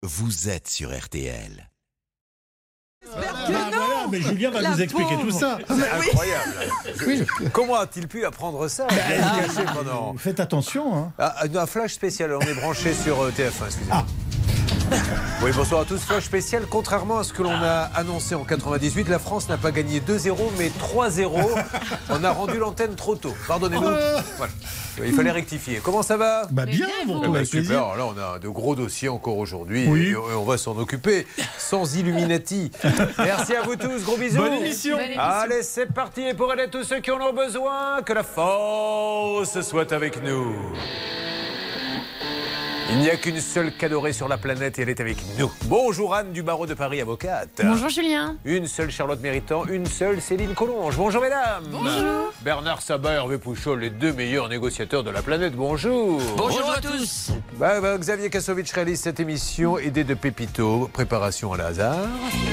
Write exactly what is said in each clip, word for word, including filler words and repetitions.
vous êtes sur R T L. Voilà, voilà, mais Julien va La nous expliquer pauvre. tout ça. C'est incroyable. Oui. Comment a-t-il pu apprendre ça? Ah, Caché pendant... Faites attention. Hein. Ah, un flash spécial, on est branché sur euh, T F un, excusez-moi. Ah. Oui, bonsoir à tous. Flash spécial, contrairement à ce que l'on a annoncé en quatre-vingt-dix-huit, la France n'a pas gagné deux zéro, mais trois zéro. On a rendu l'antenne trop tôt. Pardonnez-nous. Voilà. Il fallait rectifier. Comment ça va? Bah bien, vous Eh ben, avec super. plaisir. Alors là, on a de gros dossiers encore aujourd'hui. Oui. Et on va s'en occuper sans Illuminati. Merci à vous tous. Gros bisous. Bonne émission. Bonne émission. Allez, c'est parti. Et pour aider tous ceux qui en ont besoin, que la force soit avec nous. Il n'y a qu'une seule Cadorée sur la planète et elle est avec nous. Bonjour Anne du barreau de Paris, avocate. Bonjour Julien. Une seule Charlotte Méritant, une seule Céline Collonge. Bonjour mesdames. Bonjour. Bernard Sabat, Hervé Pouchol, les deux meilleurs négociateurs de la planète. Bonjour. Bonjour à tous. Bah, bah, Xavier Kassovitch réalise cette émission, aidé de Pépito. Préparation à la hasard.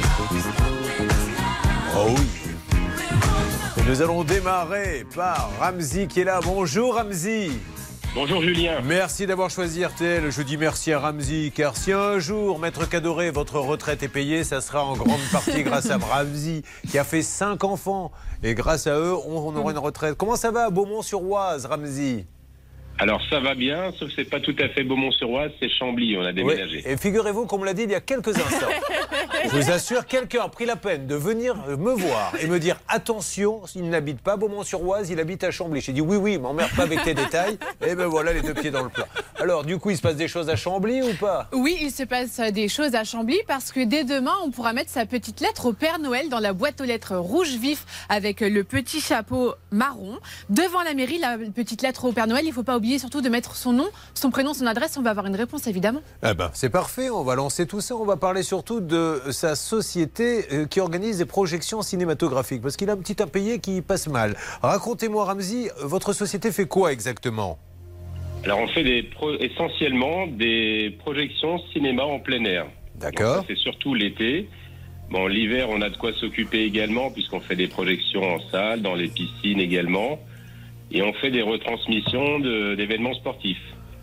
Oh oui. Et nous allons démarrer par Ramzi qui est là. Bonjour Ramzi. Bonjour Julien. Merci d'avoir choisi R T L. Je dis merci à Ramzi, car si un jour, Maître Cadoré, votre retraite est payée, ça sera en grande partie grâce à Ramzi, qui a fait cinq enfants. Et grâce à eux, on, on aura une retraite. Comment ça va à Beaumont-sur-Oise, Ramzi? Alors ça va bien, sauf que c'est pas tout à fait Beaumont-sur-Oise, c'est Chambly, on a déménagé. Oui. Et figurez-vous qu'on me l'a dit il y a quelques instants. Je vous assure, quelqu'un a pris la peine de venir me voir et me dire attention, il n'habite pas Beaumont-sur-Oise, il habite à Chambly. J'ai dit oui, oui, m'emmerde pas avec tes détails. Et ben voilà, les deux pieds dans le plat. Alors du coup, il se passe des choses à Chambly ou pas? Oui, il se passe des choses à Chambly parce que dès demain, on pourra mettre sa petite lettre au Père Noël dans la boîte aux lettres rouge vif avec le petit chapeau marron. Devant la mairie, la petite lettre au Père Noël, il ne faut pas oublier surtout de mettre son nom, son prénom, son adresse. On va avoir une réponse évidemment. Eh ben, c'est parfait, on va lancer tout ça. On va parler surtout de sa société euh, qui organise des projections cinématographiques parce qu'il a un petit impayé qui passe mal. Racontez-moi Ramzi, votre société fait quoi exactement? Alors on fait des pro- essentiellement des projections cinéma en plein air. D'accord. Donc ça, c'est surtout l'été. Bon, l'hiver, on a de quoi s'occuper également puisqu'on fait des projections en salle, dans les piscines également. Et on fait des retransmissions de, d'événements sportifs.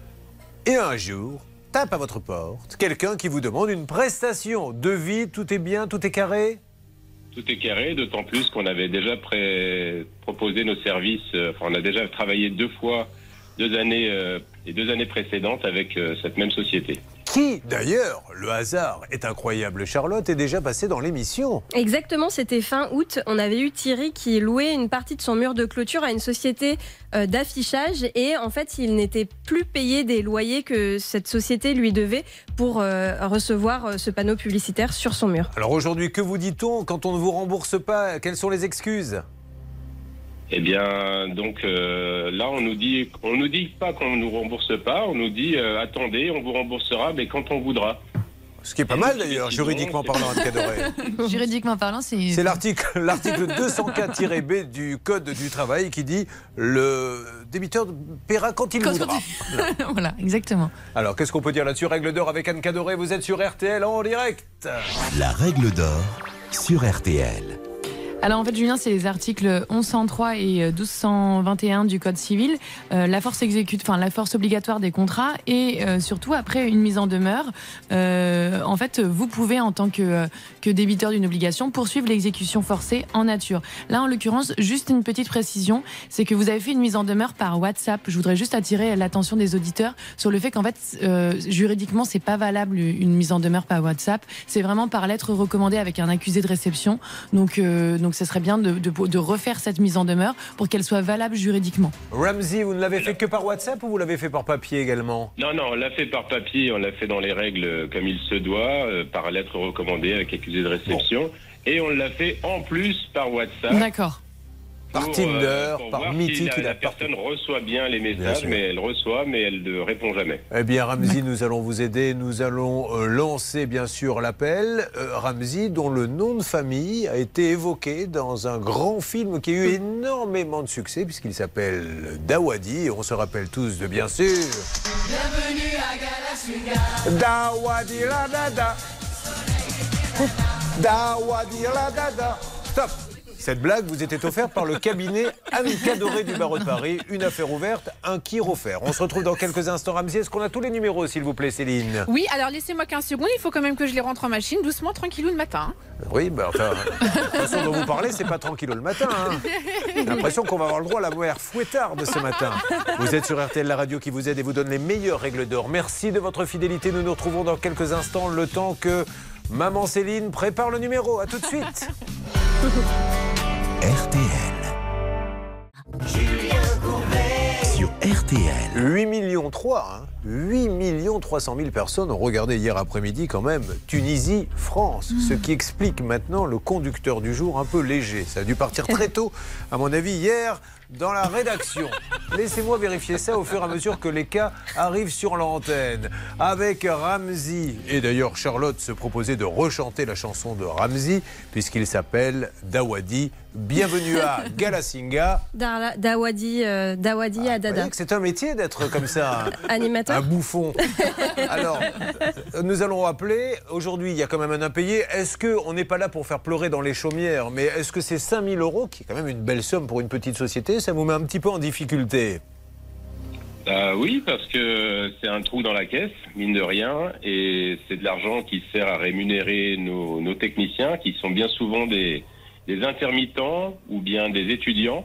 Et un jour, tape à votre porte quelqu'un qui vous demande une prestation. Devis, tout est bien, tout est carré? Tout est carré, d'autant plus qu'on avait déjà pré- proposé nos services. Euh, enfin, on a déjà travaillé deux fois, deux années, euh, les deux années précédentes avec euh, cette même société. Qui, d'ailleurs, le hasard est incroyable, Charlotte, est déjà passée dans l'émission. Exactement, c'était fin août. On avait eu Thierry qui louait une partie de son mur de clôture à une société euh, d'affichage et en fait, il n'était plus payé des loyers que cette société lui devait pour euh, recevoir euh, ce panneau publicitaire sur son mur. Alors aujourd'hui, que vous dit-on quand on ne vous rembourse pas? Quelles sont les excuses? Eh bien, donc euh, là, on nous dit, on nous dit pas qu'on nous rembourse pas, on nous dit euh, attendez, on vous remboursera, mais quand on voudra. Ce qui est pas mal d'ailleurs, juridiquement parlant, Anne Cadoré. Juridiquement parlant, c'est... C'est l'article, l'article deux cent quatre B du Code du travail qui dit le débiteur paiera quand il Quand voudra. on- Voilà, exactement. Alors, qu'est-ce qu'on peut dire là-dessus? Règle d'or avec Anne Cadoré, vous êtes sur R T L en direct. La règle d'or sur R T L. Alors en fait, Julien, c'est les articles onze cent trois et douze cent vingt et un du Code civil, euh, la force exécute, enfin la force obligatoire des contrats et euh, surtout après une mise en demeure, euh, en fait, vous pouvez en tant que que débiteur d'une obligation poursuivre l'exécution forcée en nature. Là, en l'occurrence, juste une petite précision, c'est que vous avez fait une mise en demeure par WhatsApp. Je voudrais juste attirer l'attention des auditeurs sur le fait qu'en fait, euh, juridiquement, c'est pas valable une mise en demeure par WhatsApp. C'est vraiment par lettre recommandée avec un accusé de réception. Donc, euh, donc, ce serait bien de, de, de refaire cette mise en demeure pour qu'elle soit valable juridiquement. Ramzi, vous ne l'avez fait que par WhatsApp ou vous l'avez fait par papier également? Non, non, on l'a fait par papier, on l'a fait dans les règles comme il se doit, euh, par lettre recommandée avec accusé de réception, bon. Et on l'a fait en plus par WhatsApp. D'accord. Par pour, Tinder, euh, pour par voir Mythique, si il la, a la personne reçoit bien les messages, bien mais elle reçoit, mais elle ne répond jamais. Eh bien, Ramzi, nous allons vous aider. Nous allons euh, lancer, bien sûr, l'appel. Euh, Ramzi, dont le nom de famille a été évoqué dans un grand film qui a eu énormément de succès, puisqu'il s'appelle Dawadi. Et on se rappelle tous de, bien sûr... Bienvenue à Galasuga. Dawadi la dada. Dawadi la dada. Stop. Cette blague vous était offerte par le cabinet Anne Cadoré du barreau de Paris. Une affaire ouverte, un qui refaire. On se retrouve dans quelques instants, Ramzi. Est-ce qu'on a tous les numéros, s'il vous plaît, Céline? Oui, alors laissez-moi quinze secondes. Il faut quand même que je les rentre en machine, doucement, tranquillou le matin. Oui, ben enfin, la façon dont vous parlez, c'est pas tranquille le matin. Hein. J'ai l'impression qu'on va avoir le droit à la mère fouettarde ce matin. Vous êtes sur R T L, la radio qui vous aide et vous donne les meilleures règles d'or. Merci de votre fidélité. Nous nous retrouvons dans quelques instants, le temps que Maman Céline prépare le numéro. À tout de suite. R T L. Julien Courbet sur R T L. huit millions trois, hein. huit millions trois cent mille personnes ont regardé hier après-midi quand même Tunisie-France, mmh. ce qui explique maintenant le conducteur du jour un peu léger. Ça a dû partir très tôt, à mon avis, hier dans la rédaction. Laissez-moi vérifier ça au fur et à mesure que les cas arrivent sur l'antenne. Avec Ramzi, et d'ailleurs Charlotte se proposait de rechanter la chanson de Ramzi, puisqu'il s'appelle Dawadi. Bienvenue à Galasinga. Darla, Dawadi, euh, Dawadi ah, à Dada. Vous voyez que c'est un métier d'être comme ça. Animateur. Un bouffon. Alors, nous allons rappeler, aujourd'hui, il y a quand même un impayé. Est-ce qu'on n'est pas là pour faire pleurer dans les chaumières, mais est-ce que c'est cinq mille euros, qui est quand même une belle somme pour une petite société, ça vous met un petit peu en difficulté? Euh, oui, parce que c'est un trou dans la caisse, mine de rien, et c'est de l'argent qui sert à rémunérer nos, nos techniciens, qui sont bien souvent des, des intermittents ou bien des étudiants.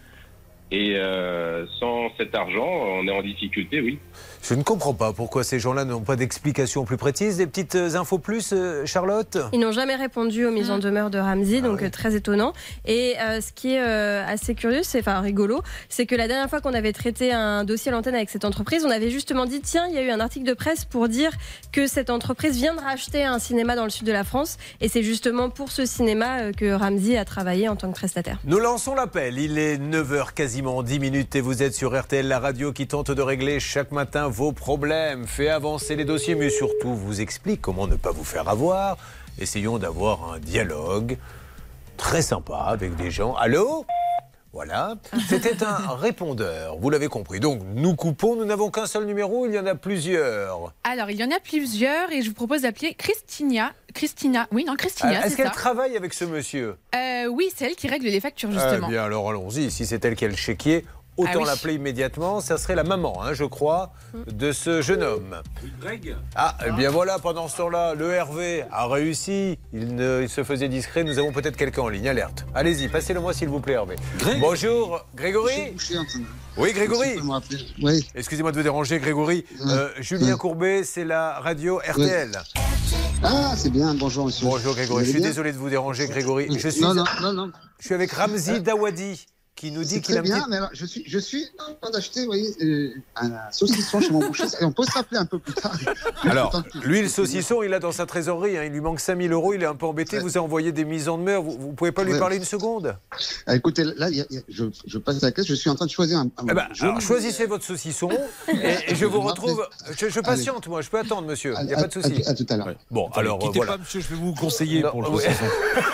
Et euh, sans cet argent, on est en difficulté, oui. Je ne comprends pas pourquoi ces gens-là n'ont pas d'explication plus précise. Des petites infos plus, euh, Charlotte? Ils n'ont jamais répondu aux mises en demeure de Ramzi, donc ah ouais. très étonnant. Et euh, ce qui est euh, assez curieux, c'est, enfin rigolo, c'est que la dernière fois qu'on avait traité un dossier à l'antenne avec cette entreprise, on avait justement dit, tiens, il y a eu un article de presse pour dire que cette entreprise vient de racheter un cinéma dans le sud de la France. Et c'est justement pour ce cinéma euh, que Ramzi a travaillé en tant que prestataire. Nous lançons l'appel. Il est neuf heures quasiment dix minutes et vous êtes sur R T L, la radio qui tente de régler chaque matin vos problèmes, fait avancer les dossiers, mais surtout vous explique comment ne pas vous faire avoir. Essayons d'avoir un dialogue très sympa avec des gens. Allô ? Voilà, c'était un répondeur, vous l'avez compris. Donc nous coupons, nous n'avons qu'un seul numéro, il y en a plusieurs. Alors il y en a plusieurs et je vous propose d'appeler Christina. Christina, oui non Christina, alors, c'est est-ce qu'elle ça. travaille avec ce monsieur? euh, Oui, c'est elle qui règle les factures justement. Eh bien alors allons-y, si c'est elle qui a le chéquier, autant ah oui. l'appeler immédiatement. Ça serait la maman, hein, je crois, de ce jeune homme. Greg. Ah, eh bien voilà, pendant ce temps-là, le Hervé a réussi. Il, ne, il se faisait discret. Nous avons peut-être quelqu'un en ligne. Alerte. Allez-y, passez-le-moi s'il vous plaît, Hervé. Greg. Bonjour, Grégory. Oui, Grégory. Oui. Excusez-moi de vous déranger, Grégory. Euh, Julien oui. Courbet, c'est la radio R T L. Oui. Ah, c'est bien. Bonjour, monsieur. Bonjour, Grégory. Je suis bien. désolé de vous déranger, Grégory. Je suis, non, non, non, non. Je suis avec Ramzi Dawadi, qui nous dit qu'il a bien, petit... mais alors, je suis, je suis en train d'acheter, vous voyez, euh, un saucisson chez mon boucher. Et on peut s'appeler un peu plus tard. Alors, lui, le saucisson, il a dans sa trésorerie. Hein, il lui manque cinq mille euros. Il est un peu embêté. Ouais. Vous a envoyé des mises en demeure. Vous ne pouvez pas lui ouais. parler une seconde? ah, Écoutez, là, y a, y a, je, je passe à la caisse. Je suis en train de choisir un. un eh ben, alors, choisissez votre saucisson et, et je vous retrouve. Je, je patiente, Allez. moi. Je peux attendre, monsieur. Il n'y a pas de souci. À, à, à tout à l'heure. Ouais. Bon, Attends, alors, quittez voilà. pas, monsieur. Je vais vous conseiller non, pour le ouais. saucisson.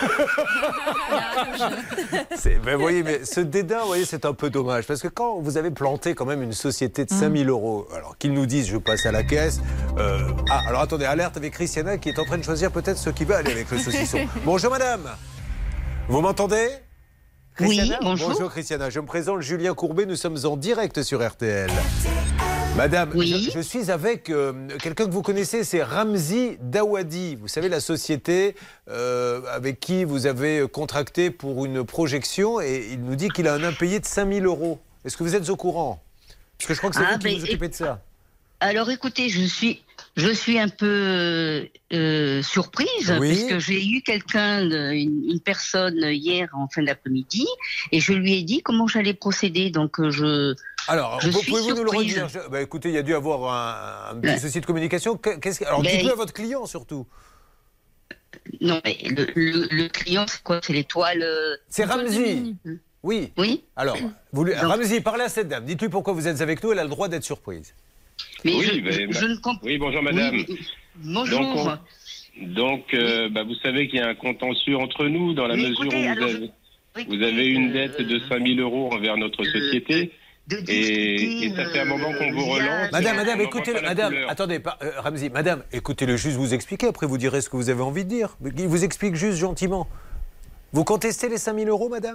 ben, voyez, mais ce dédain, vous voyez, c'est un peu dommage. Parce que quand vous avez planté quand même une société de cinq mille euros, alors qu'ils nous disent je passe à la caisse. Euh, ah, alors attendez, alerte avec Christiana qui est en train de choisir peut-être ce qui va aller avec le saucisson. Bonjour madame. Vous m'entendez? Oui, bonjour. Bonjour Christiana. Je me présente Julien Courbet. Nous sommes en direct sur R T L. Madame, oui. je, je suis avec euh, quelqu'un que vous connaissez, c'est Ramzi Dawadi. Vous savez, la société euh, avec qui vous avez contracté pour une projection et il nous dit qu'il a un impayé de cinq mille euros. Est-ce que vous êtes au courant? Parce que je crois que c'est ah, vous qui ben, vous occupez de ça. Alors écoutez, je suis, je suis un peu euh, surprise oui. parce que j'ai eu quelqu'un, une, une personne hier en fin d'après-midi et je lui ai dit comment j'allais procéder. Donc je... Alors, je pouvez-vous surprise. nous le redire? je, bah, Écoutez, il y a dû avoir un, un petit ben, souci de communication. Qu'est-ce, alors, ben, dites-le à votre client, surtout. Non, mais le, le, le client, c'est quoi? C'est l'étoile... C'est Ramzi. Oui. Oui. Alors, vous lui... Ramzi, parlez à cette dame. Dites-lui pourquoi vous êtes avec nous. Elle a le droit d'être surprise. Mais oui, je, mais, je ne comprends... Oui, bonjour, madame. Oui, bonjour. Donc, on... Donc euh, bah, vous savez qu'il y a un contentieux entre nous dans la oui, mesure écoutez, où vous alors, avez, je... vous avez une dette de cinq mille euros envers notre société. De, de et, et ça fait un moment qu'on vous relance. Madame, madame, écoutez, madame, attendez, pas, euh, Ramzi, madame, écoutez-le juste vous expliquer, après vous direz ce que vous avez envie de dire. Il vous explique juste gentiment. Vous contestez les cinq mille euros, madame?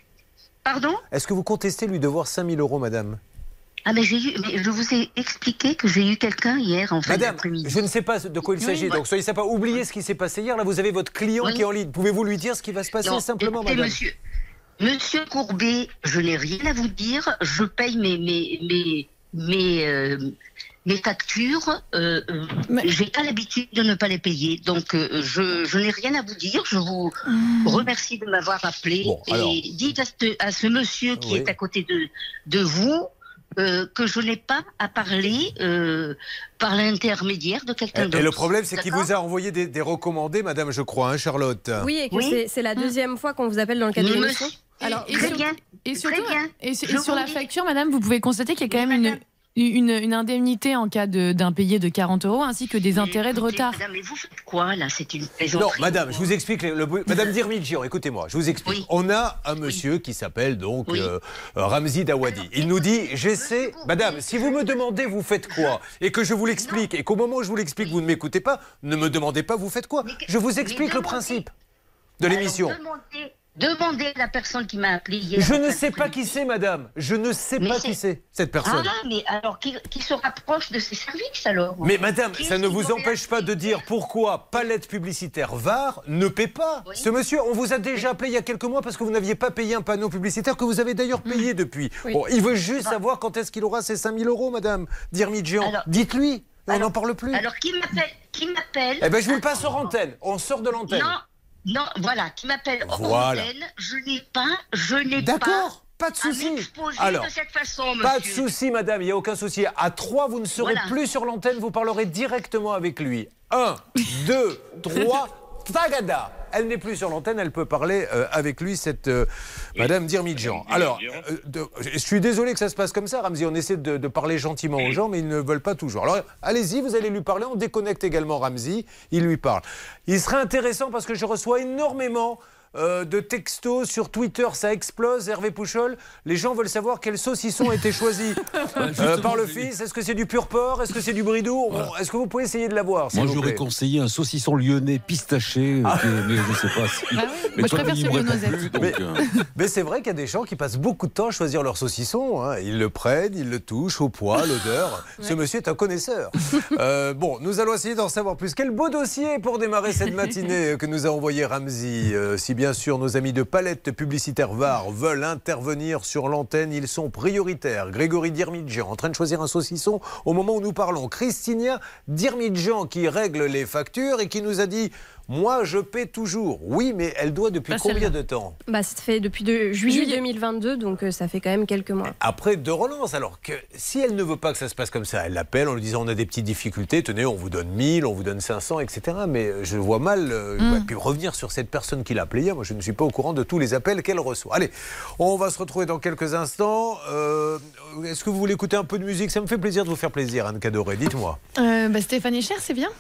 Pardon? Est-ce que vous contestez lui devoir cinq mille euros, madame? Ah mais, j'ai eu, mais je vous ai expliqué que j'ai eu quelqu'un hier en fin Madame, d'après-midi. je ne sais pas de quoi il s'agit, oui, donc soyez sympa. Oubliez ce qui s'est passé hier. Là, vous avez votre client oui. qui est en ligne. Pouvez-vous lui dire ce qui va se passer non, simplement, écoutez, madame? Monsieur, monsieur Courbet, je n'ai rien à vous dire. Je paye mes mes mes mes, euh, mes factures. Euh, mais... J'ai pas l'habitude de ne pas les payer, donc euh, je, je n'ai rien à vous dire. Je vous mmh. remercie de m'avoir appelé bon, alors... et dites à ce, à ce monsieur qui oui. est à côté de de vous. Euh, que je n'ai pas à parler euh, par l'intermédiaire de quelqu'un d'autre. Et le problème, c'est qu'il vous a envoyé des, des recommandés, madame, je crois, hein, Charlotte? Oui, et que oui. c'est, c'est la deuxième mmh. fois qu'on vous appelle dans le cadre de l'émission. Alors, et, très sur, bien. Et surtout, très bien. Et, et sur la facture, madame, vous pouvez constater qu'il y a quand même une... Une, une indemnité en cas de, d'impayé de quarante euros ainsi que des mais intérêts écoutez, de retard. Madame, mais vous faites quoi là? C'est une plaisanterie. Non, madame, je vous explique. Le, le, madame Dirmidjian, écoutez-moi, je vous explique. Oui. On a un monsieur oui. qui s'appelle donc oui. euh, Ramzi Dawadi. Il nous dit j'essaie. Madame, si vous me demandez vous faites quoi et que je vous l'explique non. et qu'au moment où je vous l'explique vous ne m'écoutez pas, ne me demandez pas vous faites quoi. Mais, je vous explique le principe de l'émission. Demandez, demandez à la personne qui m'a appelé hier. Je ne sais pas qui c'est, madame. Je ne sais mais pas c'est... qui c'est, cette personne. Ah, mais alors, qui, qui se rapproche de ses services, alors? Mais madame, qui ça ne vous empêche pas de dire pourquoi Palette Publicitaire V A R ne paie pas. Oui. Ce monsieur, on vous a déjà appelé il y a quelques mois parce que vous n'aviez pas payé un panneau publicitaire que vous avez d'ailleurs payé mmh. depuis. Oui. Bon, il veut juste bah. savoir quand est-ce qu'il aura ses cinq mille euros, madame Dirmidjian. Dites-lui, on n'en parle plus. Alors, qui m'appelle, qui m'appelle Eh bien, je vous le passe hors antenne. On sort de l'antenne. Non. Non, voilà, qui m'appelle voilà. antenne, je n'ai pas, je n'ai pas. D'accord, pas de souci. Alors, de cette façon, pas de souci, madame, il n'y a aucun souci. À trois, vous ne serez voilà. plus sur l'antenne, vous parlerez directement avec lui. Un, deux, trois, tagada. Elle n'est plus sur l'antenne, elle peut parler euh, avec lui, cette euh, oui. madame Dirmidjian. Alors, euh, de, je suis désolé que ça se passe comme ça, Ramzi. On essaie de, de parler gentiment aux gens, mais ils ne veulent pas toujours. Alors, allez-y, vous allez lui parler. On déconnecte également Ramzi. Il lui parle. Il serait intéressant parce que je reçois énormément euh, de textos sur Twitter. Ça explose, Hervé Pouchol. Les gens veulent savoir quel saucisson a été choisi euh, par le fils. Est-ce que c'est du pur porc? Est-ce que c'est du bridou? voilà. Est-ce que vous pouvez essayer de l'avoir? Moi, j'aurais conseillé un saucisson lyonnais pistaché, ah. mais je ne sais pas si... Ah oui. mais Moi, je préfère celui de Noisette. Mais, euh... mais c'est vrai qu'il y a des gens qui passent beaucoup de temps à choisir leur saucisson. Hein. Ils le prennent, ils le touchent au poids, l'odeur. ouais. Ce monsieur est un connaisseur. euh, bon, nous allons essayer d'en savoir plus. Quel beau dossier pour démarrer cette matinée que nous a envoyé Ramzi. Euh, si bien sûr nos amis de Palette Publicitaire V A R veulent intervenir sur l'antenne, ils sont prioritaires. Grégory Dirmidjian, en train de choisir un saucisson au moment où nous parlons. Christina Dirmidjian qui règle les factures et qui nous a dit... Moi, je paie toujours. Oui, mais elle doit depuis bah, combien de temps? Bah, ça fait depuis de juillet, juillet deux mille vingt-deux, donc euh, ça fait quand même quelques mois. Après deux relances, alors que si elle ne veut pas que ça se passe comme ça, elle l'appelle en lui disant on a des petites difficultés, tenez, on vous donne mille, on vous donne cinq cents, et cetera. Mais je vois mal, euh, mm. ouais, puis revenir sur cette personne qui l'a appelée hier, moi je ne suis pas au courant de tous les appels qu'elle reçoit. Allez, on va se retrouver dans quelques instants. Euh, est-ce que vous voulez écouter un peu de musique? Ça me fait plaisir de vous faire plaisir, Anne Cadoré, dites-moi. Euh, bah, Stéphane Echer, c'est bien.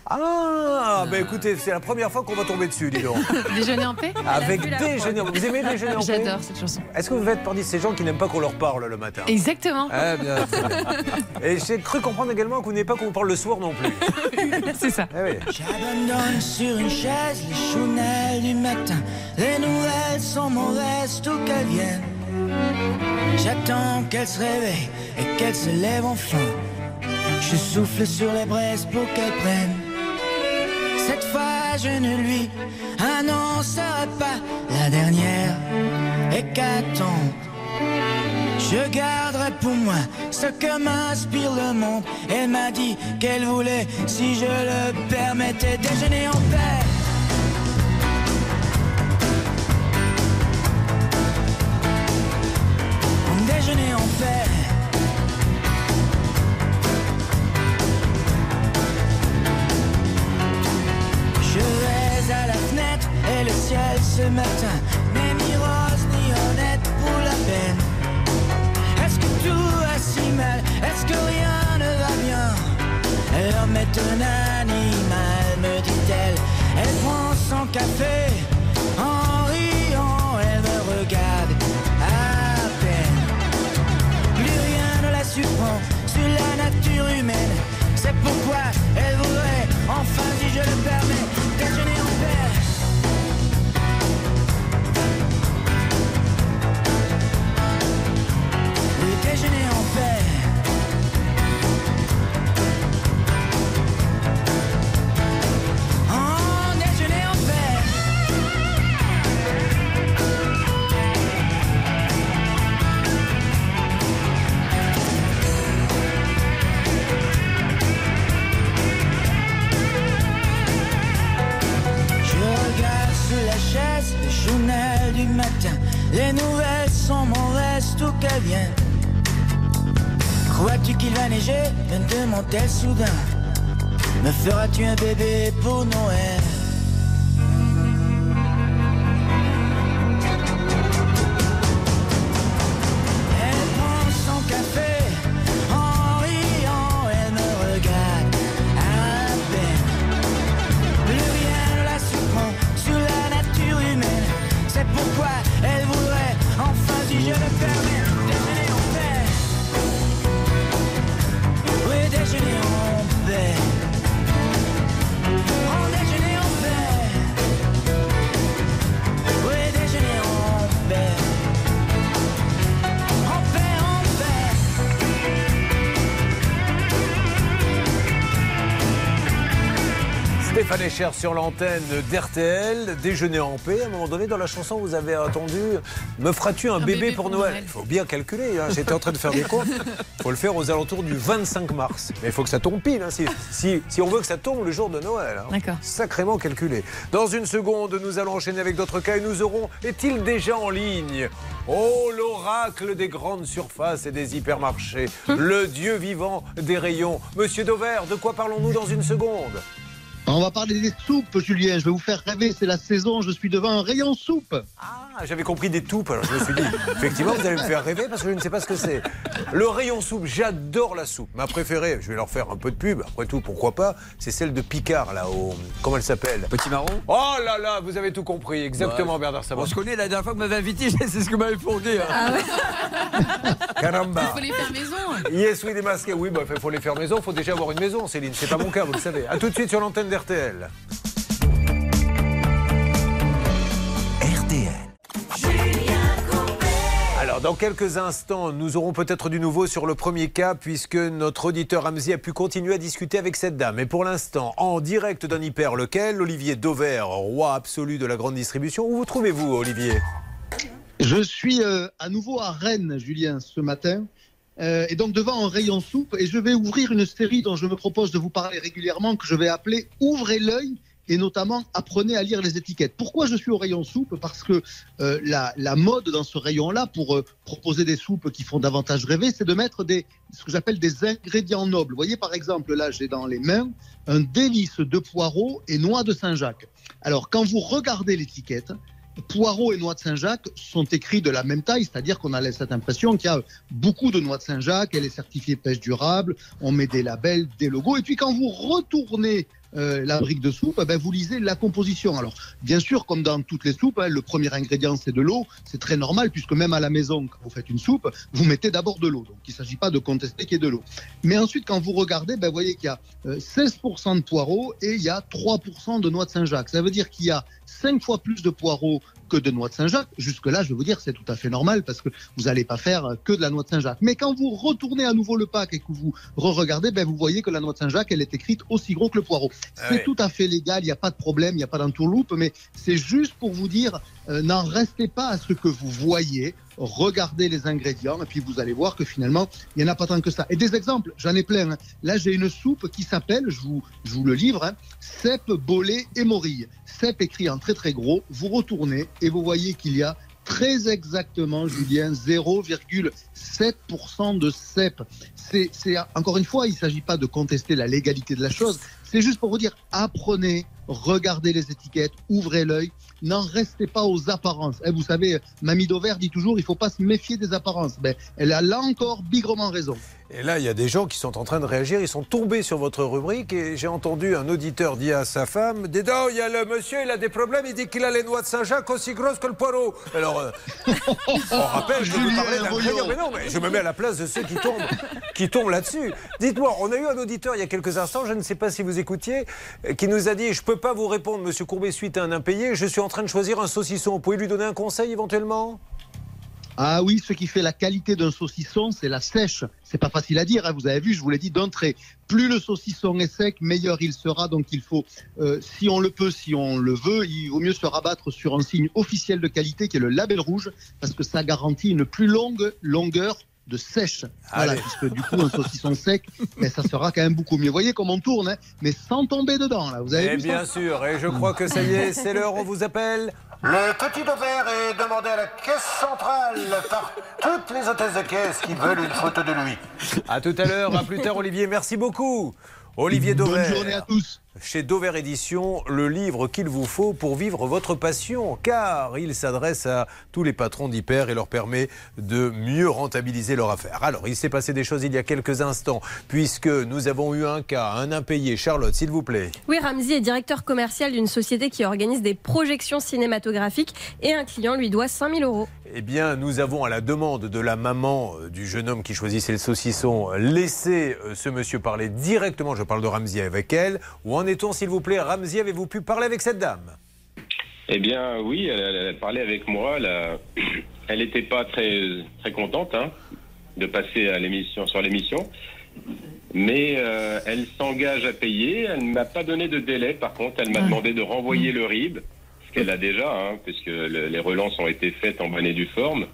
Ah, bah écoutez, c'est la première fois qu'on va tomber dessus, dis donc. Déjeuner en paix. Avec Déjeuner en paix. Vous aimez Déjeuner en paix? J'adore cette chanson. Est-ce que vous faites partie de ces gens qui n'aiment pas qu'on leur parle le matin? Exactement. Ah, bien. Et j'ai cru comprendre également que vous n'aimez pas qu'on vous parle le soir non plus. C'est ça. Ah, oui. J'abandonne sur une chaise les chounelles du matin. Les nouvelles sont mauvaises, tout qu'elles viennent. J'attends qu'elle se réveille et qu'elle se lève enfin. Je souffle sur les braises pour qu'elle prenne. Cette fois je ne lui annoncerai pas la dernière hécatombe. Je garderai pour moi ce que m'inspire le monde. Elle m'a dit qu'elle voulait, si je le permettais, déjeuner en paix. Déjeuner en paix. Je vais à la fenêtre et le ciel ce matin n'est ni rose ni honnête pour la peine. Est-ce que tout va si mal? Est-ce que rien ne va bien? L'homme est un animal, me dit-elle. Elle prend son café en riant, elle me regarde à peine. Plus rien ne la surprend sur la nature humaine. C'est pourquoi elle voudrait, enfin si je le permets, déjeuner en paix. matin. Les nouvelles sont mauvaises, d'où qu'elles viennent. Crois-tu qu'il va neiger? Me demande-t-elle soudain. Me feras-tu un bébé pour Noël? Elle prend son café en riant, elle me regarde à peine. Plus rien ne la surprend sur la nature humaine. C'est pourquoi elle voudrait enfin, si je le permets, déjeuner en paix. Oui, déjeuner en paix. En déjeuner en paix. Oui, déjeuner en paix. En paix, en paix. Stéphane Echer sur l'antenne d'R T L, déjeuner en paix. À un moment donné, dans la chanson, vous avez entendu « Me feras-tu un, un bébé, bébé pour, pour Noël ?» Il faut bien calculer, hein. J'étais en train de faire des comptes. Il faut le faire aux alentours du vingt-cinq mars. Mais il faut que ça tombe pile, hein. si, si, si on veut que ça tombe le jour de Noël. Hein. D'accord. Sacrément calculé. Dans une seconde, nous allons enchaîner avec d'autres cas et nous aurons « Est-il déjà en ligne ?» Oh, l'oracle des grandes surfaces et des hypermarchés. Le dieu vivant des rayons. Monsieur Dauvert, de quoi parlons-nous dans une seconde ? On va parler des soupes, Julien. Je vais vous faire rêver. C'est la saison. Je suis devant un rayon soupe. Ah, j'avais compris des toupes. Alors je me suis dit, effectivement, vous allez me faire rêver parce que je ne sais pas ce que c'est. Le rayon soupe, j'adore la soupe. Ma préférée, je vais leur faire un peu de pub. Après tout, pourquoi pas, c'est celle de Picard, là, au... Comment elle s'appelle? Petit marron. Oh là là, vous avez tout compris. Exactement, ouais. Bernard Sabat. On se connaît, la dernière fois que vous m'avez invité, c'est ce que vous m'avez fourni. Hein. Ah ouais. Caramba. Il faut les faire maison. Yes, oui, des masqués. Oui, bah, il faut les faire maison. Il faut déjà avoir une maison, Céline. C'est pas mon cas, vous le savez. A tout de suite sur l'antenne d'R T L. R T L. Alors, dans quelques instants, nous aurons peut-être du nouveau sur le premier cas, puisque notre auditeur Hamzi a pu continuer à discuter avec cette dame. Et pour l'instant, en direct d'un hyper lequel, Olivier Dauvert, roi absolu de la grande distribution. Où vous trouvez-vous, Olivier? Je suis euh, à nouveau à Rennes, Julien, ce matin. Euh, et donc devant un rayon soupe. Et je vais ouvrir une série dont je me propose de vous parler régulièrement, que je vais appeler « Ouvrez l'œil ». Et notamment, apprenez à lire les étiquettes. Pourquoi je suis au rayon soupe? Parce que euh, la, la mode dans ce rayon-là, pour euh, proposer des soupes qui font davantage rêver, c'est de mettre des, ce que j'appelle des ingrédients nobles. Vous voyez, par exemple, là, j'ai dans les mains un délice de poireaux et noix de Saint-Jacques. Alors, quand vous regardez l'étiquette, poireaux et noix de Saint-Jacques sont écrits de la même taille, c'est-à-dire qu'on a cette impression qu'il y a beaucoup de noix de Saint-Jacques, elle est certifiée pêche durable, on met des labels, des logos, et puis quand vous retournez Euh, la brique de soupe, eh ben, vous lisez la composition. Alors, bien sûr, comme dans toutes les soupes, hein, le premier ingrédient, c'est de l'eau. C'est très normal, puisque même à la maison, quand vous faites une soupe, vous mettez d'abord de l'eau. Donc, il ne s'agit pas de contester qu'il y ait de l'eau. Mais ensuite, quand vous regardez, ben, vous voyez qu'il y a euh, seize pour cent de poireaux et il y a trois pour cent de noix de Saint-Jacques. Ça veut dire qu'il y a cinq fois plus de poireaux que de noix de Saint-Jacques. Jusque-là, je vais vous dire, c'est tout à fait normal parce que vous n'allez pas faire que de la noix de Saint-Jacques. Mais quand vous retournez à nouveau le pack et que vous re-regardez, ben, vous voyez que la noix de Saint-Jacques, elle est écrite aussi gros que le poireau. Ah c'est ouais. tout à fait légal, il n'y a pas de problème, il n'y a pas d'entourloupe, mais c'est juste pour vous dire, euh, n'en restez pas à ce que vous voyez, regardez les ingrédients et puis vous allez voir que finalement, il n'y en a pas tant que ça. Et des exemples, j'en ai plein. Hein. Là, j'ai une soupe qui s'appelle, je vous, je vous le livre, hein, cèpe, bolet et morille. Cèpe écrit en très très gros, vous retournez et vous voyez qu'il y a très exactement, Julien, zéro virgule sept pour cent de cèpe. C'est, c'est, encore une fois, il ne s'agit pas de contester la légalité de la chose, c'est juste pour vous dire, apprenez, regardez les étiquettes, ouvrez l'œil, n'en restez pas aux apparences. Eh, vous savez, Mamie Dauvert dit toujours, il ne faut pas se méfier des apparences. Ben, elle a là encore bigrement raison. Et là, il y a des gens qui sont en train de réagir. Ils sont tombés sur votre rubrique et j'ai entendu un auditeur dire à sa femme « Dis donc, il y a le monsieur, il a des problèmes, il dit qu'il a les noix de Saint-Jacques aussi grosses que le poireau. » Alors, euh, on rappelle, je vous parlais d'ingrédients. Mais non, mais je me mets à la place de ceux qui tombent, qui tombent là-dessus. Dites-moi, on a eu un auditeur il y a quelques instants, je ne sais pas si vous écoutiez, qui nous a dit « Je ne peux pas vous répondre, monsieur Courbet, suite à un impayé, je suis en train de choisir un saucisson. Vous pouvez lui donner un conseil éventuellement ?» Ah oui, ce qui fait la qualité d'un saucisson, c'est la sèche. C'est pas facile à dire, hein. Vous avez vu, je vous l'ai dit d'entrée. Plus le saucisson est sec, meilleur il sera. Donc il faut, euh, si on le peut, si on le veut, il vaut mieux se rabattre sur un signe officiel de qualité qui est le label rouge, parce que ça garantit une plus longue longueur de sèche. Voilà, puisque du coup, un saucisson sec, mais ça sera quand même beaucoup mieux. Vous voyez comme on tourne, hein, mais sans tomber dedans. Là. Vous avez et vu bien ça sûr, et je crois que ça y est, c'est l'heure, on vous appelle Le petit Dover est demandé à la caisse centrale par toutes les hôtesses de caisse qui veulent une photo de lui. À tout à l'heure, à plus tard Olivier, merci beaucoup. Olivier Dover. Bonne journée à tous. Chez Dover Édition, le livre qu'il vous faut pour vivre votre passion, car il s'adresse à tous les patrons d'hyper et leur permet de mieux rentabiliser leur affaire. Alors, il s'est passé des choses il y a quelques instants, puisque nous avons eu un cas, un impayé. Charlotte, s'il vous plaît. Oui, Ramzi est directeur commercial d'une société qui organise des projections cinématographiques et un client lui doit cinq mille euros. Eh bien, nous avons, à la demande de la maman du jeune homme qui choisissait le saucisson, laissé ce monsieur parler directement, je parle de Ramzi, avec elle. Où en est-on, s'il vous plaît? Ramzi, avez-vous pu parler avec cette dame? Eh bien, oui, elle, elle a parlé avec moi. Elle n'était pas très, très contente hein, de passer à l'émission, sur l'émission. Mais euh, elle s'engage à payer. Elle ne m'a pas donné de délai. Par contre, elle m'a demandé de renvoyer le R I B. Qu'elle a déjà, hein, puisque le, les relances ont été faites en bonne et due forme.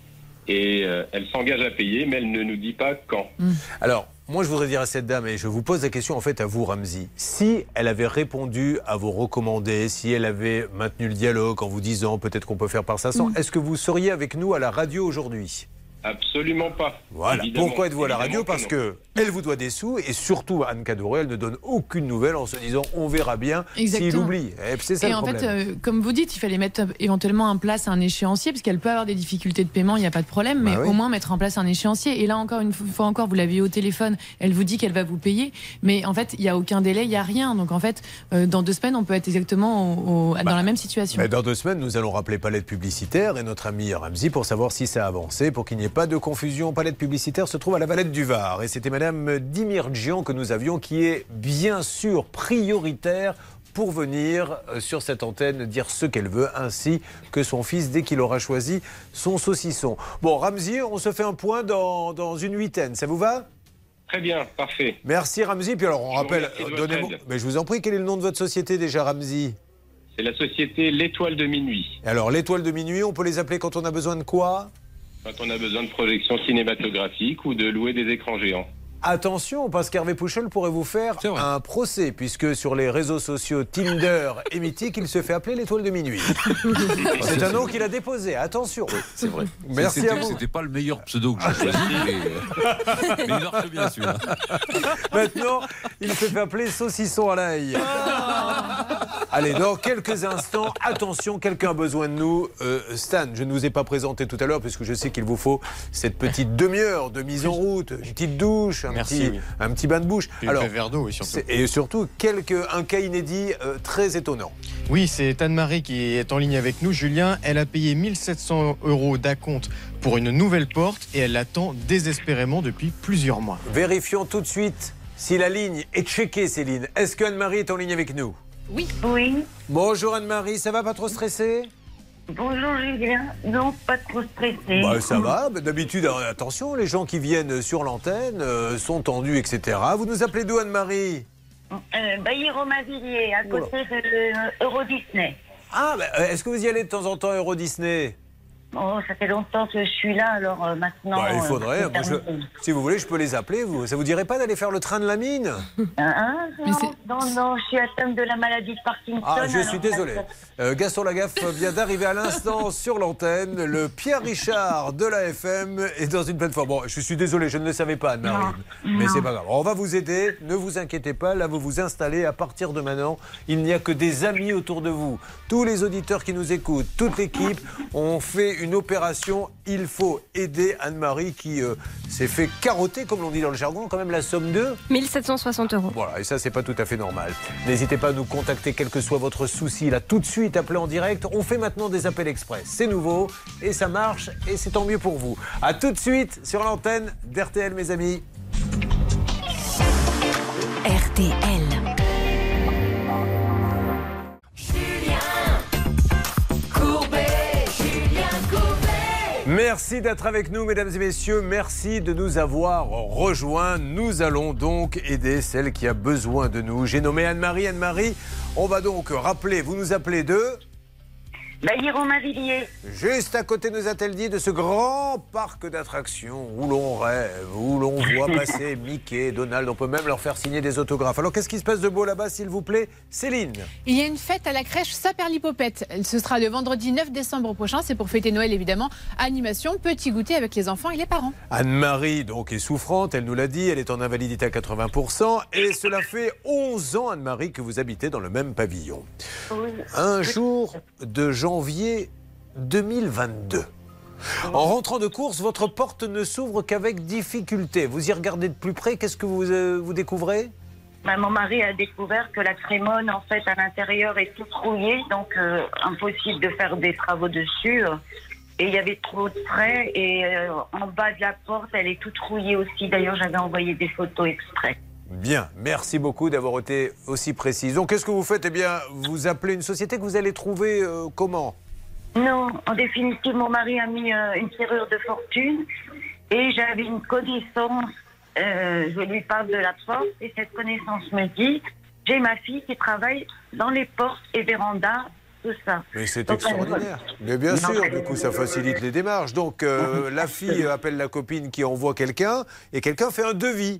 Et euh, elle s'engage à payer, mais elle ne nous dit pas quand. Alors, moi je voudrais dire à cette dame, et je vous pose la question en fait à vous Ramzi, si elle avait répondu à vos recommandés, si elle avait maintenu le dialogue en vous disant peut-être qu'on peut faire par cinq cents, mmh. est-ce que vous seriez avec nous à la radio aujourd'hui? Absolument pas. Voilà. Évidemment, Pourquoi êtes-vous à la radio? que Parce non. que elle vous doit des sous et surtout Anne Cadoré, elle ne donne aucune nouvelle en se disant on verra bien s'il oublie. Et c'est ça et le en problème. fait, euh, comme vous dites, il fallait mettre éventuellement en place un échéancier parce qu'elle peut avoir des difficultés de paiement, il n'y a pas de problème, mais bah oui. au moins mettre en place un échéancier. Et là encore une fois encore, vous l'avez eu au téléphone, elle vous dit qu'elle va vous payer, mais en fait, il n'y a aucun délai, il n'y a rien. Donc en fait, euh, dans deux semaines, on peut être exactement au, au, bah, dans la même situation. Mais dans deux semaines, nous allons rappeler Palette Publicitaire et notre ami Ramzi pour savoir si ça a avancé, pour qu'il n'y ait pas de confusion. Palette Publicitaire se trouve à la Valette du Var et c'était Madame Dimirjian que nous avions qui est bien sûr prioritaire pour venir sur cette antenne dire ce qu'elle veut ainsi que son fils dès qu'il aura choisi son saucisson. Bon Ramzi, on se fait un point dans, dans une huitaine, ça vous va? Très bien, parfait. Merci Ramzi, puis alors on Je rappelle, donnez-moi, mais je vous en prie, quel est le nom de votre société déjà Ramzi? C'est la société L'Étoile de Minuit. Alors l'Étoile de Minuit, on peut les appeler quand on a besoin de quoi? Quand on a besoin de projections cinématographiques ou de louer des écrans géants. Attention, parce qu'Hervé Pouchol pourrait vous faire un procès, puisque sur les réseaux sociaux Tinder et Mythique, il se fait appeler l'Étoile de Minuit. C'est un nom qu'il a déposé, attention. Oui, c'est vrai. Merci c'était, à vous. C'était pas le meilleur pseudo que j'ai choisi, mais, euh, mais il marche bien celui-là. Maintenant, il se fait appeler Saucisson à l'ail. Allez, dans quelques instants, attention, quelqu'un a besoin de nous. Euh, Stan, je ne vous ai pas présenté tout à l'heure, puisque je sais qu'il vous faut cette petite demi-heure de mise en route, une petite douche, un, Merci, petit, oui. un petit bain de bouche. Et un verre d'eau, oui, surtout. Et surtout, quelques, un cas inédit euh, très étonnant. Oui, c'est Anne-Marie qui est en ligne avec nous. Julien, elle a payé mille sept cents euros d'acompte pour une nouvelle porte et elle l'attend désespérément depuis plusieurs mois. Vérifions tout de suite si la ligne est checkée, Céline. Est-ce que Anne-Marie est en ligne avec nous? Oui. Oui. Bonjour Anne-Marie, ça va, pas trop stressé? Bonjour Julien, non, pas trop stressé. Bah, ça va, d'habitude, attention, les gens qui viennent sur l'antenne euh, sont tendus, et cetera. Vous nous appelez d'où Anne-Marie? euh, Bailly-Romainvilliers, à côté de Euro Disney. Ah, bah, est-ce que vous y allez de temps en temps à Euro Disney? Oh, ça fait longtemps que je suis là, alors euh, maintenant... Bah, il faudrait, euh, moi, je, si vous voulez, je peux les appeler. Vous, ça vous dirait pas d'aller faire le train de la mine? Hein, non, non, non, je suis atteinte de la maladie de Parkinson. Ah, je suis alors, désolé. Euh, Gaston Lagaffe vient d'arriver à l'instant sur l'antenne. Le Pierre Richard de la F M est dans une plateforme. Bon, je suis désolé, je ne le savais pas, Anne-Marie. Mais c'est pas grave. On va vous aider. Ne vous inquiétez pas. Là, vous vous installez. À partir de maintenant, il n'y a que des amis autour de vous. Tous les auditeurs qui nous écoutent, toute l'équipe, ont fait une opération. Il faut aider Anne-Marie qui euh, s'est fait carotter, comme l'on dit dans le jargon, quand même la somme de mille sept cent soixante euros. Voilà, et ça, c'est pas tout à fait normal. N'hésitez pas à nous contacter, quel que soit votre souci, là, tout de suite, appelez en direct. On fait maintenant des appels express. C'est nouveau, et ça marche, et c'est tant mieux pour vous. À tout de suite sur l'antenne d'R T L, mes amis. R T L. Merci d'être avec nous, mesdames et messieurs. Merci de nous avoir rejoints. Nous allons donc aider celle qui a besoin de nous. J'ai nommé Anne-Marie. Anne-Marie, on va donc rappeler, vous nous appelez de... Bailly-Romainvilliers. Juste à côté, nous a-t-elle dit, de ce grand parc d'attractions où l'on rêve, où l'on voit passer Mickey, Donald. On peut même leur faire signer des autographes. Alors, qu'est-ce qui se passe de beau là-bas, s'il vous plaît, Céline? Il y a une fête à la crèche Saperlipopette. Ce sera le vendredi neuf décembre prochain. C'est pour fêter Noël, évidemment. Animation, petit goûter avec les enfants et les parents. Anne-Marie, donc, est souffrante. Elle nous l'a dit. Elle est en invalidité à quatre-vingts pour cent. Et cela fait onze ans, Anne-Marie, que vous habitez dans le même pavillon. Oui. Un jour de janvier deux mille vingt-deux. En rentrant de course, votre porte ne s'ouvre qu'avec difficulté. Vous y regardez de plus près. Qu'est-ce que vous, euh, vous découvrez? Ben, mon mari a découvert que la crémone, en fait, à l'intérieur est toute rouillée, donc euh, impossible de faire des travaux dessus. Et il y avait trop de frais. Et euh, en bas de la porte, elle est toute rouillée aussi. D'ailleurs, j'avais envoyé des photos exprès. Bien, merci beaucoup d'avoir été aussi précise. Donc, qu'est-ce que vous faites? Eh bien, vous appelez une société que vous allez trouver euh, comment? Non, en définitive, mon mari a mis euh, une serrure de fortune et j'avais une connaissance, euh, je lui parle de la porte et cette connaissance me dit, j'ai ma fille qui travaille dans les portes et vérandas, tout ça. Mais c'est Donc, extraordinaire. Mais bien sûr, du coup, ça facilite les démarches. Donc, euh, la fille appelle la copine qui envoie quelqu'un et quelqu'un fait un devis.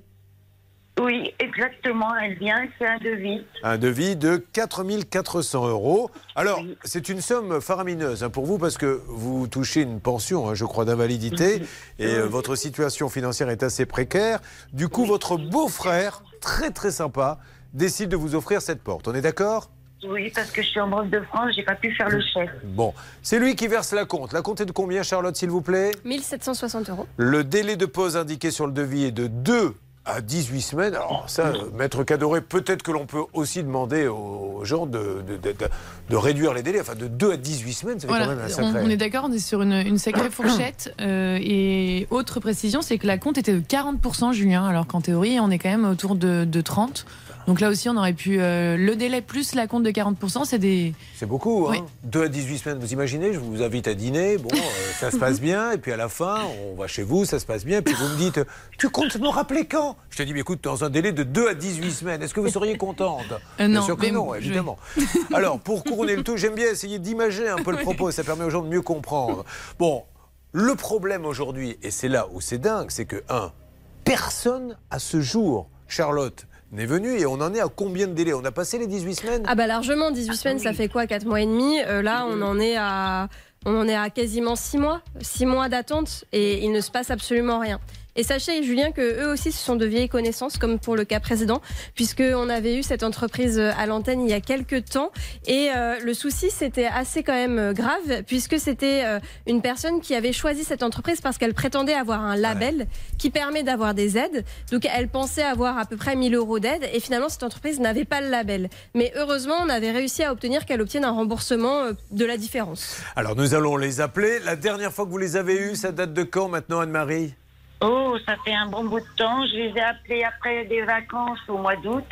Oui, exactement, elle vient, c'est un devis. Un devis de quatre mille quatre cents euros. Alors, c'est une somme faramineuse hein, pour vous parce que vous touchez une pension, hein, je crois, d'invalidité et euh, votre situation financière est assez précaire. Du coup, votre beau-frère, très très sympa, décide de vous offrir cette porte. On est d'accord ? Oui, parce que je suis en Banque de France, j'ai pas pu faire le chèque. Bon, c'est lui qui verse la compte. La compte est de combien, Charlotte, s'il vous plaît ? mille sept cent soixante euros. Le délai de pause indiqué sur le devis est de deux à dix-huit semaines. Alors ça, Maître Cadoré, peut-être que l'on peut aussi demander aux gens de, de, de, de, de réduire les délais. Enfin, de deux à dix-huit semaines, ça fait Voilà, quand même un sacré... on, on est d'accord, on est sur une, une sacrée fourchette. Euh, et autre précision, c'est que la compte était de quarante pour cent, Julien, alors qu'en théorie, on est quand même autour de, de trente. Donc là aussi, on aurait pu... Euh, le délai plus la compte de quarante pour cent, c'est des... C'est beaucoup, hein. Oui. deux à dix-huit semaines, vous imaginez, je vous invite à dîner, bon, euh, ça se passe bien, et puis à la fin, on va chez vous, ça se passe bien, et puis vous me dites, tu comptes me rappeler quand? Je te dis, mais écoute, dans un délai de deux à dix-huit semaines, est-ce que vous seriez contente? euh, Bien Non, sûr que non, je... évidemment. Alors, pour couronner le tout, j'aime bien essayer d'imager un peu le propos, ça permet aux gens de mieux comprendre. Bon, le problème aujourd'hui, et c'est là où c'est dingue, c'est que, un, personne à ce jour, Charlotte, n'est venu et on en est à combien de délais? On a passé les dix-huit semaines? Ah bah largement, dix-huit semaines, ça fait quoi, quatre mois et demi? euh, Là, on en est à, on en est à quasiment six mois, six mois d'attente et il ne se passe absolument rien. Et sachez, Julien, que eux aussi, ce sont de vieilles connaissances, comme pour le cas précédent, puisqu'on avait eu cette entreprise à l'antenne il y a quelques temps. Et euh, le souci, c'était assez quand même grave, puisque c'était euh, une personne qui avait choisi cette entreprise parce qu'elle prétendait avoir un label ouais. qui permet d'avoir des aides. Donc, elle pensait avoir à peu près mille euros d'aide. Et finalement, cette entreprise n'avait pas le label. Mais heureusement, on avait réussi à obtenir qu'elle obtienne un remboursement euh, de la différence. Alors, nous allons les appeler. La dernière fois que vous les avez eus, ça date de quand maintenant, Anne-Marie ? Oh, ça fait un bon bout de temps. Je les ai appelés après des vacances au mois d'août.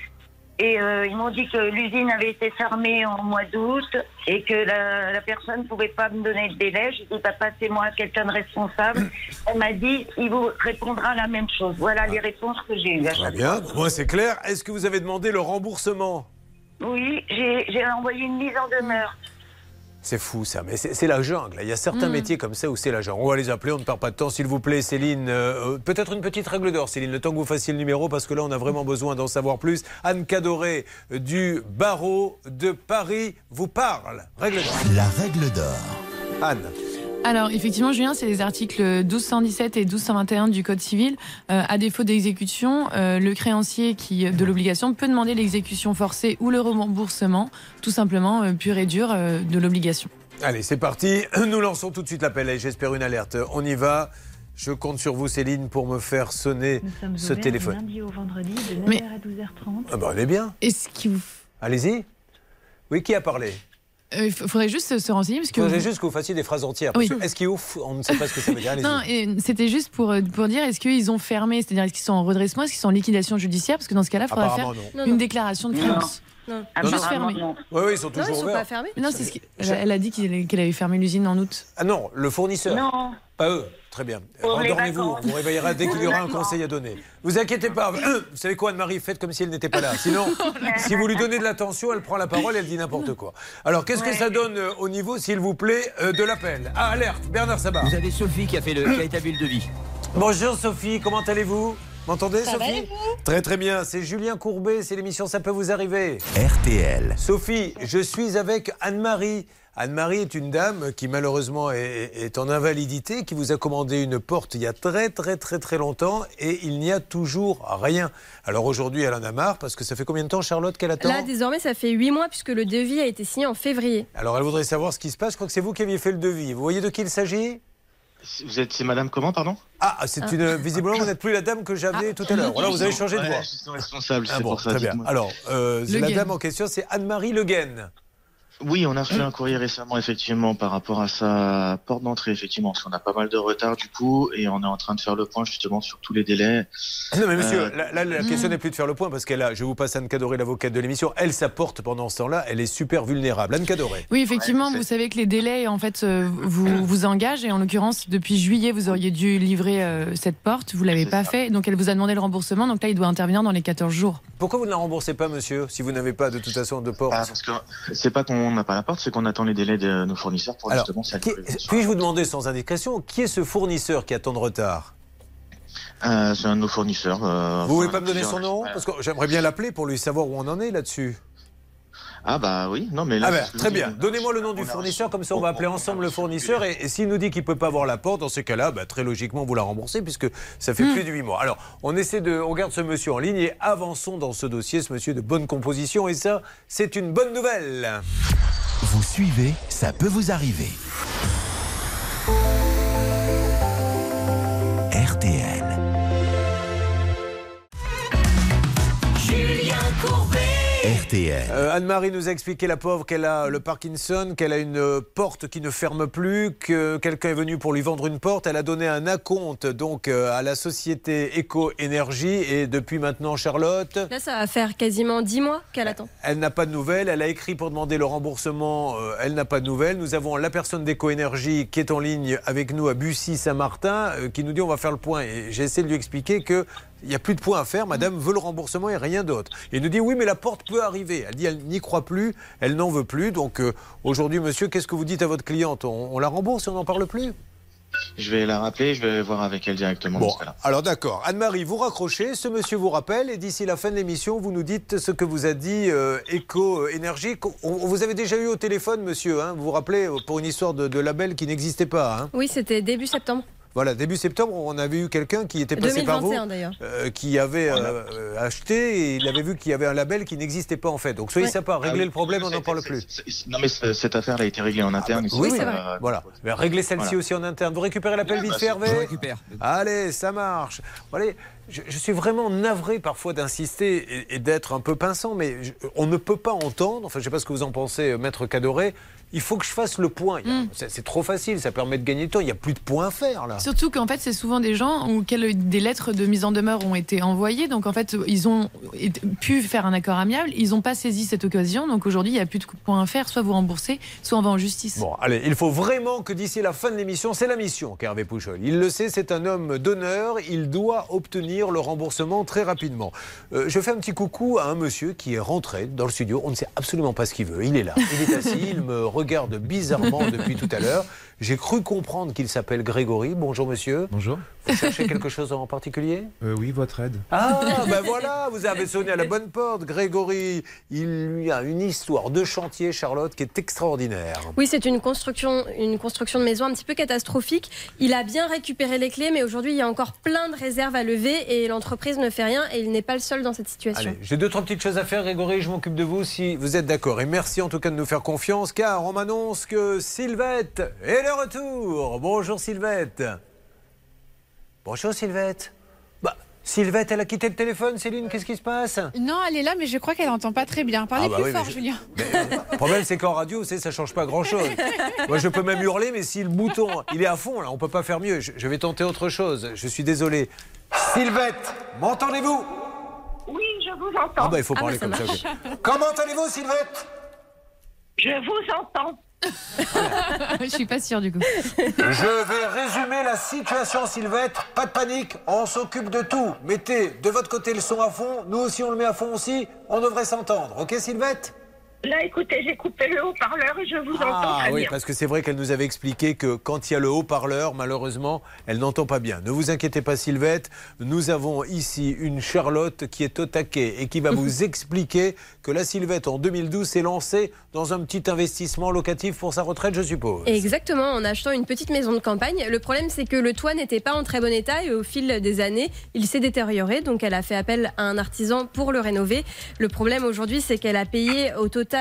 Et euh, ils m'ont dit que l'usine avait été fermée en mois d'août et que la, la personne ne pouvait pas me donner de délai. J'ai dit, bah, passez-moi à quelqu'un de responsable. Elle m'a dit, il vous répondra la même chose. Voilà les réponses que j'ai eues. Très bien, moi c'est clair. Est-ce que vous avez demandé le remboursement? Oui, j'ai, j'ai envoyé une mise en demeure. C'est fou ça, mais c'est, c'est la jungle. Il y a certains mmh. métiers comme ça où c'est la jungle. On va les appeler, on ne perd pas de temps. S'il vous plaît, Céline, euh, peut-être une petite règle d'or, Céline, le temps que vous fassiez le numéro, parce que là, on a vraiment besoin d'en savoir plus. Anne Cadoré du barreau de Paris vous parle. Règle d'or. La règle d'or. Anne. Alors, effectivement, Julien, c'est les articles douze cent dix-sept et douze cent vingt et un du Code civil. Euh, à défaut d'exécution, euh, le créancier qui, de l'obligation peut demander l'exécution forcée ou le remboursement, tout simplement, euh, pur et dur, euh, de l'obligation. Allez, c'est parti. Nous lançons tout de suite l'appel. J'espère une alerte. On y va. Je compte sur vous, Céline, pour me faire sonner ce téléphone. Du lundi au vendredi, de neuf heures Mais... à douze heures trente. Ah bah, on est bien. Est-ce qu'il vous... Allez-y. Oui, qui a parlé? Il euh, faudrait juste se renseigner. Il faudrait vous... juste que vous fassiez des phrases entières. Parce oui. que est-ce qu'il ouf, on ne sait pas ce que ça veut dire. Allez-y. Non, et c'était juste pour, pour dire, est-ce qu'ils ont fermé, c'est-à-dire est-ce qu'ils sont en redressement, est-ce qu'ils sont en liquidation judiciaire? Parce que dans ce cas-là, il faudra faire non. une non, non. déclaration de créance. Non, Ah, juste bah, fermé. non. Oui, oui, ils sont Non, toujours ils sont ouverts. pas fermés. Non, c'est ce qui- elle, elle a dit qu'il- qu'elle avait fermé l'usine en août. Ah non, le fournisseur. Non. Pas eux. Très bien. Pour les Rendormez-vous, on vacances. vous réveillera dès qu'il y aura un D'accord. conseil à donner. Vous inquiétez pas. Vous savez quoi, Anne-Marie, faites comme si elle n'était pas là. Sinon, si vous lui donnez de l'attention, elle prend la parole et elle dit n'importe quoi. Alors, qu'est-ce que Ouais. ça donne euh, au niveau, s'il vous plaît, euh, de l'appel? Ah, alerte, Bernard Sabat. Vous avez Sophie qui a, fait le, qui a établi le devis. Bonjour Sophie, comment allez-vous? M'entendez, Ça va, Sophie? et vous? Très très bien, c'est Julien Courbet, c'est l'émission Ça peut vous arriver. R T L. Sophie, je suis avec Anne-Marie. Anne-Marie est une dame qui malheureusement est, est en invalidité, qui vous a commandé une porte il y a très très très très longtemps et il n'y a toujours rien. Alors aujourd'hui elle en a marre parce que ça fait combien de temps, Charlotte, qu'elle attend? Là, désormais, ça fait huit mois puisque le devis a été signé en février. Alors elle voudrait savoir ce qui se passe, je crois que c'est vous qui aviez fait le devis. Vous voyez de qui il s'agit? Vous êtes, c'est Madame comment, pardon? Ah, c'est une. Visiblement, vous n'êtes plus la dame que j'avais tout à l'heure. Voilà, vous avez changé de Ouais, voix. je suis responsable, Ah c'est bon, pour ça. très bien. dites-moi. Alors, euh, Le la Guen. dame en question, c'est Anne-Marie Le Guen. Oui, on a reçu un courrier récemment, effectivement, par rapport à sa porte d'entrée, effectivement, parce qu'on a pas mal de retard, du coup, et on est en train de faire le point, justement, sur tous les délais. Non, mais monsieur, Euh, là, là, la question n'est plus de faire le point, parce qu'elle a, je vous passe Anne Cadoré, l'avocate de l'émission, elle, sa porte pendant ce temps-là, elle est super vulnérable. Anne Cadoré. Oui, effectivement, vous savez que les délais, en fait, euh, vous, vous engagent. Et en l'occurrence, depuis juillet, vous auriez dû livrer euh, cette porte. Vous ne l'avez pas fait. Donc, elle vous a demandé le remboursement. Donc là, il doit intervenir dans les quatorze jours. Pourquoi vous ne la remboursez pas, monsieur, si vous n'avez pas de toute façon de porte? Ah, parce que c'est pas qu'on n'a pas la porte, c'est qu'on attend les délais de nos fournisseurs pour Alors, justement ça. qui- puis-je vous demander sans indiscrétion, qui est ce fournisseur qui a tant de retard? Euh, c'est un de nos fournisseurs. euh, Vous pouvez enfin, pas me donner plusieurs- son nom? Parce que j'aimerais bien l'appeler pour lui savoir où on en est là-dessus. Ah bah oui, non mais là. Ah ben, c'est ce que très je bien. dis. Donnez-moi le nom du fournisseur, comme ça on va appeler ensemble le fournisseur. Et, et s'il nous dit qu'il ne peut pas avoir la porte, dans ces cas-là, bah, très logiquement, vous la remboursez, puisque ça fait plus de huit mois. Alors, on essaie de. On garde ce monsieur en ligne et avançons dans ce dossier, ce monsieur de bonne composition. Et ça, c'est une bonne nouvelle. Vous suivez, ça peut vous arriver. R T L. Julien Courbet. R T L. Euh, Anne-Marie nous a expliqué, la pauvre, qu'elle a le Parkinson, qu'elle a une euh, porte qui ne ferme plus, que quelqu'un est venu pour lui vendre une porte. Elle a donné un acompte donc euh, à la société Eco-Énergie et depuis maintenant, Charlotte, Là, ça va faire quasiment dix mois qu'elle attend. elle n'a pas de nouvelles. Elle a écrit pour demander le remboursement. euh, elle n'a pas de nouvelles. Nous avons la personne d'Eco-Énergie qui est en ligne avec nous à Bussy-Saint-Martin euh, qui nous dit on va faire le point. Et j'ai essayé de lui expliquer que il n'y a plus de point à faire, madame veut le remboursement et rien d'autre. Et il nous dit oui, mais la porte peut arriver. Elle dit elle n'y croit plus, elle n'en veut plus. Donc euh, aujourd'hui, monsieur, qu'est-ce que vous dites à votre cliente? on, on la rembourse et on n'en parle plus? Je vais la rappeler, je vais voir avec elle directement. Bon, dans ce cas-là. alors d'accord. Anne-Marie, vous raccrochez, ce monsieur vous rappelle et d'ici la fin de l'émission, vous nous dites ce que vous a dit euh, Eco-Énergie. On, on vous avez déjà eu au téléphone, monsieur, hein, vous vous rappelez, pour une histoire de, de label qui n'existait pas. Hein. Oui, c'était début septembre. Voilà, début septembre, on avait eu quelqu'un qui était passé par vous, deux mille vingt et un d'ailleurs. euh, qui avait euh, euh, acheté et il avait vu qu'il y avait un label qui n'existait pas en fait. Donc soyez Ouais. sympa, réglez Ah oui. le problème, on n'en parle plus. Non mais c- cette affaire elle a été réglée en interne. Oui, ici, c'est euh, vrai. Voilà. Mais réglez celle-ci Voilà. aussi en interne. Vous récupérez l'appel Ouais, vite bah, fait, c'est- Hervé je récupère. Allez, ça marche. Allez, je, je suis vraiment navré parfois d'insister et, et d'être un peu pinçant, mais je- on ne peut pas entendre, enfin je ne sais pas ce que vous en pensez, euh, Maître Cadoré, il faut que je fasse le point. Il y a- Mm. c'est, c'est trop facile, ça permet de gagner du temps, il n'y a plus de points à faire là. Surtout qu'en fait, c'est souvent des gens auxquels des lettres de mise en demeure ont été envoyées. Donc en fait, ils ont été- pu faire un accord amiable. Ils n'ont pas saisi cette occasion. Donc aujourd'hui, il n'y a plus de points à faire. Soit vous remboursez, soit on va en justice. Bon, allez, il faut vraiment que d'ici la fin de l'émission, c'est la mission qu'Hervé Pouchol. Il le sait, c'est un homme d'honneur, il doit obtenir le remboursement très rapidement. Euh, je fais un petit coucou à un monsieur qui est rentré dans le studio, on ne sait absolument pas ce qu'il veut, il est là, il est assis, il me regarde bizarrement depuis tout à l'heure. J'ai cru comprendre qu'il s'appelle Grégory. Bonjour monsieur. Bonjour. Vous cherchez quelque chose en particulier? Euh, oui, votre aide. Ah, ben voilà, vous avez sonné à la bonne porte. Grégory, il lui a une histoire de chantier, Charlotte, qui est extraordinaire. Oui, c'est une construction, une construction de maison un petit peu catastrophique. Il a bien récupéré les clés, mais aujourd'hui, il y a encore plein de réserves à lever et l'entreprise ne fait rien et il n'est pas le seul dans cette situation. Allez, j'ai deux, trois petites choses à faire, Grégory, je m'occupe de vous si vous êtes d'accord. Et merci en tout cas de nous faire confiance, car on m'annonce que Sylvette est de retour. Bonjour Sylvette. Bonjour Sylvette. Bah, Sylvette, elle a quitté le téléphone, Céline, qu'est-ce qui se passe? Non, elle est là, mais je crois qu'elle n'entend pas très bien. Parlez Ah bah plus oui, mais fort, je- Julien. Le problème, c'est qu'en radio, vous savez, ça change pas grand-chose. Moi, je peux même hurler, mais si le bouton, il est à fond, là, on peut pas faire mieux. Je, je vais tenter autre chose. Je suis désolé. Sylvette, m'entendez-vous? Oui, je vous entends. Ah bah il faut Ah parler bah, comme ça. marche. ok. Comment allez-vous, Sylvette? Je vous entends. Je suis pas sûre du coup. Je vais résumer la situation, Sylvette. Pas de panique, on s'occupe de tout. Mettez de votre côté le son à fond, nous aussi on le met à fond aussi. On devrait s'entendre, ok Sylvette? Là, écoutez, j'ai coupé le haut-parleur et je vous entends Ah très oui, bien. parce que c'est vrai qu'elle nous avait expliqué que quand il y a le haut-parleur, malheureusement, elle n'entend pas bien. Ne vous inquiétez pas, Sylvette. Nous avons ici une Charlotte qui est au taquet et qui va vous expliquer que la Sylvette, en deux mille douze, s'est lancée dans un petit investissement locatif pour sa retraite, je suppose. Exactement, en achetant une petite maison de campagne. Le problème, c'est que le toit n'était pas en très bon état et au fil des années, il s'est détérioré. Donc, elle a fait appel à un artisan pour le rénover. Le problème aujourd'hui, c'est qu'elle a payé au total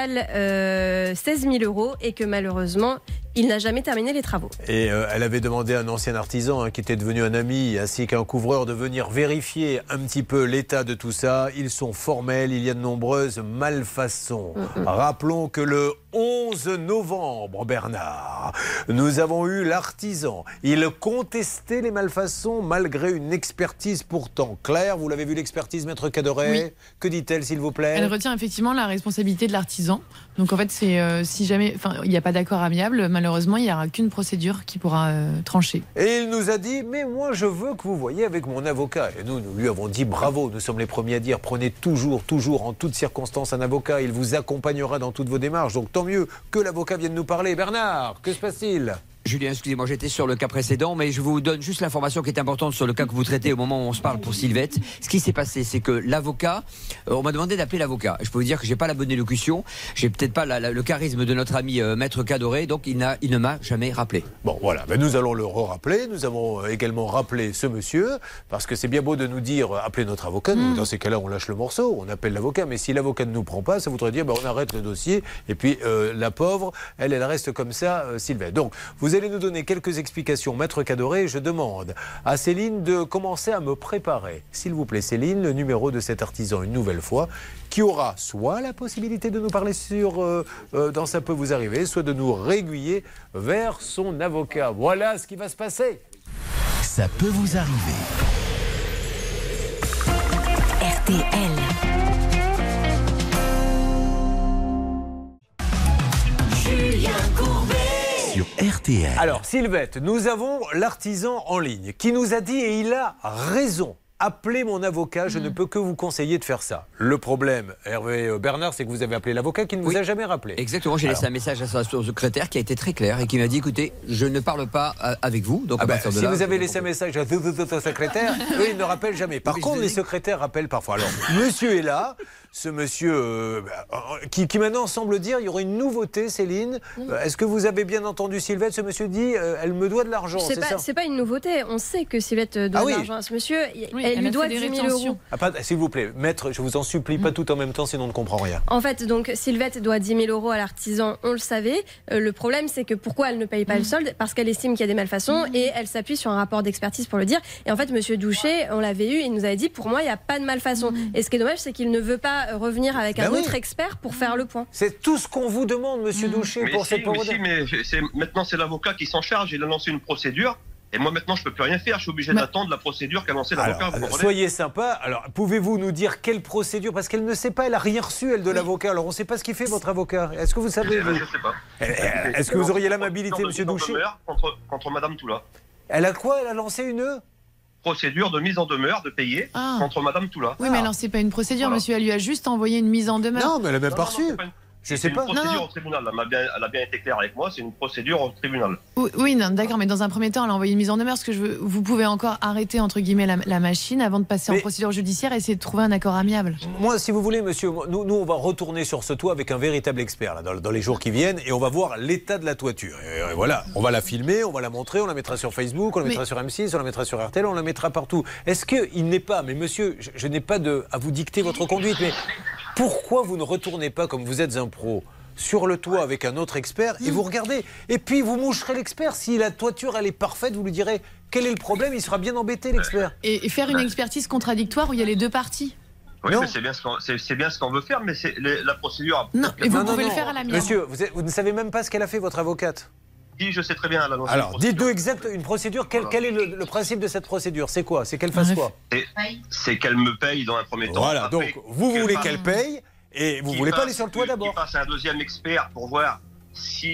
euh, seize mille euros et que malheureusement, il n'a jamais terminé les travaux. Et euh, elle avait demandé à un ancien artisan hein, qui était devenu un ami ainsi qu'un couvreur de venir vérifier un petit peu l'état de tout ça. Ils sont formels, il y a de nombreuses malfaçons. Mm-hmm. Rappelons que le onze novembre, Bernard, nous avons eu l'artisan. Il contestait les malfaçons malgré une expertise pourtant claire. Vous l'avez vu l'expertise, Maître Cadoré? Oui. Que dit-elle, s'il vous plaît? Elle retient effectivement la responsabilité de l'artisan. Donc en fait, c'est euh, si jamais, enfin, il n'y a pas d'accord amiable, malheureusement, il n'y aura qu'une procédure qui pourra euh, trancher. Et il nous a dit, mais moi, je veux que vous voyiez avec mon avocat. Et nous, nous lui avons dit bravo. Nous sommes les premiers à dire, prenez toujours, toujours, en toutes circonstances, un avocat. Il vous accompagnera dans toutes vos démarches. Donc tant mieux que l'avocat vienne nous parler. Bernard, que se passe-t-il? Julien, excusez-moi, j'étais sur le cas précédent, mais je vous donne juste l'information qui est importante sur le cas que vous traitez au moment où on se parle pour Sylvette. Ce qui s'est passé, c'est que l'avocat, euh, on m'a demandé d'appeler l'avocat. Je peux vous dire que j'ai pas la bonne élocution, j'ai peut-être pas la, la, le charisme de notre ami euh, Maître Cadoré, donc il, n'a, il ne m'a jamais rappelé. Bon, voilà, ben, nous allons le rappeler. Nous avons également rappelé ce monsieur, parce que c'est bien beau de nous dire, euh, appelez notre avocat. Mmh. Dans ces cas-là, on lâche le morceau, on appelle l'avocat. Mais si l'avocat ne nous prend pas, ça voudrait dire, ben, on arrête le dossier. Et puis, euh, la pauvre, elle, elle reste comme ça, euh, Sylvette. Donc, vous allez nous donner quelques explications, Maître Cadoré. Je demande à Céline de commencer à me préparer. S'il vous plaît, Céline, le numéro de cet artisan une nouvelle fois, qui aura soit la possibilité de nous parler sur euh, euh, dans Ça peut vous arriver, soit de nous réguiller vers son avocat. Voilà ce qui va se passer. Ça peut vous arriver. R T L. Julien Courbet. Sur R T L. Alors, Sylvette, nous avons l'artisan en ligne qui nous a dit, et il a raison, appelez mon avocat, je mmh. ne peux que vous conseiller de faire ça. Le problème, Hervé Bernard, c'est que vous avez appelé l'avocat qui ne oui. vous a jamais rappelé. Exactement, j'ai Alors. laissé un message à sa secrétaire qui a été très clair et qui m'a dit, écoutez, je ne parle pas avec vous. Donc ah à bah, partir de si là, vous avez laissé un message à votre secrétaire, eux, ils ne rappellent jamais. Par oui, contre, les secrétaires rappellent parfois. Alors, monsieur est là. Ce monsieur euh, qui, qui maintenant semble dire il y aurait une nouveauté, Céline. Euh, Est-ce que vous avez bien entendu Sylvette? Ce monsieur dit euh, elle me doit de l'argent, c'est ça? C'est pas une nouveauté. On sait que Sylvette doit ah, de oui. l'argent à ce monsieur. Oui, elle, elle lui doit dix mille euros. Ah, s'il vous plaît, maître, je vous en supplie, pas tout en même temps, sinon on ne comprend rien. En fait, donc Sylvette doit dix mille euros à l'artisan, on le savait. Euh, le problème, c'est que pourquoi elle ne paye pas mmh. le solde? Parce qu'elle estime qu'il y a des malfaçons mmh. et elle s'appuie sur un rapport d'expertise pour le dire. Et en fait, monsieur Douchet, on l'avait eu, il nous avait dit pour moi, il n'y a pas de malfaçon. Mmh. Et ce qui est dommage, c'est qu'il ne veut pas revenir avec un ben autre oui. expert pour faire le point. C'est tout ce qu'on vous demande, monsieur mmh. Douchet, mais pour si, cette mais si, mais c'est, maintenant, c'est l'avocat qui s'en charge. Il a lancé une procédure. Et moi, maintenant, je ne peux plus rien faire. Je suis obligé bah. d'attendre la procédure qu'a lancée l'avocat. Alors, soyez sympa. Alors, pouvez-vous nous dire quelle procédure? Parce qu'elle ne sait pas, elle n'a rien reçu, elle, de oui. l'avocat. Alors, on ne sait pas ce qu'il fait, votre avocat. Est-ce que vous savez vous... Je ne sais pas. Est-ce que vous auriez l'amabilité, monsieur Douchet? Contre, contre madame Toula. Elle a quoi? Elle a lancé une procédure de mise en demeure de payer ah. contre madame Toula. Oui, mais alors, c'est pas une procédure, voilà. monsieur. Elle lui a juste envoyé une mise en demeure. Non, mais elle n'a même pas reçu. Je sais pas. C'est une procédure non, non. au tribunal. Elle a, bien, elle a bien été claire avec moi. C'est une procédure au tribunal. Oui, oui non, d'accord. Mais dans un premier temps, elle a envoyé une mise en demeure. Parce que je veux, vous pouvez encore arrêter entre guillemets la, la machine avant de passer mais, en procédure judiciaire et essayer de trouver un accord amiable. Moi, si vous voulez, monsieur, nous, nous on va retourner sur ce toit avec un véritable expert là, dans, dans les jours qui viennent et on va voir l'état de la toiture. Et, et voilà, on va la filmer, on va la montrer, on la mettra sur Facebook, on la mettra mais, sur M six, on la mettra sur R T L, on la mettra partout. Est-ce que il n'est pas, mais monsieur, je, je n'ai pas de à vous dicter votre conduite, mais pourquoi vous ne retournez pas comme vous êtes un pro? Sur le toit avec un autre expert et vous regardez. Et puis vous moucherez l'expert. Si la toiture elle est parfaite, vous lui direz quel est le problème, il sera bien embêté l'expert. Et, et faire une expertise contradictoire où il y a les deux parties. Oui, mais c'est bien ce qu'on c'est, c'est bien ce qu'on veut faire, mais c'est les, la procédure. Non, et vous non, pouvez non, le faire à la mienne. Monsieur, vous, êtes, vous ne savez même pas ce qu'elle a fait, votre avocate. Si, je sais très bien. Là, alors, dites-nous exact une procédure. Quel, quel est le, le principe de cette procédure? C'est quoi? C'est qu'elle fasse quoi? C'est qu'elle me paye dans un premier temps. Voilà, Après, donc vous voulez passe, qu'elle paye et vous voulez pas aller sur le toit d'abord. Qu'il passe un deuxième expert pour voir si,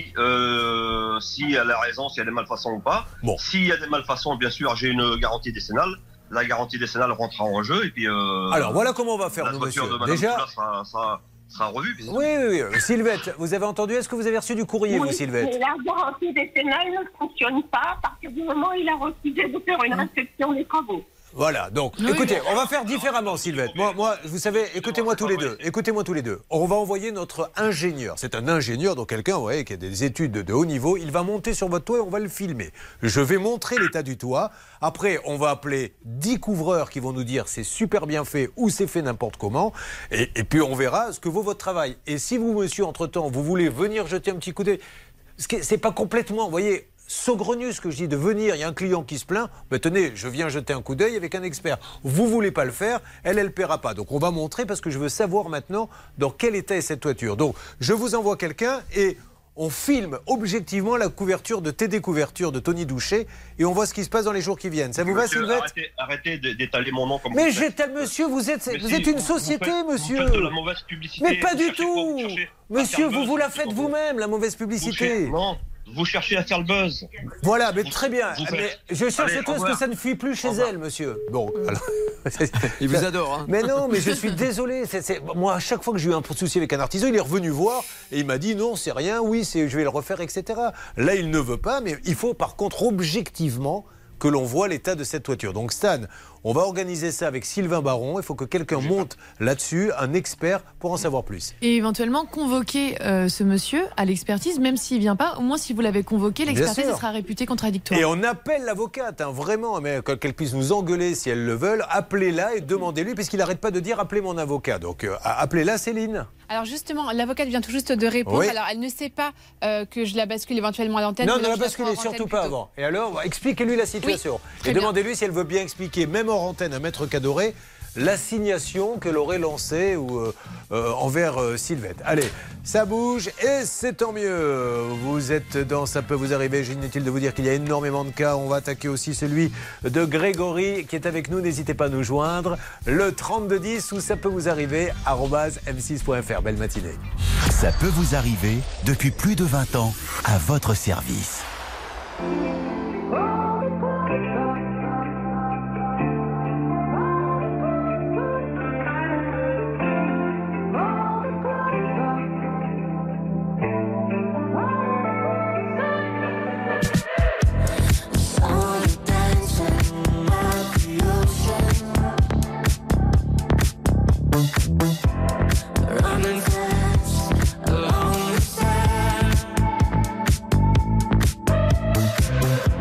euh, si elle a raison, s'il y a des malfaçons ou pas. Bon. S'il y a des malfaçons, bien sûr, j'ai une garantie décennale. La garantie décennale rentrera en jeu et puis. Euh, Alors voilà comment on va faire, nous, monsieur. Déjà. Sera, sera, sera revue. Oui, oui, oui. Sylvette, vous avez entendu? Est-ce que vous avez reçu du courrier, oui, vous, Sylvette? La garantie décennale ne fonctionne pas à partir du moment où il a refusé de faire une inspection des travaux. Voilà, donc Oui, écoutez, bon. on va faire différemment, Sylvette. Moi, moi, vous savez, écoutez-moi tous les deux. Écoutez-moi tous les deux. On va envoyer notre ingénieur. C'est un ingénieur, donc quelqu'un, vous voyez, qui a des études de haut niveau. Il va monter sur votre toit et on va le filmer. Je vais montrer l'état du toit. Après, on va appeler dix couvreurs qui vont nous dire c'est super bien fait ou c'est fait n'importe comment. Et, et puis on verra ce que vaut votre travail. Et si vous, monsieur, entre-temps, vous voulez venir jeter un petit coup d'œil, c'est pas complètement, vous voyez, saugrenu ce que je dis, de venir, il y a un client qui se plaint, ben tenez, je viens jeter un coup d'œil avec un expert. Vous voulez pas le faire, elle, elle paiera pas. Donc on va montrer parce que je veux savoir maintenant dans quel état est cette toiture. Donc je vous envoie quelqu'un et on filme objectivement la couverture de T D Couverture de Tony Douchet et on voit ce qui se passe dans les jours qui viennent. Ça vous Monsieur, va, Sylvette? Arrêtez, arrêtez d'étaler mon nom comme Mais vous faites. j'étale, monsieur, vous êtes, Mais vous si, êtes une vous société, faites, monsieur. Vous faites de la mauvaise publicité. Mais pas Vous du cherchez quoi? tout. Vous cherchez à Monsieur, faire vous buzz, vous la c'est faites pour vous. vous-même, la mauvaise publicité. Vous cher- Non, vous cherchez à faire le buzz. Voilà, mais très bien. vous Mais faites- je cherche Allez, surtout au à ce que revoir. ça ne fuit plus chez Au revoir. elle, monsieur. Bon, alors. Il vous adore, hein. Mais non, mais je suis désolé. C'est, c'est... Moi, à chaque fois que j'ai eu un souci avec un artisan, il est revenu voir et il m'a dit non, c'est rien, oui, c'est... je vais le refaire, et cetera. Là, il ne veut pas, mais il faut par contre objectivement que l'on voit l'état de cette toiture. Donc Stan, on va organiser ça avec Sylvain Baron. Il faut que quelqu'un monte là-dessus, un expert, pour en savoir plus. Et éventuellement convoquer euh, ce monsieur à l'expertise, même s'il ne vient pas. Au moins, si vous l'avez convoqué, l'expertise sûr. sera réputée contradictoire. Et on appelle l'avocate, hein, vraiment, mais qu'elle puisse nous engueuler si elle le veut. Appelez-la et demandez-lui, puisqu'il n'arrête pas de dire appelez mon avocat. Donc euh, appelez-la, Céline. Alors justement, l'avocate vient tout juste de répondre. Oui. Alors elle ne sait pas euh, que je la bascule éventuellement à l'antenne. Non, mais ne la je ferai basculez en surtout antenne pas plutôt. avant. Et alors, expliquez-lui la situation. très et bien. demandez-lui si elle veut bien expliquer, même en antenne à Maître Cadoré, l'assignation qu'elle aurait lancée ou, euh, euh, envers euh, Sylvette. Allez, ça bouge et c'est tant mieux. Vous êtes dans Ça peut vous arriver. Inutile de vous dire qu'il y a énormément de cas. On va attaquer aussi celui de Grégory qui est avec nous. N'hésitez pas à nous joindre. Le trente-deux dix ou ça peut vous arriver, arobase m six point f r. Belle matinée. Ça peut vous arriver depuis plus de vingt ans à votre service. Running fast along the sand.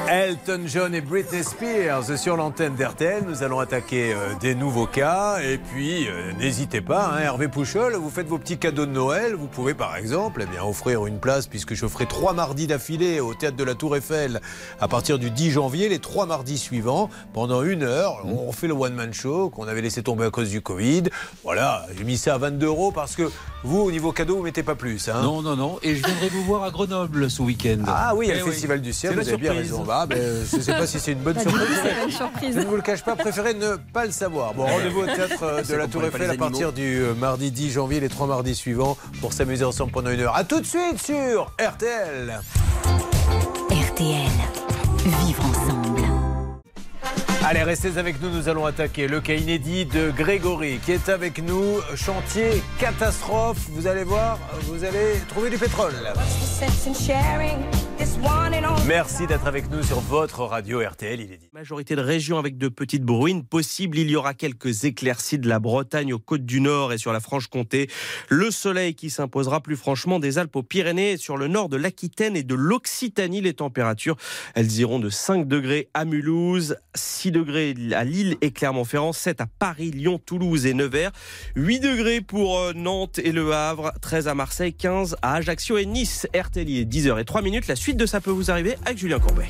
Elton John et Britney Spears sur l'antenne d'R T L. Nous allons attaquer euh, des nouveaux cas. Et puis, euh, n'hésitez pas, hein, Hervé Pouchol, vous faites vos petits cadeaux de Noël. Vous pouvez, par exemple, eh bien, offrir une place, puisque je ferai trois mardis d'affilée au Théâtre de la Tour Eiffel à partir du dix janvier, les trois mardis suivants, pendant une heure. On fait le one-man show qu'on avait laissé tomber à cause du Covid. Voilà, j'ai mis ça à vingt-deux euros parce que vous, au niveau cadeau, vous mettez pas plus. Hein. Non, non, non. Et je viendrai vous voir à Grenoble ce week-end. Ah oui, il y a le oui. Festival du Ciel, C'est vous la avez bien surprise. raison. Bah, ben, je ne sais pas si c'est une bonne Bah, surprise. du coup, c'est une surprise. Je ne vous le cache pas, préférez ne pas le savoir. Bon, rendez-vous au Théâtre euh, de C'est la qu'on Tour connaît pas Eiffel les à partir du euh, mardi dix janvier, les trois mardis suivants, pour s'amuser ensemble pendant une heure. A tout de suite sur R T L. R T L. Vivre ensemble. Allez, restez avec nous, nous allons attaquer le cas inédit de Grégory qui est avec nous. Chantier catastrophe, vous allez voir, vous allez trouver du pétrole. Merci d'être avec nous sur votre radio R T L, il est dit. Majorité de régions avec de petites bruines possibles. Il y aura quelques éclaircies de la Bretagne aux côtes du Nord et sur la Franche-Comté. Le soleil qui s'imposera plus franchement des Alpes aux Pyrénées et sur le nord de l'Aquitaine et de l'Occitanie. Les températures, elles iront de cinq degrés à Mulhouse, six degrés à Lille et Clermont-Ferrand, sept à Paris, Lyon, Toulouse et Nevers, huit degrés pour Nantes et Le Havre, treize à Marseille, quinze à Ajaccio et Nice. R T L, il est dix heures zéro trois minutes. La suite de Ça peut vous arriver avec Julien Courbet.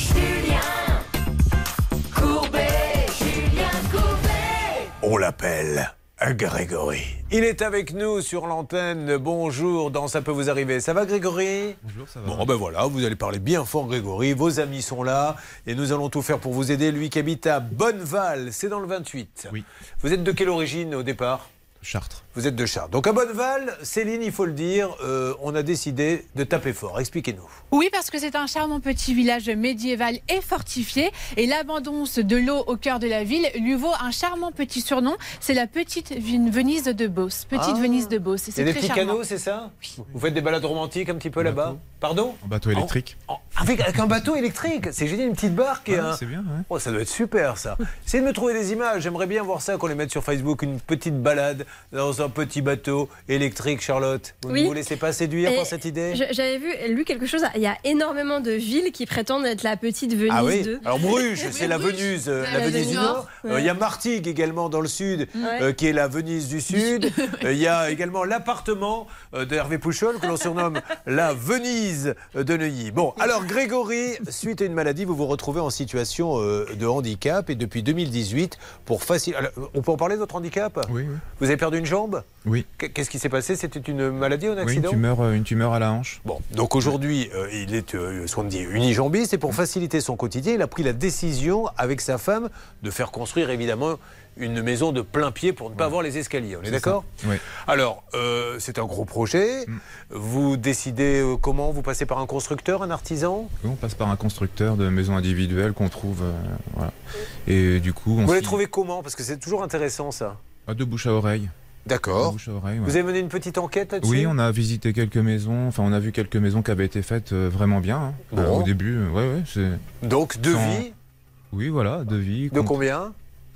On l'appelle Grégory. Il est avec nous sur l'antenne. Bonjour, dans Ça peut vous arriver. Ça va, Grégory ? Bonjour, ça va. Bon, ben voilà, vous allez parler bien fort, Grégory. Vos amis sont là et nous allons tout faire pour vous aider. Lui qui habite à Bonneval, c'est dans le vingt-huit. Oui. Vous êtes de quelle origine au départ ? Chartres. Vous êtes de Chartres. Donc à Bonneval, Céline, il faut le dire, euh, on a décidé de taper fort. Expliquez-nous. Oui, parce que c'est un charmant petit village médiéval et fortifié. Et l'abondance de l'eau au cœur de la ville lui vaut un charmant petit surnom. C'est la petite Venise de Beauce. Petite Ah. Venise de Beauce. Et Il y c'est a des très petits charmant. canaux, c'est ça ? Vous faites des balades romantiques un petit peu là-bas ? Pardon ? En bateau électrique. En- en- avec, avec un bateau électrique, c'est génial, une petite barque. Et Ouais, un... c'est bien, ouais. Oh, ça doit être super ça. Essayez de me trouver des images, j'aimerais bien voir ça, qu'on les mette sur Facebook, une petite balade dans un petit bateau électrique, Charlotte. Vous ne Oui. vous laissez pas séduire Et par cette idée ? je- J'avais vu, lu quelque chose. Il y a énormément de villes qui prétendent être la petite Venise Ah oui. de. Alors Bruges, c'est la Venise, euh, la La Venise du Venise Nord. Euh, Il ouais. y a Martigues également dans le sud, Ouais. euh, qui est la Venise du Sud. Euh, Il y a également l'appartement euh, de Hervé Pouchol que l'on surnomme la Venise de Neuilly. Bon, alors Grégory, suite à une maladie, vous vous retrouvez en situation euh, de handicap et depuis deux mille dix-huit, pour faciliter. On peut en parler de votre handicap ? Oui, oui. Vous avez perdu une jambe ? Oui. Qu'est-ce qui s'est passé ? C'était une maladie ou un Oui, une accident ? tumeur, euh, une tumeur à la hanche. Bon, donc aujourd'hui, euh, il est, euh, ce qu'on dit, unijambiste, et pour faciliter son quotidien, il a pris la décision, avec sa femme, de faire construire évidemment une maison de plein pied pour ne pas avoir les escaliers. On est, C'est d'accord ? ça. Oui. Alors, euh, c'est un gros projet. Vous décidez euh, comment ? Vous passez par un constructeur, un artisan ? Oui, on passe par un constructeur de maisons individuelles qu'on trouve. euh, voilà. Et du coup, on Vous les s'y- trouvez comment ? Parce que c'est toujours intéressant, ça. Ah, de bouche à oreille. D'accord. De bouche à oreille, ouais. Vous avez mené une petite enquête là-dessus ? Oui, on a visité quelques maisons. Enfin, on a vu quelques maisons qui avaient été faites euh, vraiment bien. hein. Bon. Euh, au début, euh, ouais, ouais. c'est- Donc, devis Oui, voilà, devis. de combien ?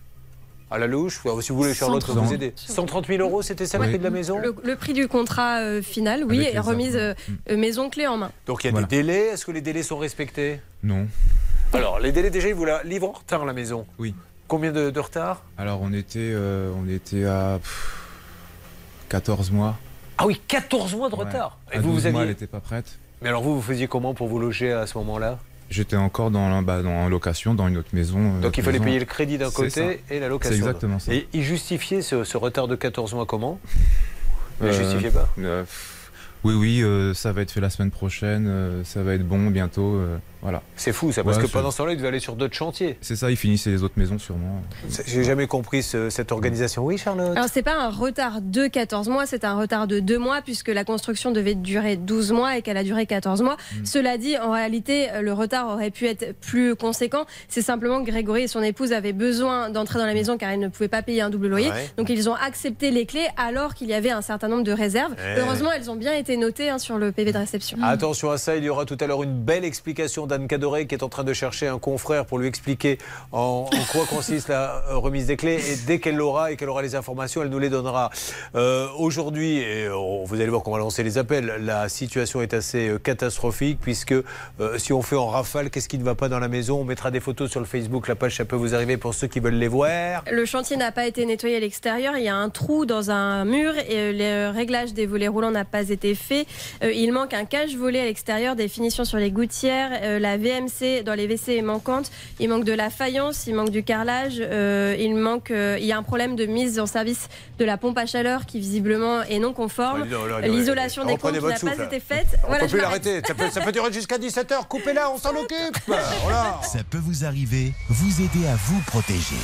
À la louche ? Ou si vous voulez, Charlotte, peut vous aider. cent trente mille euros, c'était ça le Oui. prix de la maison ? Le, le prix du contrat euh, final, oui, Avec et les remise arbres. euh, euh, maison clé en main. Donc il y a Voilà. des délais. Est-ce que les délais sont respectés ? Non. Alors, les délais, déjà, ils vous la livrent en retard, la maison. Oui. Combien de, de retard ? Alors, on était, euh, on était à pff, quatorze mois. Ah oui, quatorze mois de Ouais. retard. À Et vous, douze vous mois, aviez... elle n'était pas prête. Mais alors, vous, vous faisiez comment pour vous loger à ce moment-là ? J'étais encore dans, la- bah, dans en location, dans une autre maison. euh, Donc, autre il fallait maison. payer le crédit d'un C'est côté ça. et la location. C'est de l'autre. exactement ça. Et il justifiait ce, ce retard de quatorze mois comment ? Ne Euh, justifiez pas. euh, pff, oui, oui, euh, ça va être fait la semaine prochaine, euh, ça va être bon bientôt, euh, voilà. C'est fou ça, parce Ouais, que c'est- pendant ce temps-là, il devait aller sur d'autres chantiers. C'est ça, ils finissaient les autres maisons sûrement. C'est- J'ai jamais compris ce- cette organisation. Oui, Charlotte ? Alors, c'est pas un retard de quatorze mois, c'est un retard de deux mois, puisque la construction devait durer douze mois et qu'elle a duré quatorze mois. Mm. Cela dit, en réalité, le retard aurait pu être plus conséquent. C'est simplement que Grégory et son épouse avaient besoin d'entrer dans la maison car ils ne pouvaient pas payer un double loyer. Ouais. Donc, ils ont accepté les clés alors qu'il y avait un certain nombre de réserves. Ouais. Heureusement, elles ont bien été notées hein, sur le P V de réception. Attention à ça, il y aura tout à l'heure une belle explication d'Anne Cadoré qui est en train de chercher un confrère pour lui expliquer en, en quoi consiste la remise des clés. Et dès qu'elle l'aura et qu'elle aura les informations, elle nous les donnera. Euh, Aujourd'hui, et on, vous allez voir qu'on va lancer les appels, la situation est assez euh, catastrophique puisque euh, si on fait en rafale, qu'est-ce qui ne va pas dans la maison? On mettra des photos sur le Facebook, la page, ça peut vous arriver pour ceux qui veulent les voir. Le chantier n'a pas été nettoyé à l'extérieur, il y a un trou dans un mur et le réglage des volets roulants n'a pas été fait. Euh, il manque un cache-volet à l'extérieur, des finitions sur les gouttières, euh, la V M C dans les W C est manquante, il manque de la faïence, il manque du carrelage, euh, il manque, euh, il y a un problème de mise en service de la pompe à chaleur qui visiblement est non conforme. L'isolation des comptes n'a pas été faite. On ne peut plus l'arrêter, ça peut, ça peut durer jusqu'à dix-sept heures, coupez-la, on s'en occupe. Voilà. Ça peut vous arriver, vous aider à vous protéger.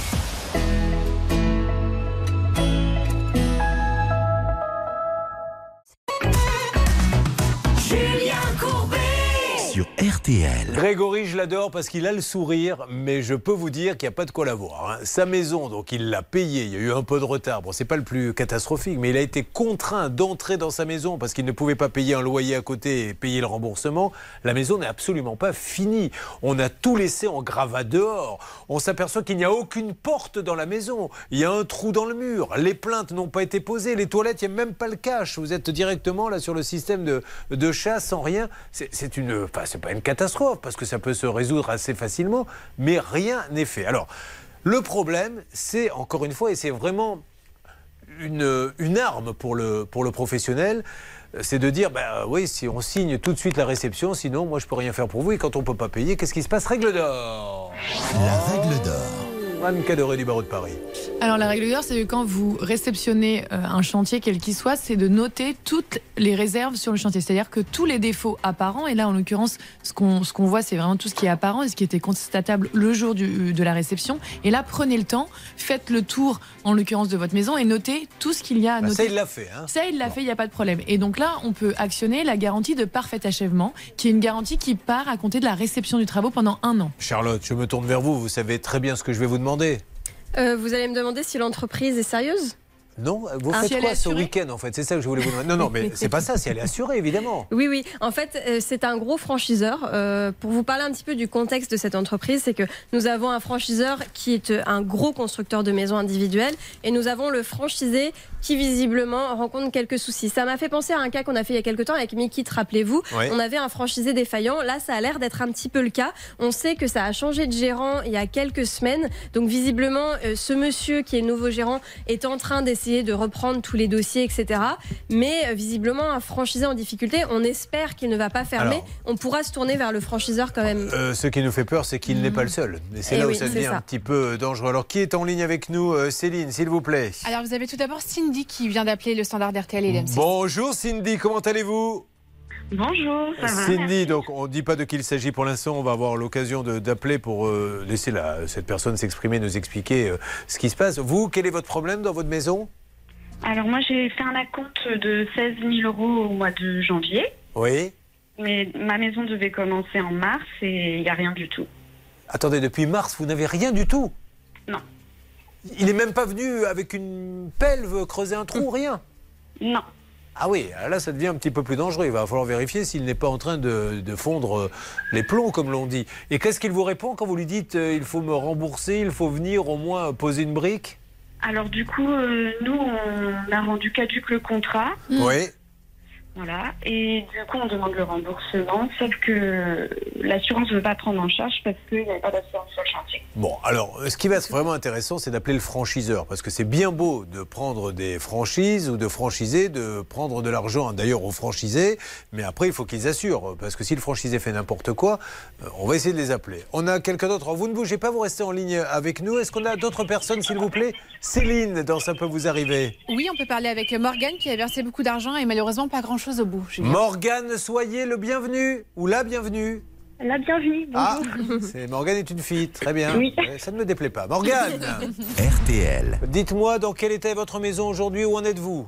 Sur R T L. Grégory, je l'adore parce qu'il a le sourire, mais je peux vous dire qu'il n'y a pas de quoi l'avoir. Hein. Sa maison, donc il l'a payée, il y a eu un peu de retard. Bon, c'est pas le plus catastrophique, mais il a été contraint d'entrer dans sa maison parce qu'il ne pouvait pas payer un loyer à côté et payer le remboursement. La maison n'est absolument pas finie. On a tout laissé en gravat dehors. On s'aperçoit qu'il n'y a aucune porte dans la maison. Il y a un trou dans le mur. Les plaintes n'ont pas été posées. Les toilettes, il n'y a même pas le cache. Vous êtes directement là sur le système de, de chasse sans rien. C'est, c'est une... Enfin, c'est pas une catastrophe parce que ça peut se résoudre assez facilement, mais rien n'est fait. Alors, le problème, c'est encore une fois, et c'est vraiment une, une arme pour le, pour le professionnel, c'est de dire, bah oui, si on signe tout de suite la réception, sinon moi je peux rien faire pour vous, et quand on peut pas payer, qu'est-ce qui se passe? Règle d'or. La règle d'or. Anne Cadoré du barreau de Paris. Alors la règle d'or, c'est que quand vous réceptionnez euh, un chantier, quel qu'il soit, c'est de noter toutes les réserves sur le chantier. C'est-à-dire que tous les défauts apparents, et là en l'occurrence, ce qu'on, ce qu'on voit, c'est vraiment tout ce qui est apparent et ce qui était constatable le jour du, de la réception. Et là, prenez le temps, faites le tour, en l'occurrence, de votre maison et notez tout ce qu'il y a à bah, noter. Ça, il l'a fait. Hein. Ça, il l'a bon. fait, il n'y a pas de problème. Et donc là, on peut actionner la garantie de parfait achèvement, qui est une garantie qui part à compter de la réception du travaux pendant un an. Charlotte, je me tourne vers vous. Vous savez très bien ce que je vais vous demander. Euh, vous allez me demander si l'entreprise est sérieuse? Non, vous ah, faites si quoi ce week-end en fait? C'est ça que je voulais vous demander. Non, non, mais c'est pas ça, si elle est assurée évidemment. Oui, oui. En fait, euh, c'est un gros franchiseur. Euh, pour vous parler un petit peu du contexte de cette entreprise, c'est que nous avons un franchiseur qui est un gros constructeur de maisons individuelles et nous avons le franchisé qui visiblement rencontre quelques soucis. Ça m'a fait penser à un cas qu'on a fait il y a quelques temps avec Mikit, rappelez-vous. Oui. On avait un franchisé défaillant. Là, ça a l'air d'être un petit peu le cas. On sait que ça a changé de gérant il y a quelques semaines. Donc visiblement, euh, ce monsieur qui est le nouveau gérant est en train d'essayer de reprendre tous les dossiers, et cetera. Mais euh, visiblement, un franchisé en difficulté, on espère qu'il ne va pas fermer. Alors, on pourra se tourner vers le franchiseur quand même. Euh, ce qui nous fait peur, c'est qu'il mmh. n'est pas le seul. Et c'est et là oui, où ça devient ça. un petit peu dangereux. Alors, qui est en ligne avec nous? euh, Céline, s'il vous plaît. Alors, vous avez tout d'abord Cindy qui vient d'appeler le standard d'R T L et l'M six. Bonjour Cindy, comment allez-vous? Bonjour, ça va. Cindy, donc on ne dit pas de qui il s'agit pour l'instant, on va avoir l'occasion de, d'appeler pour euh, laisser la, cette personne s'exprimer, nous expliquer euh, ce qui se passe. Vous, quel est votre problème dans votre maison? Alors moi j'ai fait un acompte de seize mille euros au mois de janvier. Oui. Mais ma maison devait commencer en mars et il n'y a rien du tout. Attendez, depuis mars, vous n'avez rien du tout? Non. Il n'est même pas venu avec une pelle creuser un trou, rien? Non. Ah oui, là ça devient un petit peu plus dangereux. Il va falloir vérifier s'il n'est pas en train de, de fondre les plombs, comme l'on dit. Et qu'est-ce qu'il vous répond quand vous lui dites euh, il faut me rembourser, il faut venir au moins poser une brique? Alors du coup, euh, nous, on a rendu caduc le contrat. Oui. Voilà. Et du coup, on demande le remboursement, sauf que l'assurance ne veut pas prendre en charge parce qu'il n'y avait pas d'assurance sur le chantier. Bon, alors, ce qui va être vraiment intéressant, c'est d'appeler le franchiseur. Parce que c'est bien beau de prendre des franchises ou de franchiser, de prendre de l'argent d'ailleurs aux franchisés, mais après, il faut qu'ils assurent. Parce que si le franchisé fait n'importe quoi, on va essayer de les appeler. On a quelqu'un d'autre. Vous ne bougez pas, vous restez en ligne avec nous. Est-ce qu'on a d'autres personnes, s'il vous plaît? Céline, dans Ça peut vous arriver. Oui, on peut parler avec Morgane qui a versé beaucoup d'argent et malheureusement pas grand-chose au bout. Morgane, soyez le bienvenu ou la bienvenue. La bienvenue, bonjour. Ah, c'est, Morgane est une fille, très bien. Oui. Ça ne me déplaît pas. Morgane. R T L. Dites-moi, dans quel état est votre maison aujourd'hui? Où en êtes-vous?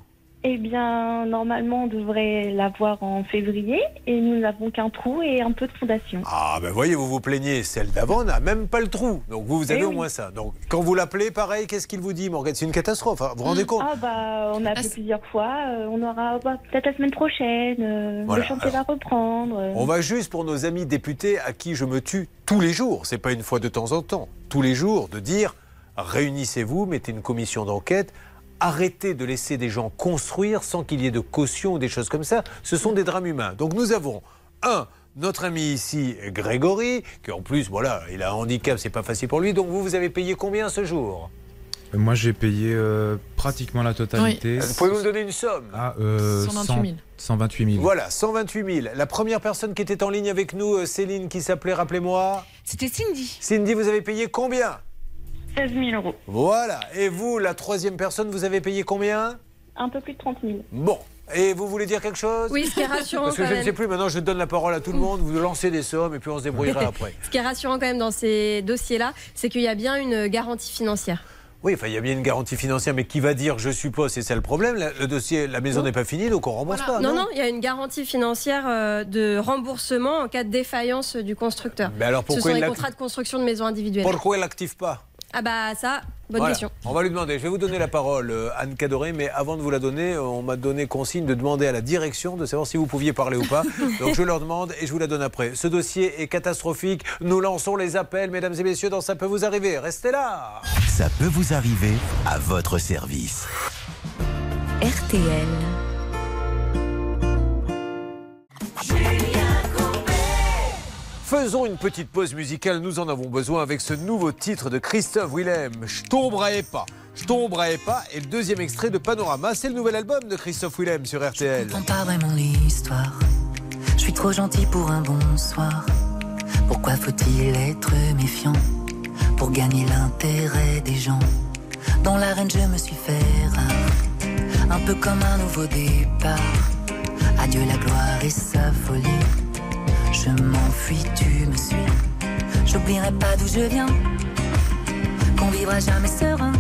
Eh bien, normalement, on devrait l'avoir en février et nous n'avons qu'un trou et un peu de fondation. Ah, ben voyez, vous vous plaignez, celle d'avant n'a même pas le trou. Donc vous, vous avez Eh au oui. moins ça. Donc quand vous l'appelez, pareil, qu'est-ce qu'il vous dit, Morgane? C'est une catastrophe, hein, vous vous rendez compte? Ah bah, on a appelé plusieurs fois. euh, on aura bah, peut-être la semaine prochaine. euh, Voilà, Le chantier va reprendre. euh. On va juste pour nos amis députés à qui je me tue tous les jours, c'est pas une fois de temps en temps, tous les jours, de dire réunissez-vous, mettez une commission d'enquête, arrêtez de laisser des gens construire sans qu'il y ait de caution ou des choses comme ça. Ce sont des drames humains. Donc nous avons un. Notre ami ici, Grégory, qui en plus, voilà, il a un handicap, c'est pas facile pour lui. Donc vous, vous avez payé combien ce jour? Moi, j'ai payé euh, pratiquement la totalité. Vous pouvez nous donner une somme? Ah, euh, cent vingt-huit mille. cent vingt-huit mille. Voilà, cent vingt-huit mille. La première personne qui était en ligne avec nous, euh, Céline, qui s'appelait, rappelez-moi. C'était Cindy. Cindy, vous avez payé combien? seize mille euros. Voilà. Et vous, la troisième personne, vous avez payé combien? Un peu plus de trente mille. Bon. Et vous voulez dire quelque chose? Oui, ce qui est rassurant Parce que quand je ne même. sais plus, maintenant je donne la parole à tout le monde, vous lancez des sommes et puis on se débrouillera après. Ce qui est rassurant quand même dans ces dossiers-là, c'est qu'il y a bien une garantie financière. Oui, enfin il y a bien une garantie financière, mais qui va dire je suppose, c'est ça le problème, la- le dossier, la maison n'est pas finie, donc on rembourse pas. Non, non, il y a une garantie financière euh, de remboursement en cas de défaillance du constructeur. Mais alors Ce pourquoi sont il les l'ac- contrats de construction de maisons individuelles. Pourquoi elle l'active pas? Ah bah ça, bonne Voilà. question. On va lui demander. Je vais vous donner la parole, euh, Anne Cadoré, mais avant de vous la donner, on m'a donné consigne de demander à la direction de savoir si vous pouviez parler ou pas. Donc je leur demande et je vous la donne après. Ce dossier est catastrophique. Nous lançons les appels, mesdames et messieurs, dans Ça peut vous arriver. Restez là. Ça peut vous arriver à votre service. R T L. Faisons une petite pause musicale, nous en avons besoin avec ce nouveau titre de Christophe Willem, Je tomberai pas. Je tomberai pas et le deuxième extrait de Panorama, c'est le nouvel album de Christophe Willem sur R T L. Je comprends pas vraiment l'histoire. Je suis trop gentil pour un bonsoir. Pourquoi faut-il être méfiant pour gagner l'intérêt des gens? Dans l'arène je me suis fait rare, un peu comme un nouveau départ. Adieu la gloire et sa folie. Je m'enfuis, tu me suis. J'oublierai pas d'où je viens, qu'on vivra jamais serein.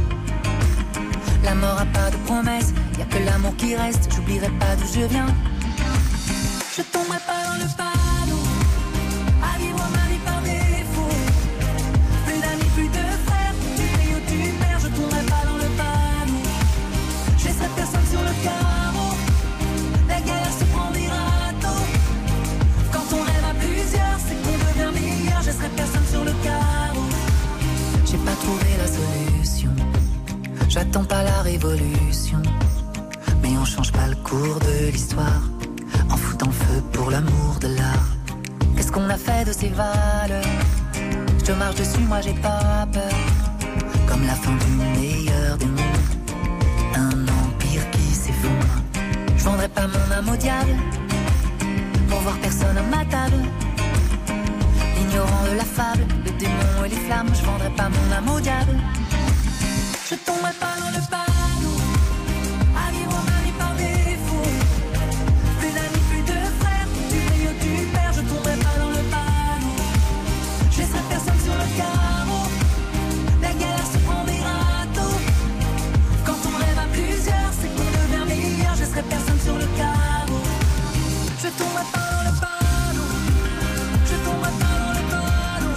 La mort a pas de promesse, y a que l'amour qui reste. J'oublierai pas d'où je viens. Je tomberai pas dans le panneau à vivre ma vie par défaut. Plus d'amis, plus de frères, tu payes ou tu perds. Je tomberai pas dans le panneau. Je laisserai personne sur le carreau. La galère se prend des râteaux. Quand on rêve à plusieurs, c'est qu'on devient meilleur. Je laisserai personne sur le carreau. J'ai pas trouvé la solution. J'attends pas la révolution, mais on change pas le cours de l'histoire en foutant feu pour l'amour de l'art. Qu'est-ce qu'on a fait de ces valeurs? Je te marche dessus, moi j'ai pas peur. Comme la fin du meilleur des mondes, un empire qui s'effondre. Je vendrai pas mon âme au diable pour voir personne à ma table. Ignorant de la fable, le démon et les flammes. Je vendrai pas mon âme au diable. Je tomberai pas dans le panneau à vivre ma vie par défaut. Plus d'amis, plus de frères, tu payes ou tu perds. Je tomberai pas dans le panneau. Je laisserai personne sur le carreau. La galère se prend des râteaux. Quand on rêve à plusieurs, c'est qu'on devient meilleur. Je laisserai personne sur le carreau. Je tomberai pas dans le panneau. Je tomberai pas dans le panneau.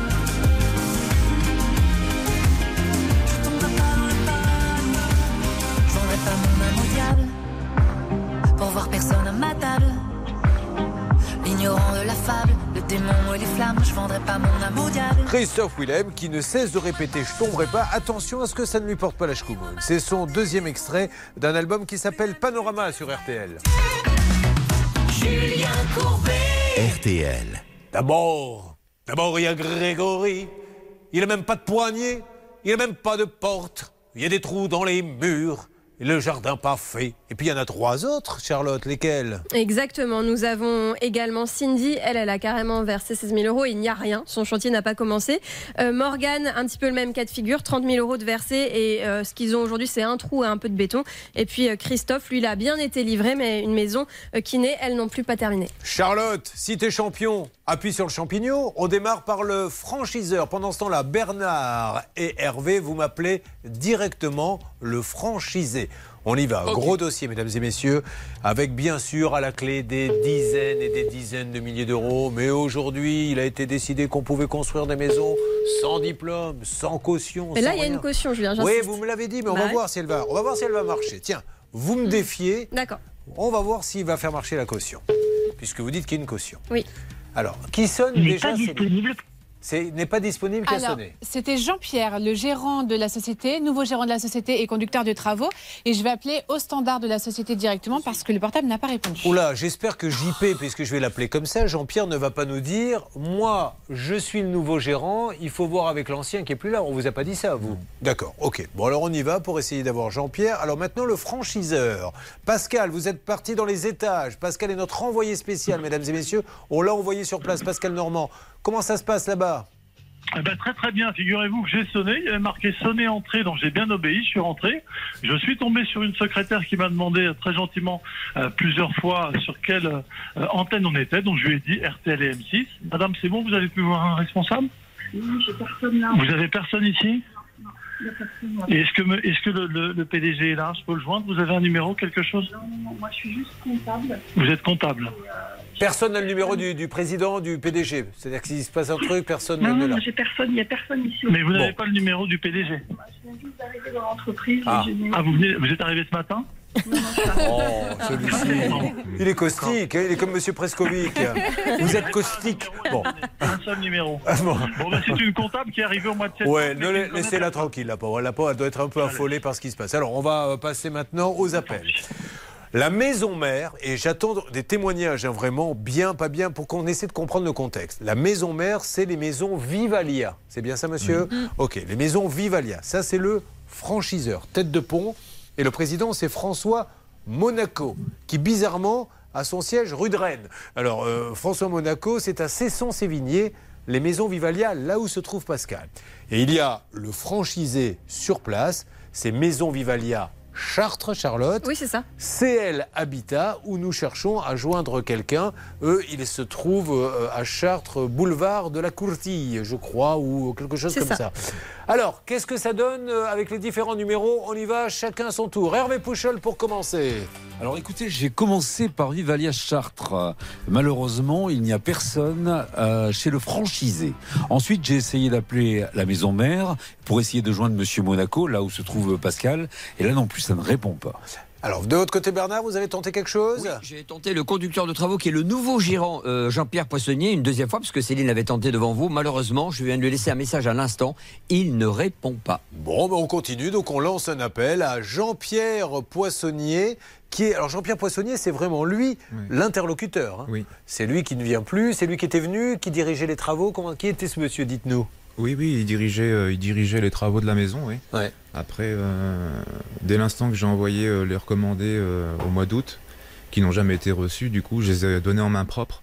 Je vendrai pas mon âme au diable pour voir personne à ma table. Ignorant de la fable, le démon et les flammes. Je vendrai pas mon âme au diable. Christophe Willem qui ne cesse de répéter je tomberai pas. Attention à ce que ça ne lui porte pas la ch'coumoune. C'est son deuxième extrait d'un album qui s'appelle Panorama sur R T L. Julien Courbet. R T L. D'abord, d'abord il y a Grégory. Il n'a même pas de poignée, il n'a même pas de porte. Il y a des trous dans les murs, et le jardin pas fait. Et puis il y en a trois autres, Charlotte, lesquelles? Exactement, nous avons également Cindy, elle, elle a carrément versé seize mille euros, il n'y a rien, son chantier n'a pas commencé. Euh, Morgane, un petit peu le même cas de figure, trente mille euros de versés, et euh, ce qu'ils ont aujourd'hui c'est un trou et un peu de béton. Et puis euh, Christophe, lui, il a bien été livré, mais une maison euh, qui n'est, elle non plus, pas terminée. Charlotte, si t'es champion, appuie sur le champignon. On démarre par le franchiseur. Pendant ce temps-là, Bernard et Hervé, vous m'appelez directement le franchisé. On y va. Okay. Gros dossier, mesdames et messieurs, avec bien sûr à la clé des dizaines et des dizaines de milliers d'euros. Mais aujourd'hui, il a été décidé qu'on pouvait construire des maisons sans diplôme, sans caution. Mais là, sans il y a rien. une caution, Julien. Oui, vous me l'avez dit, mais on bah va ouais. voir si elle va. On va voir si elle va marcher. Tiens, vous me défiez. D'accord. On va voir s'il va faire marcher la caution, puisque vous dites qu'il y a une caution. Oui. Alors, qui sonne Il n'est déjà pas disponible. C'est n'est pas disponible, qui a Alors, sonné. c'était Jean-Pierre, le gérant de la société, nouveau gérant de la société et conducteur de travaux. Et je vais appeler au standard de la société directement parce que le portable n'a pas répondu. Oula, j'espère que J P, puisque je vais l'appeler comme ça, Jean-Pierre ne va pas nous dire « Moi, je suis le nouveau gérant, il faut voir avec l'ancien qui est plus là ». On vous a pas dit ça, vous? D'accord, ok. Bon, alors on y va pour essayer d'avoir Jean-Pierre. Alors maintenant, le franchiseur. Pascal, vous êtes parti dans les étages. Pascal est notre envoyé spécial, mesdames et messieurs. On l'a envoyé sur place, Pascal Normand. Comment ça se passe là-bas? Eh ben, très très bien, figurez-vous que j'ai sonné, il y avait marqué sonner entrée, donc j'ai bien obéi, je suis rentré. Je suis tombé sur une secrétaire qui m'a demandé euh, très gentiment euh, plusieurs fois sur quelle euh, antenne on était, donc je lui ai dit R T L et M six. Madame, c'est bon, vous avez pu voir un responsable? Oui, j'ai personne là. Vous avez personne ici? Non, il n'y a personne là. Et est-ce que, me- est-ce que le, le- le P D G est là? Je peux le joindre? Vous avez un numéro, quelque chose? Non, non, non, moi je suis juste comptable. Vous êtes comptable? Personne n'a le numéro du, du président, du P D G. C'est-à-dire que s'il se passe un truc, personne Non, ne non, l'a. moi, j'ai personne, il n'y a personne ici. Mais vous n'avez Bon. pas le numéro du P D G? Je viens juste d'arriver dans l'entreprise. Ah. et je n'ai- Ah, vous, venez, vous êtes arrivé ce matin? Oh, celui-ci, il est caustique, hein, il est comme Monsieur Prescovic. Vous êtes caustique. Bon. Un seul numéro. Ah bon. Bon, ben, c'est une comptable qui est arrivée au mois de septembre. Ouais, ne la- laissez-la tranquille, la pauvre. La pauvre, elle doit être un peu affolée par ce qui se passe. Alors, on va euh, passer maintenant aux appels. La maison mère, et j'attends des témoignages, hein, vraiment bien, pas bien, pour qu'on essaie de comprendre le contexte. La maison mère, c'est les maisons Vivalia. C'est bien ça, monsieur? Oui. Ok, les maisons Vivalia. Ça, c'est le franchiseur, tête de pont. Et le président, c'est François Monaco, qui bizarrement a son siège rue de Rennes. Alors, euh, François Monaco, c'est à Cesson-Sévigné, les maisons Vivalia, là où se trouve Pascal. Et il y a le franchisé sur place, c'est Maisons Vivalia Chartres, Charlotte. Oui, c'est ça. C L Habitat, où nous cherchons à joindre quelqu'un. Eux, ils se trouvent euh, à Chartres, boulevard de la Courtille, je crois, ou quelque chose C'est comme ça. ça. Alors, qu'est-ce que ça donne euh, avec les différents numéros? On y va, chacun son tour. Hervé Pouchol pour commencer. Alors écoutez, j'ai commencé par Vivalia Chartres. Malheureusement, il n'y a personne euh, chez le franchisé. Ensuite, j'ai essayé d'appeler la maison mère pour essayer de joindre Monsieur Monaco, là où se trouve Pascal. Et là non plus, ça ne répond pas. Alors, de votre côté, Bernard, vous avez tenté quelque chose? Oui, j'ai tenté le conducteur de travaux qui est le nouveau gérant euh, Jean-Pierre Poissonnier une deuxième fois parce que Céline l'avait tenté devant vous. Malheureusement, je viens de lui laisser un message à l'instant. Il ne répond pas. Bon, ben on continue. Donc, on lance un appel à Jean-Pierre Poissonnier, qui est... Alors, Jean-Pierre Poissonnier, c'est vraiment lui, Oui. l'interlocuteur. hein. Oui. C'est lui qui ne vient plus, c'est lui qui était venu, qui dirigeait les travaux. Comment... Qui était ce monsieur, dites-nous? Oui, oui, il dirigeait, euh, il dirigeait les travaux de la maison, oui. Ouais. Après, euh, dès l'instant que j'ai envoyé euh, les recommandés euh, au mois d'août, qui n'ont jamais été reçus, du coup, je les ai donnés en main propre.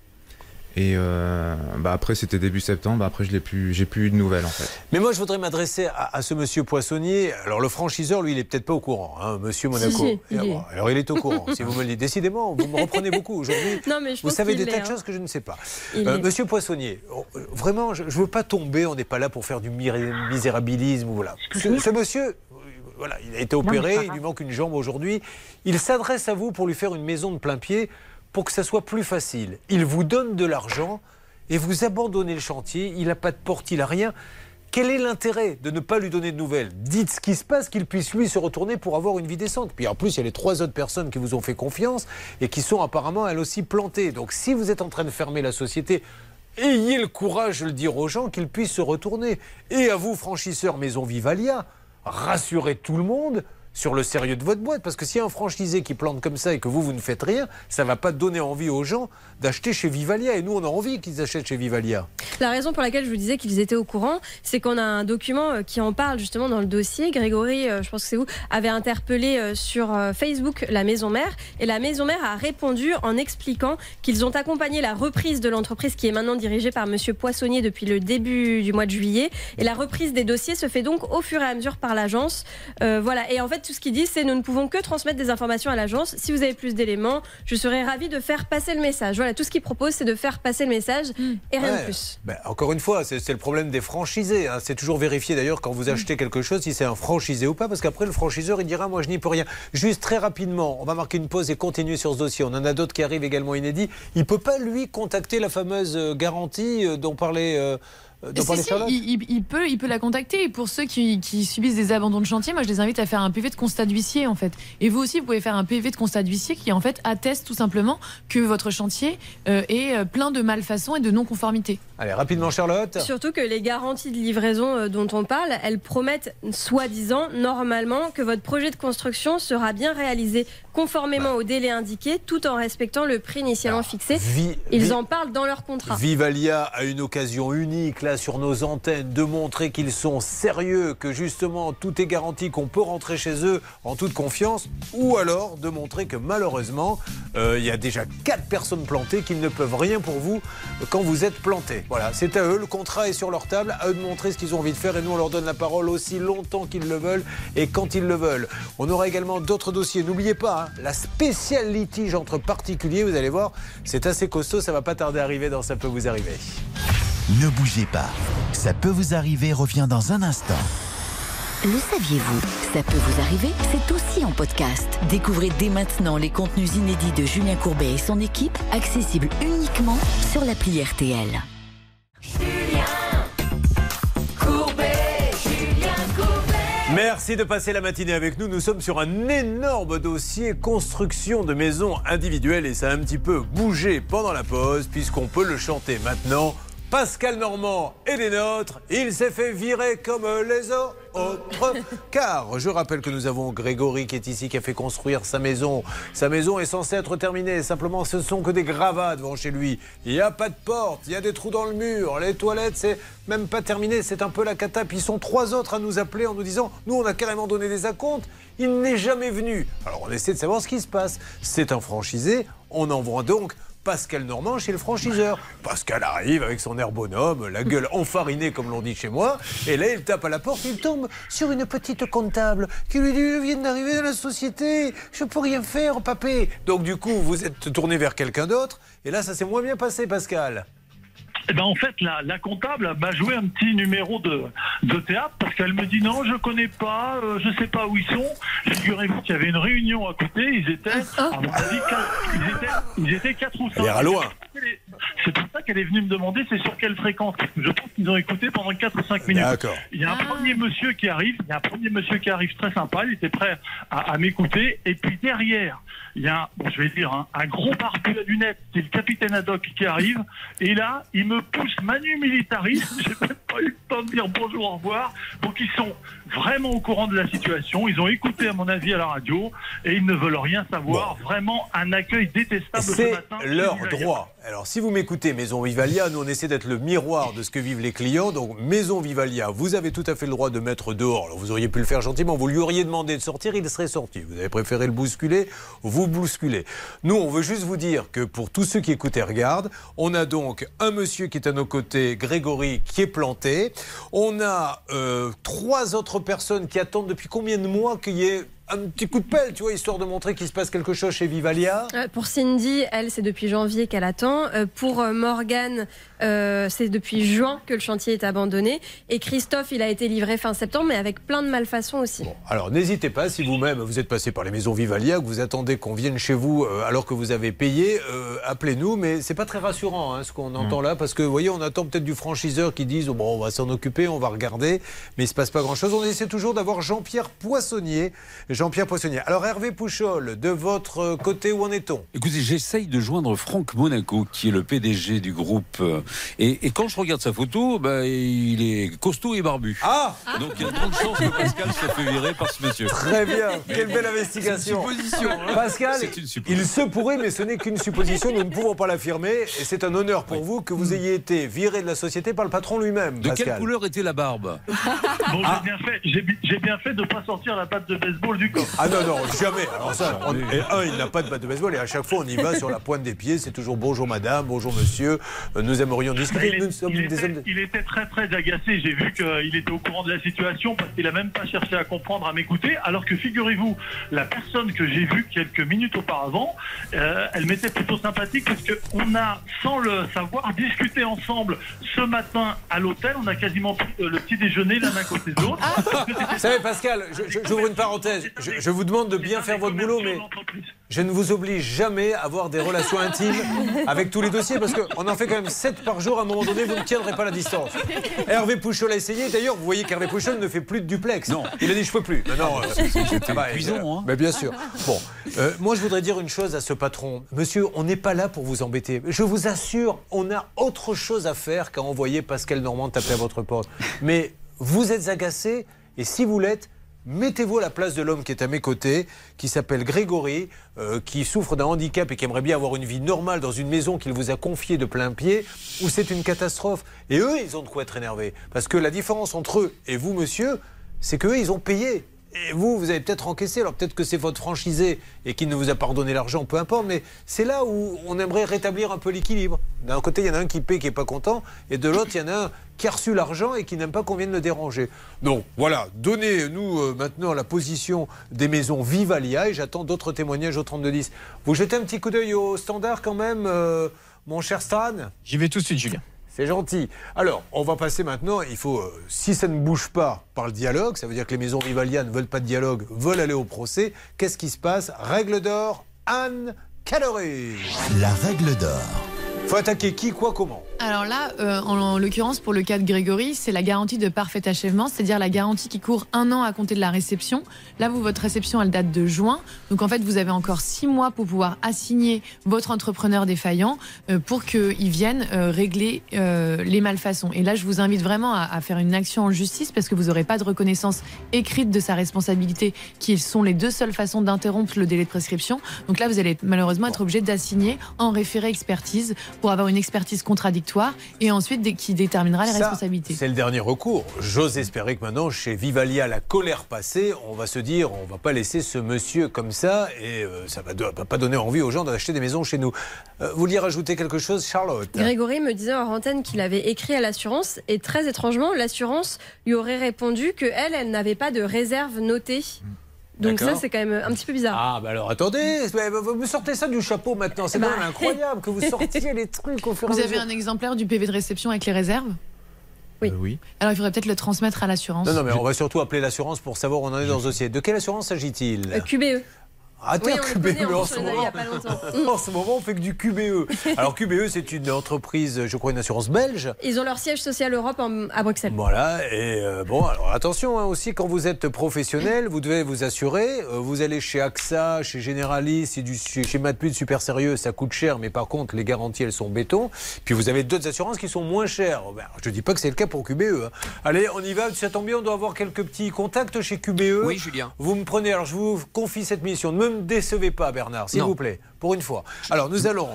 Et euh, bah après, c'était début septembre, après, je l'ai plus, j'ai plus eu de nouvelles, en fait. Mais moi, je voudrais m'adresser à, à ce monsieur Poissonnier. Alors, le franchiseur, lui, il est peut-être pas au courant, hein, monsieur Monaco. Si, si, il Et, est. bon, alors, il est au courant, si vous me le dites. Décidément, vous me reprenez beaucoup aujourd'hui. Non, mais je Vous pense savez qu'il des tas l'est, de hein. choses que je ne sais pas. Il Euh, est. monsieur Poissonnier, oh, euh, vraiment, je ne veux pas tomber, on n'est pas là pour faire du miré- misérabilisme. ou Voilà. Ce, ce monsieur, euh, voilà, il a été opéré, il lui manque une jambe aujourd'hui. Il s'adresse à vous pour lui faire une maison de plein pied pour que ça soit plus facile. Il vous donne de l'argent et vous abandonnez le chantier. Il n'a pas de porte, il n'a rien. Quel est l'intérêt de ne pas lui donner de nouvelles? Dites ce qui se passe, qu'il puisse lui se retourner pour avoir une vie décente. Puis en plus, il y a les trois autres personnes qui vous ont fait confiance et qui sont apparemment elles aussi plantées. Donc si vous êtes en train de fermer la société, ayez le courage de le dire aux gens qu'ils puissent se retourner. Et à vous, franchisseurs Maison Vivalia, rassurez tout le monde sur le sérieux de votre boîte. Parce que s'il y a un franchisé qui plante comme ça et que vous, vous ne faites rien, ça ne va pas donner envie aux gens d'acheter chez Vivalia. Et nous, on a envie qu'ils achètent chez Vivalia. La raison pour laquelle je vous disais qu'ils étaient au courant, c'est qu'on a un document euh, qui en parle justement dans le dossier. Grégory, euh, je pense que c'est vous, avait interpellé euh, sur euh, Facebook la maison mère. Et la maison mère a répondu en expliquant qu'ils ont accompagné la reprise de l'entreprise qui est maintenant dirigée par Monsieur Poissonnier depuis le début du mois de juillet. Et la reprise des dossiers se fait donc au fur et à mesure par l'agence. Euh, voilà. Et en fait, tout ce qu'ils disent, c'est nous ne pouvons que transmettre des informations à l'agence. Si vous avez plus d'éléments, je serais ravi de faire passer le message. Voilà, tout ce qu'ils proposent, c'est de faire passer le message mmh. et rien ouais. de plus. Ben, encore une fois, c'est, c'est le problème des franchisés. Hein. C'est toujours vérifié d'ailleurs quand vous achetez mmh. quelque chose si c'est un franchisé ou pas, parce qu'après le franchiseur il dira moi je n'y peux rien. Juste très rapidement, on va marquer une pause et continuer sur ce dossier. On en a d'autres qui arrivent également inédits. Il ne peut pas lui contacter la fameuse garantie dont parlait. Euh, Si, si, il, il, peut, il peut la contacter. Et pour ceux qui, qui subissent des abandons de chantier, moi je les invite à faire un P V de constat d'huissier en fait. Et vous aussi, vous pouvez faire un P V de constat d'huissier qui en fait atteste tout simplement que votre chantier euh, est plein de malfaçons et de non-conformité. Allez, rapidement Charlotte. Surtout que les garanties de livraison dont on parle, elles promettent soi-disant normalement que votre projet de construction sera bien réalisé conformément bah. au délai indiqué tout en respectant le prix initialement bah. fixé. Vi- Ils vi- en parlent dans leur contrat. Vivalia a une occasion unique là sur nos antennes de montrer qu'ils sont sérieux, que justement tout est garanti, qu'on peut rentrer chez eux en toute confiance, ou alors de montrer que malheureusement euh, il y a déjà quatre personnes plantées qui ne peuvent rien pour vous quand vous êtes planté. Voilà, c'est à eux, le contrat est sur leur table, à eux de montrer ce qu'ils ont envie de faire et nous on leur donne la parole aussi longtemps qu'ils le veulent et quand ils le veulent. On aura également d'autres dossiers, n'oubliez pas, hein, la spéciale litige entre particuliers, vous allez voir, c'est assez costaud, ça va pas tarder à arriver dans Ça peut vous arriver. Ne bougez pas, Ça peut vous arriver revient dans un instant. Le saviez-vous? Ça peut vous arriver, c'est aussi en podcast. Découvrez dès maintenant les contenus inédits de Julien Courbet et son équipe, accessibles uniquement sur l'appli R T L. Julien Courbet, Julien Courbet. Merci de passer la matinée avec nous. Nous sommes sur un énorme dossier construction de maisons individuelles et ça a un petit peu bougé pendant la pause puisqu'on peut le chanter maintenant. Pascal Normand est des nôtres, il s'est fait virer comme les autres. Car je rappelle que nous avons Grégory qui est ici, qui a fait construire sa maison. Sa maison est censée être terminée, simplement ce ne sont que des gravats devant chez lui. Il n'y a pas de porte, il y a des trous dans le mur, les toilettes c'est même pas terminé, c'est un peu la cata. Puis ils sont trois autres à nous appeler en nous disant « Nous on a carrément donné des acomptes, il n'est jamais venu ». Alors on essaie de savoir ce qui se passe. C'est un franchisé, on envoie donc Pascal Normand chez le franchiseur. Pascal arrive avec son air bonhomme, la gueule enfarinée comme l'on dit chez moi, et là il tape à la porte, il tombe sur une petite comptable qui lui dit « Je viens d'arriver dans la société, je peux rien faire, papé ». Donc du coup vous êtes tourné vers quelqu'un d'autre, et là ça s'est moins bien passé, Pascal. Eh ben en fait, la, la comptable m'a joué un petit numéro de, de théâtre parce qu'elle me dit non, je connais pas, euh, je sais pas où ils sont. Figurez-vous qu'il y avait une réunion à côté, ils étaient, à mon avis, quatre, ils étaient, ils étaient quatre ou cinq. À loin. C'est pour ça qu'elle est venue me demander c'est sur quelle fréquence. Je pense qu'ils ont écouté pendant quatre ou cinq minutes. D'accord. Il y a un Ah. premier monsieur qui arrive, il y a un premier monsieur qui arrive très sympa, il était prêt à, à m'écouter. Et puis derrière, il y a, bon, je vais dire, hein, un gros barbu à lunettes, c'est le capitaine Haddock qui arrive. Et là, il me pousse manu militaris. J'ai même pas eu le temps de dire bonjour, au revoir. Donc ils sont vraiment au courant de la situation. Ils ont écouté, à mon avis, à la radio et ils ne veulent rien savoir. Bon. Vraiment un accueil détestable ce C'est matin. leur chez Vivalia. droit. Alors, si vous m'écoutez, Maison Vivalia, nous on essaie d'être le miroir de ce que vivent les clients. Donc, Maison Vivalia, vous avez tout à fait le droit de mettre dehors. Alors, vous auriez pu le faire gentiment. Vous lui auriez demandé de sortir, il serait sorti. Vous avez préféré le bousculer, vous bousculez. Nous, on veut juste vous dire que pour tous ceux qui écoutent et regardent, on a donc un monsieur qui est à nos côtés, Grégory, qui est planté. On a euh, trois autres personnes qui attendent depuis combien de mois qu'il y ait un petit coup de pelle, tu vois, histoire de montrer qu'il se passe quelque chose chez Vivalia. Euh, pour Cindy, elle, c'est depuis janvier qu'elle attend. Euh, pour euh, Morgane, euh, c'est depuis juin que le chantier est abandonné. Et Christophe, il a été livré fin septembre, mais avec plein de malfaçons aussi. Bon, alors n'hésitez pas, si vous-même vous êtes passé par les maisons Vivalia, que vous attendez qu'on vienne chez vous euh, alors que vous avez payé, euh, appelez-nous. Mais c'est pas très rassurant hein, ce qu'on entend là, parce que vous voyez, on attend peut-être du franchiseur qui dise oh, bon, on va s'en occuper, on va regarder, mais il se passe pas grand-chose. On essaie toujours d'avoir Jean-Pierre Poissonnier. Jean-Pierre Poissonnier. Alors Hervé Pouchol, de votre côté, où en est-on? Écoutez, j'essaye de joindre Franck Monaco, qui est le P D G du groupe. Et, et quand je regarde sa photo, bah, il est costaud et barbu. Ah Donc il y a de grandes chances que Pascal se fait virer par ce monsieur. Très bien, quelle belle investigation. C'est une supposition. Hein. Pascal, C'est une supposition. il se pourrait, mais ce n'est qu'une supposition, nous ne pouvons pas l'affirmer. Et c'est un honneur pour vous que vous ayez été viré de la société par le patron lui-même. De Pascal. quelle couleur était la barbe? Bon, Ah. j'ai bien fait, j'ai, bi- j'ai bien fait de ne pas sortir la patte de baseball du coffres. Ah non, non, jamais. Alors ça, on- et un, il n'a pas de batte de baseball et à chaque fois, on y va sur la pointe des pieds. C'est toujours bonjour madame, bonjour monsieur. Euh, Nous aimerions discuter. Il, est- Nous sommes il des était, hommes de- il était très très agacé. J'ai vu qu'il était au courant de la situation parce qu'il a même pas cherché à comprendre, à m'écouter. Alors que figurez-vous, la personne que j'ai vue quelques minutes auparavant, euh, elle m'était plutôt sympathique parce qu'on a, sans le savoir, discuté ensemble ce matin à l'hôtel. On a quasiment pris euh, le petit déjeuner l'un à côté de l'autre. Vous savez, Pascal, je- je- j'ouvre une parenthèse. Je, je vous demande de bien faire votre boulot, mais je ne vous oblige jamais à avoir des relations intimes avec tous les dossiers parce qu'on en fait quand même sept par jour. À un moment donné, vous ne tiendrez pas la distance. Hervé Pouchol a essayé. D'ailleurs, vous voyez qu'Hervé Pouchol ne fait plus de duplex. Non. Il a dit je peux plus. Maintenant, euh, ça va, épuisant, hein. Mais bien sûr. Bon, euh, moi je voudrais dire une chose à ce patron. Monsieur, on n'est pas là pour vous embêter. Je vous assure, on a autre chose à faire qu'à envoyer Pascal Normand taper à votre porte. Mais vous êtes agacé et si vous l'êtes, mettez-vous à la place de l'homme qui est à mes côtés, qui s'appelle Grégory, euh, qui souffre d'un handicap et qui aimerait bien avoir une vie normale dans une maison qu'il vous a confiée de plein pied, où c'est une catastrophe. Et eux, ils ont de quoi être énervés. Parce que la différence entre eux et vous, monsieur, c'est qu'eux, ils ont payé. Et vous, vous avez peut-être encaissé, alors peut-être que c'est votre franchisé et qu'il ne vous a pas redonné l'argent, peu importe, mais c'est là où on aimerait rétablir un peu l'équilibre. D'un côté, il y en a un qui paie, qui n'est pas content, et de l'autre, il y en a un qui a reçu l'argent et qui n'aime pas qu'on vienne le déranger. Donc voilà, donnez-nous euh, maintenant la position des maisons Vivalia, et j'attends d'autres témoignages au trente-deux dix. Vous jetez un petit coup d'œil au standard quand même, euh, mon cher Stan ? J'y vais tout de suite, Julien. C'est gentil. Alors, on va passer maintenant, il faut, euh, si ça ne bouge pas par le dialogue, ça veut dire que les maisons Vivalia ne veulent pas de dialogue, veulent aller au procès. Qu'est-ce qui se passe ? Règle d'or, Anne Caloré. La règle d'or. Faut attaquer qui, quoi, comment ? Alors là, euh, en, en l'occurrence, pour le cas de Grégory, c'est la garantie de parfait achèvement, c'est-à-dire la garantie qui court un an à compter de la réception. Là, vous, votre réception, elle date de juin. Donc, en fait, vous avez encore six mois pour pouvoir assigner votre entrepreneur défaillant euh, pour qu'il vienne euh, régler euh, les malfaçons. Et là, je vous invite vraiment à, à faire une action en justice parce que vous n'aurez pas de reconnaissance écrite de sa responsabilité, qui sont les deux seules façons d'interrompre le délai de prescription. Donc là, vous allez malheureusement être obligé d'assigner en référé expertise pour avoir une expertise contradictoire et ensuite qui déterminera les Ça, responsabilités. C'est le dernier recours. J'ose espérer que maintenant, chez Vivalia, la colère passée, on va se dire, on va pas laisser ce monsieur comme ça et euh, ça va, va pas donner envie aux gens d'acheter des maisons chez nous. Euh, vous vouliez rajouter quelque chose, Charlotte ? Grégory me disait en antenne qu'il avait écrit à l'assurance et très étrangement, l'assurance lui aurait répondu que elle, elle n'avait pas de réserve notée. Donc D'accord. ça, c'est quand même un petit peu bizarre. Ah, bah alors attendez, vous me sortez ça du chapeau maintenant. C'est Bah. quand même incroyable que vous sortiez les trucs au fur et à Vous mesure. avez un exemplaire du P V de réception avec les réserves ? Oui. Euh, oui. Alors il faudrait peut-être le transmettre à l'assurance. Non, non, mais on va surtout appeler l'assurance pour savoir où on en est dans ce dossier. De quelle assurance s'agit-il ? Euh, Q B E. Ah, Oui, tiens, on le Q B E, connaît, mais en en plus, ce on l'a eu il y moment, a pas longtemps. en ce moment, on fait que du Q B E. Alors, Q B E, c'est une entreprise, je crois, une assurance belge. Ils ont leur siège social Europe en- à Bruxelles. Voilà, et euh, bon, alors attention hein, aussi, quand vous êtes professionnel, vous devez vous assurer. Euh, vous allez chez AXA, chez Generali, c'est du, chez, chez Matmut super sérieux, ça coûte cher, mais par contre, les garanties, elles sont béton. Puis vous avez d'autres assurances qui sont moins chères. Ben, je ne dis pas que c'est le cas pour Q B E. Hein. Allez, on y va, ça tombe bien, on doit avoir quelques petits contacts chez Q B E. Oui, Julien. Vous me prenez, alors je vous confie cette mission. Ne me décevez pas, Bernard, s'il Non. vous plaît, pour une fois. Alors, nous allons.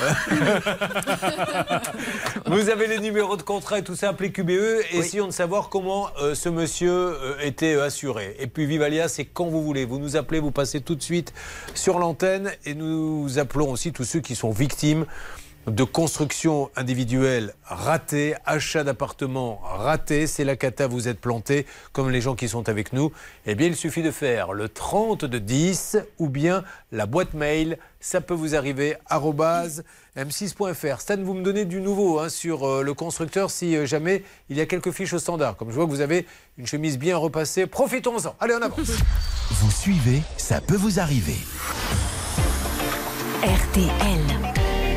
Vous avez les numéros de contrat et tout ça, appelez Q B E et Oui. essayons de savoir comment euh, ce monsieur euh, était euh, assuré. Et puis Vivalia, c'est quand vous voulez. Vous nous appelez, vous passez tout de suite sur l'antenne et nous appelons aussi tous ceux qui sont victimes de construction individuelle ratée, achat d'appartements raté, c'est la cata, vous êtes planté, comme les gens qui sont avec nous. Eh bien, il suffit de faire le trente de dix ou bien la boîte mail, ça peut vous arriver, arobase m six point f r. Stan, vous me donnez du nouveau hein, sur euh, le constructeur si euh, jamais il y a quelques fiches au standard. Comme je vois que vous avez une chemise bien repassée, profitons-en. Allez, on avance. Vous suivez, ça peut vous arriver. R T L.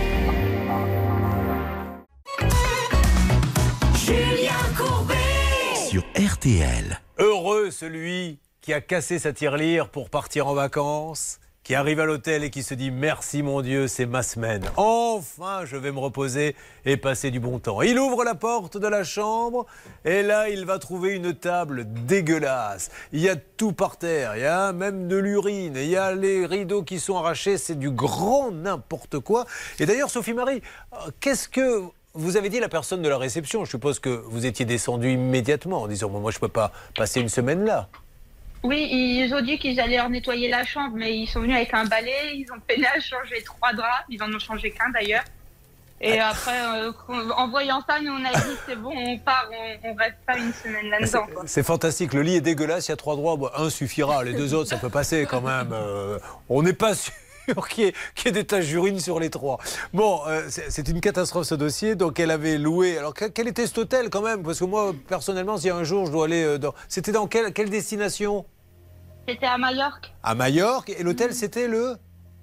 Julien Courbet sur R T L. Heureux celui qui a cassé sa tirelire pour partir en vacances, qui arrive à l'hôtel et qui se dit « Merci mon Dieu, c'est ma semaine. Enfin, je vais me reposer et passer du bon temps. » Il ouvre la porte de la chambre et là, il va trouver une table dégueulasse. Il y a tout par terre, il y a même de l'urine, il y a les rideaux qui sont arrachés, c'est du grand n'importe quoi. Et d'ailleurs, Sophie-Marie, qu'est-ce que... Vous avez dit à la personne de la réception, je suppose que vous étiez descendu immédiatement en disant bon, « Moi, je ne peux pas passer une semaine là. » Oui, ils ont dit qu'ils allaient leur nettoyer la chambre, mais ils sont venus avec un balai, ils ont peiné à changer trois draps, ils en ont changé qu'un d'ailleurs. Et après, euh, en voyant ça, nous on a dit c'est bon, on part, on, on reste pas une semaine là-dedans. quoi. C'est fantastique, le lit est dégueulasse, il y a trois droits, bon, un suffira, les deux autres ça peut passer quand même. Euh, on n'est pas sûr qu'il y ait, qu'il y ait des taches d'urine sur les trois. Bon, euh, c'est, c'est une catastrophe ce dossier, donc elle avait loué. Alors quel était cet hôtel quand même? Parce que moi, personnellement, si un jour je dois aller dans... C'était dans quelle, quelle destination? C'était à Majorque. À Majorque, et l'hôtel c'était le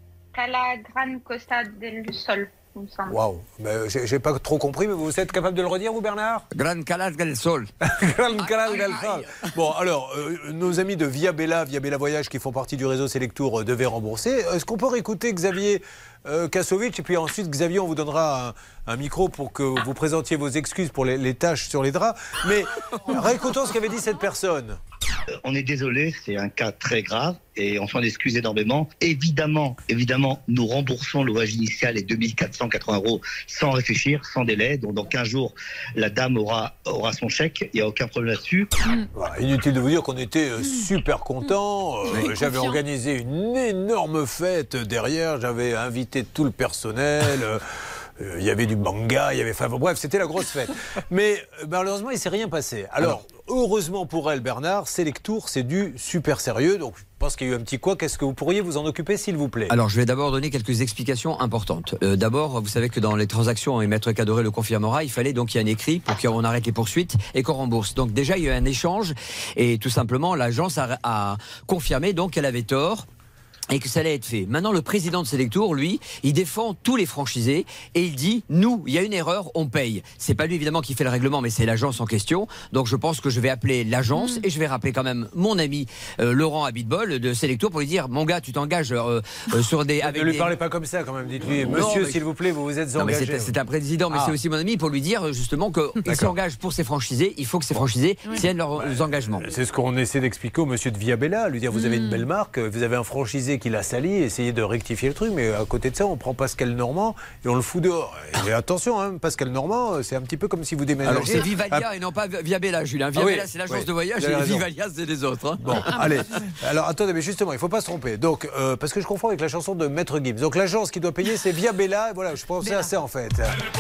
Cala Gran Costa del Sol. Waouh, j'ai, j'ai pas trop compris, mais vous êtes capable de le redire, vous, Bernard? Gran Cala del Sol. Gran Cala del Sol. Bon, alors, euh, nos amis de Via Bella, Via Bella Voyage, qui font partie du réseau Selectour, euh, devaient rembourser. Est-ce qu'on peut réécouter Xavier euh, Kasovic? Et puis ensuite, Xavier, on vous donnera un, un micro pour que vous présentiez vos excuses pour les, les taches sur les draps. Mais réécoutons ce qu'avait dit cette personne. On est désolé, c'est un cas très grave et on s'en excuse énormément. Évidemment, évidemment, nous remboursons l'ouvrage initial et deux mille quatre cent quatre-vingts euros sans réfléchir, sans délai. Donc dans quinze jours, la dame aura, aura son chèque, il n'y a aucun problème là-dessus. Voilà, inutile de vous dire qu'on était euh, super contents. Euh, oui, j'avais confiant. organisé une énorme fête derrière, j'avais invité tout le personnel. Euh, Il y avait du manga, il y avait... Enfin, bref, c'était la grosse fête. Mais malheureusement, il ne s'est rien passé. Alors, Alors, heureusement pour elle, Bernard, Selectour, c'est du super sérieux. Donc, je pense qu'il y a eu un petit couac. Est-ce que vous pourriez vous en occuper, s'il vous plaît? Alors, je vais d'abord donner quelques explications importantes. Euh, d'abord, vous savez que dans les transactions, et Maître Cadoré le confirmera, il fallait donc qu'il y ait un écrit pour qu'on arrête les poursuites et qu'on rembourse. Donc déjà, il y a eu un échange et tout simplement, l'agence a, a confirmé donc qu'elle avait tort et que ça allait être fait. Maintenant, le président de Selectour, lui, il défend tous les franchisés et il dit, nous, il y a une erreur, on paye. C'est pas lui, évidemment, qui fait le règlement, mais c'est l'agence en question. Donc, je pense que je vais appeler l'agence mmh. et je vais rappeler quand même mon ami euh, Laurent Abitbol de Selectour pour lui dire, mon gars, tu t'engages euh, euh, sur des... Avec ne lui des... parlez pas comme ça, quand même. Dites-lui, monsieur, s'il vous plaît, vous vous êtes engagé. Non, mais c'est, c'est un président, mais ah. c'est aussi mon ami pour lui dire, justement, qu'il s'engage pour ses franchisés. Il faut que ses franchisés oui. tiennent leurs ouais. engagements. C'est ce qu'on essaie d'expliquer au monsieur de Via Bella, lui dire, vous mmh. avez une belle marque, vous avez un franchisé qui l'a sali, et essayer de rectifier le truc, mais à côté de ça, on prend Pascal Normand et on le fout dehors. Et attention, hein, Pascal Normand, c'est un petit peu comme si vous déménagez. Alors c'est Vivalia ah. et non pas Via Bella, Julien. Via ah, Bella, oui, c'est l'agence oui, de voyage et Vivalia, c'est les autres. Hein. Bon, ah, allez. Alors attendez, mais justement, il ne faut pas se tromper. Donc, euh, parce que je confonds avec la chanson de Maître Gims. Donc l'agence qui doit payer, c'est Via Bella. Et voilà, je pensais Bella. à ça en fait.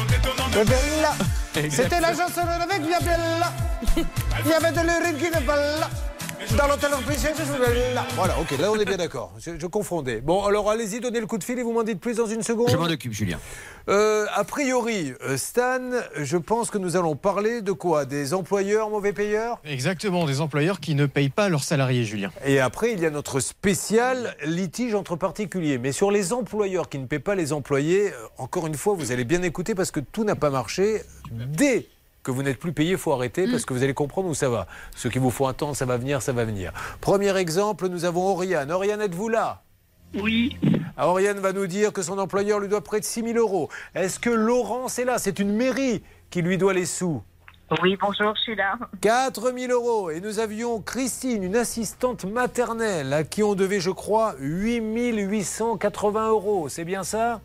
Bella. C'était l'agence avec Via Bella. Il y avait de l'urine qui ne va là. Dans l'hôtel officiel, je suis là. Voilà, ok, là on est bien d'accord. Je, je confondais. Bon, alors allez-y, donnez le coup de fil et vous m'en dites plus dans une seconde. Je m'en occupe, Julien. Euh, a priori, Stan, je pense que nous allons parler de quoi? Des employeurs mauvais payeurs? Exactement, des employeurs qui ne payent pas leurs salariés, Julien. Et après, il y a notre spécial litige entre particuliers. Mais sur les employeurs qui ne paient pas les employés, encore une fois, vous allez bien écouter parce que tout n'a pas marché dès que vous n'êtes plus payé, il faut arrêter parce que vous allez comprendre où ça va. Ceux qui vous font attendre, ça va venir, ça va venir. Premier exemple, nous avons Oriane. Oriane, êtes-vous là? Oui. Alors, Oriane va nous dire que son employeur lui doit près de six mille euros. Est-ce que Laurence est là? C'est une mairie qui lui doit les sous. Oui, bonjour, je suis là. quatre mille euros. Et nous avions Christine, une assistante maternelle, à qui on devait, je crois, huit mille huit cent quatre-vingts euros. C'est bien ça?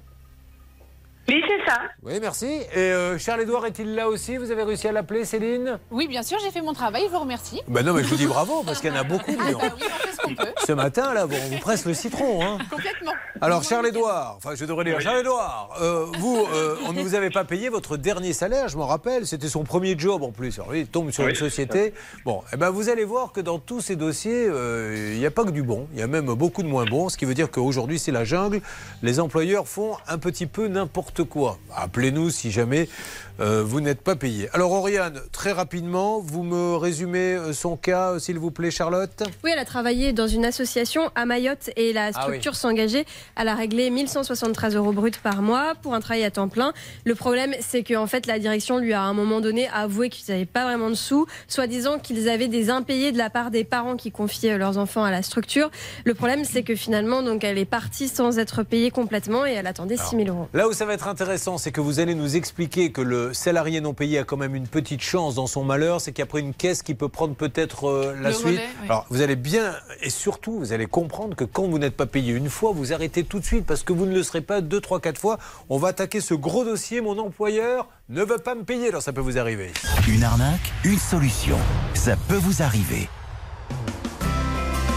Oui, c'est ça. Oui, merci. Et euh, Charles-Édouard est-il là aussi? Vous avez réussi à l'appeler, Céline? Oui, bien sûr, j'ai fait mon travail, je vous remercie. Ben non, mais je vous dis bravo, parce qu'il y en a beaucoup. Ah, bah oui, on fait ce qu'on peut. Ce matin, là, bon, on vous presse le citron. Hein. Complètement. Alors, Charles-Édouard, enfin, je devrais dire, oui. Charles-Édouard, euh, vous, euh, on ne vous avait pas payé votre dernier salaire, je m'en rappelle, c'était son premier job en plus. Alors, lui, il tombe sur oui, une société. Bon, eh ben, vous allez voir que dans tous ces dossiers, il euh, n'y a pas que du bon, il y a même beaucoup de moins bon, ce qui veut dire qu'aujourd'hui, c'est la jungle. Les employeurs font un petit peu n'importe quoi. Appelez-nous si jamais euh, vous n'êtes pas payé. Alors Oriane, très rapidement, vous me résumez son cas, s'il vous plaît, Charlotte? Oui, elle a travaillé dans une association à Mayotte et la structure ah oui. s'engageait à la régler mille cent soixante-treize euros bruts par mois pour un travail à temps plein. Le problème, c'est qu'en fait, la direction lui a à un moment donné avoué qu'ils n'avaient pas vraiment de sous, soi-disant qu'ils avaient des impayés de la part des parents qui confiaient leurs enfants à la structure. Le problème, c'est que finalement, donc, elle est partie sans être payée complètement et elle attendait six mille euros. Là où ça va être intéressant, c'est que vous allez nous expliquer que le salarié non payé a quand même une petite chance dans son malheur, c'est qu'il y a après une caisse qui peut prendre peut-être euh, la le suite. Relais, oui. Alors vous allez bien, et surtout vous allez comprendre que quand vous n'êtes pas payé une fois, vous arrêtez tout de suite parce que vous ne le serez pas deux, trois, quatre fois. On va attaquer ce gros dossier, mon employeur ne veut pas me payer, alors ça peut vous arriver. Une arnaque, une solution, ça peut vous arriver.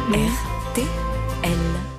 R T L.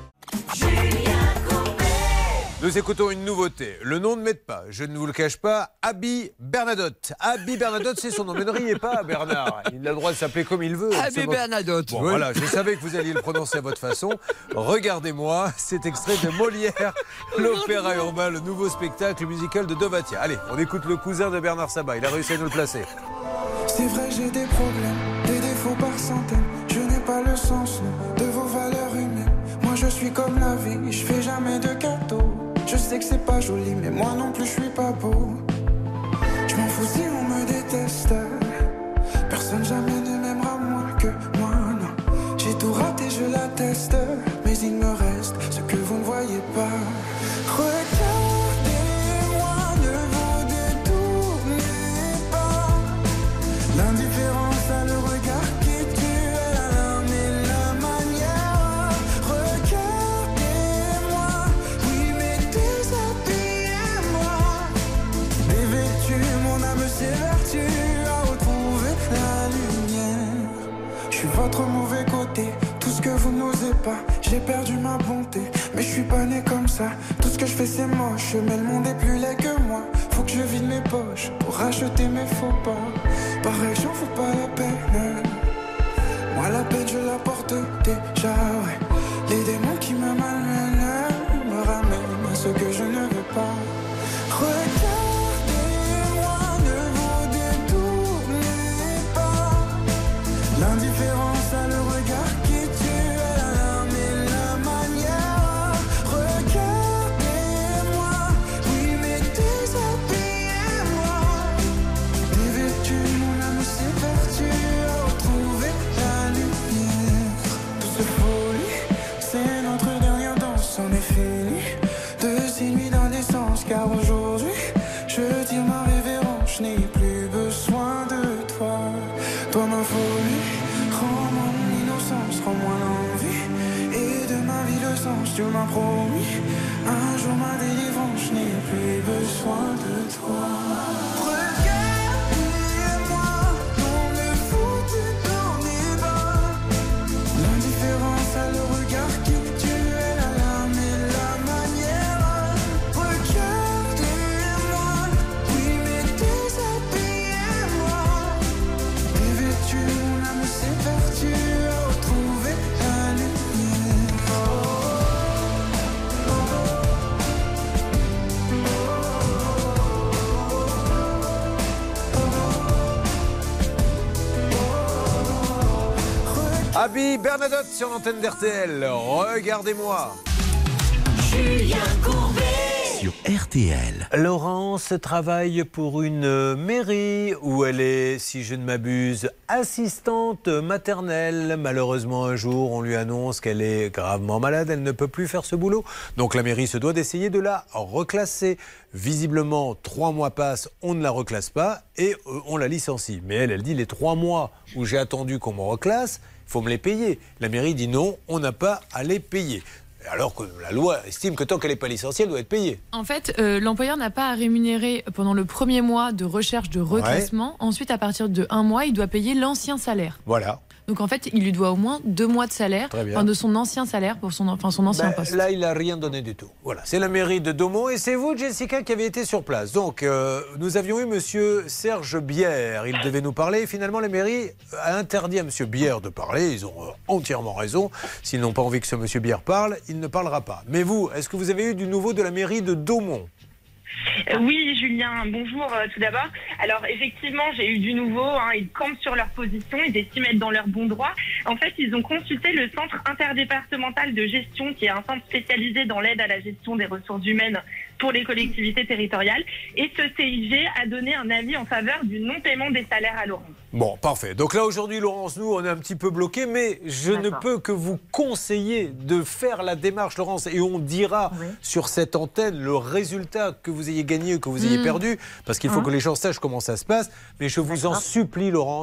Nous écoutons une nouveauté. Le nom ne m'aide pas, je ne vous le cache pas. Abby Bernadotte. Abby Bernadotte, c'est son nom. Mais ne riez pas, Bernard. Il a le droit de s'appeler comme il veut. Abby Bernadotte. Bon, oui. Voilà, je savais que vous alliez le prononcer à votre façon. Regardez-moi cet extrait de Molière, l'opéra urbain, le nouveau spectacle musical de Dovatia. Allez, on écoute le cousin de Bernard Sabat. Il a réussi à nous le placer. C'est vrai, j'ai des problèmes, des défauts par centaines. Je n'ai pas le sens de vos valeurs humaines. Moi je suis comme la vie, je fais jamais de cadeaux. Je sais que c'est pas joli, mais moi non plus je suis pas beau. Je m'en fous si on me déteste. Personne jamais ne m'aimera moins que moi, non. J'ai tout raté, je l'atteste. Mais il me reste ce que vous ne voyez pas. Regardez-moi, ne vous détournez pas. L'indifférence à le regard qui tue, la larme et la manière. Regardez-moi, oui mais déshabillez-moi. Dévêtu, mon âme s'évertue à retrouver la lumière. Je suis votre mauvais côté, tout ce que vous n'osez pas. J'ai perdu ma bonté, mais je suis pas né comme ça. Tout ce que je fais c'est moche, mais le monde est plus laid que moi. Faut que je vide mes poches pour racheter mes faux pas. Pareil, j'en fous pas la peine. Moi la peine je la porte déjà, ouais. Les démons qui me malmènent me ramènent à ce que je ne veux pas. Regardez-moi, ne vous détournez pas. L'indifférence à le regard qui tue, la larme et la manière. Regardez-moi, oui mais déshabillez-moi. Dévêtu, mon âme s'est perdue à retrouver la lumière. Toute cette folie, c'est notre dernière danse, on est fini de ces nuits d'indécence. Car aujourd'hui, je tire ma révérence, je n'ai plus besoin de toi. Toi ma folie, rends-moi mon innocence, rends-moi l'envie et de ma vie le sens. Tu m'as promis un jour ma délivrance, je n'ai plus besoin de toi. Regardez-moi, non ne vous détournez pas. L'indifférence à le regard qui tue, la larme et la manière. Regardez-moi, oui mais déshabillez-moi. Dévêtu, mon âme s'est perdue à retrouver la lumière. Abby Bernadotte sur l'antenne d'R T L. Regardez-moi. Julien Courbet sur R T L. Laurence travaille pour une mairie où elle est, si je ne m'abuse, assistante maternelle. Malheureusement, un jour, on lui annonce qu'elle est gravement malade, elle ne peut plus faire ce boulot. Donc la mairie se doit d'essayer de la reclasser. Visiblement, trois mois passent, on ne la reclasse pas et euh, on la licencie. Mais elle, elle dit, les trois mois où j'ai attendu qu'on me reclasse, il faut me les payer. La mairie dit non, on n'a pas à les payer. Alors que la loi estime que tant qu'elle n'est pas licenciée, elle doit être payée. En fait, euh, l'employeur n'a pas à rémunérer pendant le premier mois de recherche de reclassement. Ouais. Ensuite, à partir de un mois, il doit payer l'ancien salaire. Voilà. Donc en fait, il lui doit au moins deux mois de salaire, enfin, de son ancien salaire pour son, enfin, son ancien ben, poste. Là, il n'a rien donné du tout. Voilà, c'est la mairie de Daumont et c'est vous, Jessica, qui avez été sur place. Donc, euh, nous avions eu monsieur Serge Bière. Il devait nous parler. Finalement, la mairie a interdit à monsieur Bière de parler. Ils ont euh, entièrement raison. S'ils n'ont pas envie que ce monsieur Bière parle, il ne parlera pas. Mais vous, est-ce que vous avez eu du nouveau de la mairie de Daumont ? Euh, oui, Julien, bonjour euh, tout d'abord. Alors effectivement, j'ai eu du nouveau, hein, ils campent sur leur position, ils estiment être dans leur bon droit. En fait, ils ont consulté le Centre interdépartemental de gestion, qui est un centre spécialisé dans l'aide à la gestion des ressources humaines pour les collectivités territoriales. Et ce C I G a donné un avis en faveur du non-paiement des salaires à Laurence. Bon, parfait. Donc là, aujourd'hui, Laurence, nous, on est un petit peu bloqués, mais je D'accord. ne peux que vous conseiller de faire la démarche, Laurence, et on dira oui. sur cette antenne le résultat que vous ayez gagné ou que vous ayez mmh. perdu, parce qu'il faut mmh. que les gens sachent comment ça se passe. Mais je vous D'accord. en supplie, Laurence,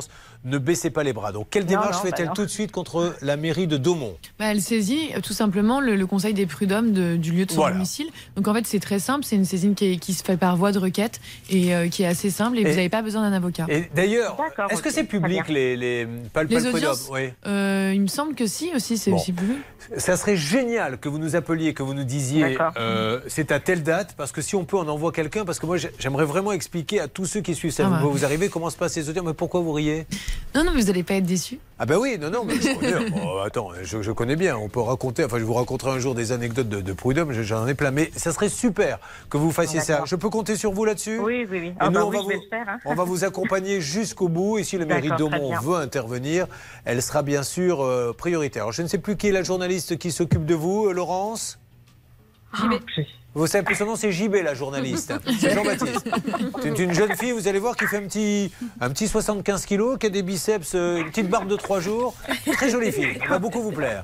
ne baissez pas les bras. Donc, quelle démarche non, fait-elle bah non. tout de suite contre la mairie de Daumont? Bah, elle saisit euh, tout simplement le, le conseil des prud'hommes de- du lieu de son Voilà. domicile. Donc en fait c'est très simple, c'est une saisine qui, est- qui se fait par voie de requête et euh, qui est assez simple et, Et- vous n'avez pas besoin d'un avocat. Et d'ailleurs, est-ce que c'est public les, les, pas le- pas Les le prud'homme, audiences, oui. euh, il me semble que si aussi, c'est Bon. aussi public. Ça serait génial que vous nous appeliez, que vous nous disiez D'accord. euh, c'est à telle date, parce que si on peut, on envoie quelqu'un, parce que moi j'ai- j'aimerais vraiment expliquer à tous ceux qui suivent ça. Ah vous, bah. vous arrivez, comment se passent les audiences? Mais pourquoi vous riez? Non, non, mais vous n'allez pas être déçus. Ah ben oui, non, non, mais je connais, bon, attends, je, je connais bien, on peut raconter, enfin je vous raconterai un jour des anecdotes de, de prud'homme, je- j'en ai plein, mais ça serait super que vous fassiez ça. D'accord. Je peux compter sur vous là-dessus? Oui, oui, oui. Et Ah nous, bah on, oui, va je vais vous, le faire, hein. on va vous accompagner jusqu'au bout, et si la mairie de D'accord, très Daumont bien. veut intervenir, elle sera bien sûr euh, prioritaire. Alors, je ne sais plus qui est la journaliste qui s'occupe de vous, euh, Laurence? J B. Vous savez plus son nom, c'est J B, la journaliste. C'est Jean-Baptiste. C'est une jeune fille, vous allez voir, qui fait un petit, un petit soixante-quinze kilos, qui a des biceps, euh, une petite barbe de trois jours. Très jolie fille, elle va beaucoup vous plaire.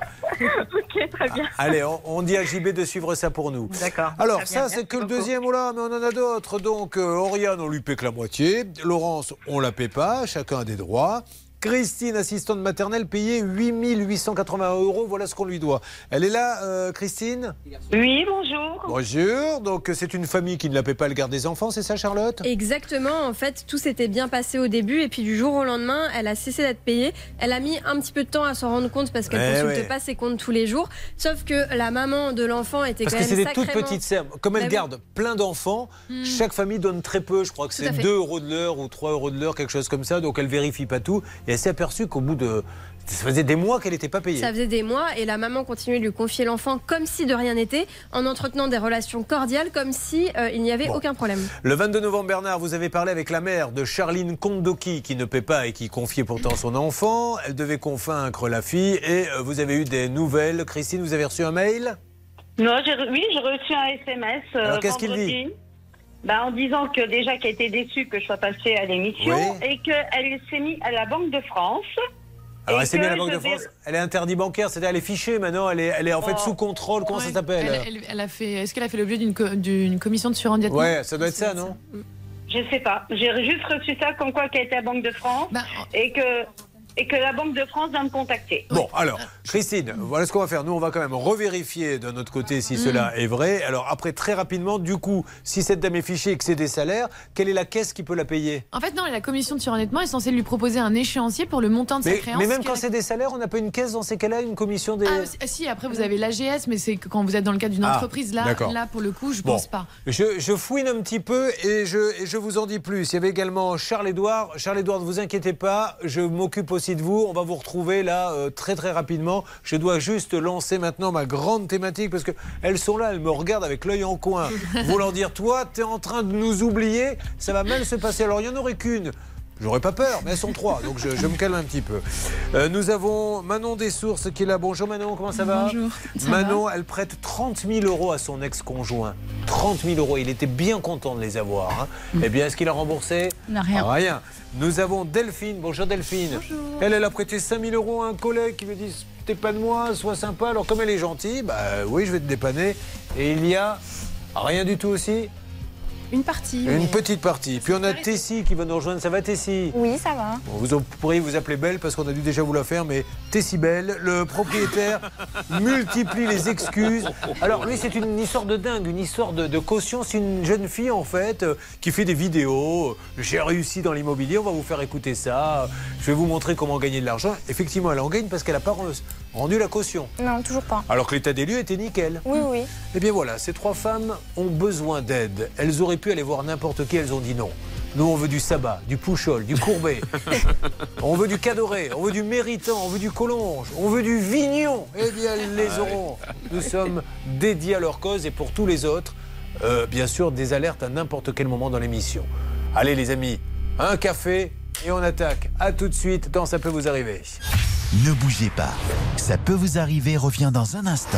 Ok, très bien. Allez, on, on dit à J B de suivre ça pour nous. D'accord. Alors, Très bien, ça, c'est merci que le beaucoup. deuxième, oh là, mais on en a d'autres. Donc, euh, Oriane, on lui paie que la moitié. Laurence, on la paie pas. Chacun a des droits. Christine, assistante maternelle, payée huit mille huit cent quatre-vingts euros. Voilà ce qu'on lui doit. Elle est là, euh, Christine? Oui, bonjour. Bonjour. Donc, c'est une famille qui ne la paie pas le garde des enfants, c'est ça, Charlotte? Exactement, en fait, tout s'était bien passé au début et puis du jour au lendemain, elle a cessé d'être payée. Elle a mis un petit peu de temps à s'en rendre compte parce qu'elle ne Eh consulte ouais. pas ses comptes tous les jours. Sauf que la maman de l'enfant était Parce quand que même c'est des sacrément... toutes petites serres. Comme elle Bah oui. garde plein d'enfants, Hmm. chaque famille donne très peu. Je crois que Tout c'est à fait. deux euros de l'heure ou trois euros de l'heure, quelque chose comme ça. Donc elle vérifie pas tout. Et elle s'est aperçue qu'au bout de. Ça faisait des mois qu'elle n'était pas payée. Ça faisait des mois et la maman continuait de lui confier l'enfant comme si de rien n'était, en entretenant des relations cordiales comme si euh, il n'y avait Bon. aucun problème. Le vingt-deux novembre, Bernard, vous avez parlé avec la mère de Charline Kondoki qui ne paie pas et qui confiait pourtant son enfant. Elle devait convaincre la fille et euh, vous avez eu des nouvelles. Christine, vous avez reçu un mail? Non, j'ai re- oui, j'ai reçu un S M S euh, Alors, qu'est-ce qu'il vendredi. dit Bah, en disant que déjà qu'elle était déçue que je sois passée à l'émission Oui. et qu'elle s'est mise à la Banque de France. Alors Et elle s'est mise à la que Banque je de vais- France. Elle est interdit bancaire, c'est-à-dire elle est fichée maintenant. Elle est, elle est en fait Oh. sous contrôle. Comment ça s'appelle? Elle, elle- elle a fait. Est-ce qu'elle a fait l'objet d'une co- d'une commission de surendiatement? Ouais, ça doit être ça, non? Je sais pas. J'ai juste reçu ça comme quoi qu'elle était à la Banque de France Bah, et que et que la Banque de France va me contacter. Bon, alors, Christine, voilà ce qu'on va faire. Nous, on va quand même revérifier de notre côté si Mm. cela est vrai. Alors, après, très rapidement, du coup, si cette dame est fichée et que c'est des salaires, quelle est la caisse qui peut la payer? En fait, non, la commission de surendettement est censée lui proposer un échéancier pour le montant de sa mais, créance. mais même qu'elle- quand c'est des salaires, on n'a pas une caisse dans ces cas-là, une commission des... Ah, si- si, après vous avez l'A G S, mais c'est que quand vous êtes dans le cadre d'une Ah, entreprise. Là, d'accord. là, pour le coup, je Bon. pense pas. Je, je fouine un petit peu et je, et je vous en dis plus. Il y avait également Charles-Édouard. Charles-Édouard, ne vous inquiétez pas, je m'occupe aussi de vous. On va vous retrouver là euh, très très rapidement. Je dois juste lancer maintenant ma grande thématique parce qu'elles sont là, elles me regardent avec l'œil en coin. Voulant dire, toi, tu es en train de nous oublier, ça va mal se passer. Alors, il n'y en aurait qu'une. J'aurais pas peur, mais elles sont trois, donc je, je me calme un petit peu. Euh, nous avons Manon Dessources qui est là. Bonjour Manon, comment ça va? Bonjour. Ça Manon, elle prête trente mille euros à son ex-conjoint. trente mille euros, il était bien content de les avoir. Hein. Eh bien, est-ce qu'il a remboursé? Non, rien. Ah, rien. Nous avons Delphine. Bonjour Delphine. Bonjour. Elle, elle a prêté cinq mille euros à un collègue qui lui dit t'es pas de moi, sois sympa. Alors comme elle est gentille, bah oui, je vais te dépanner. Et il y a rien du tout aussi? Une partie. Une mais- petite partie. Puis on a Tessie qui va nous rejoindre. Ça va Tessie? Oui, ça va. Bon, vous pourriez vous appeler Belle parce qu'on a dû déjà vous la faire, mais Tessie Belle, le propriétaire, multiplie les excuses. Alors lui, c'est une histoire de dingue, une histoire de, de caution. C'est une jeune fille en fait euh, qui fait des vidéos. J'ai réussi dans l'immobilier, on va vous faire écouter ça. Je vais vous montrer comment gagner de l'argent. Effectivement, elle en gagne parce qu'elle n'a pas rendu la caution. Non, toujours pas. Alors que l'état des lieux était nickel. Oui, oui. Eh bien voilà, ces trois femmes ont besoin d'aide. Elles auraient pu aller voir n'importe qui, elles ont dit non. Nous, on veut du Sabat, du Pouchol, du Courbet. On veut du Cadoré, on veut du Méritant, on veut du Collonges, on veut du Vignon. Eh bien, elles les auront. Nous sommes dédiés à leur cause et pour tous les autres, euh, bien sûr, des alertes à n'importe quel moment dans l'émission. Allez les amis, un café et on attaque. À tout de suite dans Ça peut vous arriver. Ne bougez pas. Ça peut vous arriver revient dans un instant.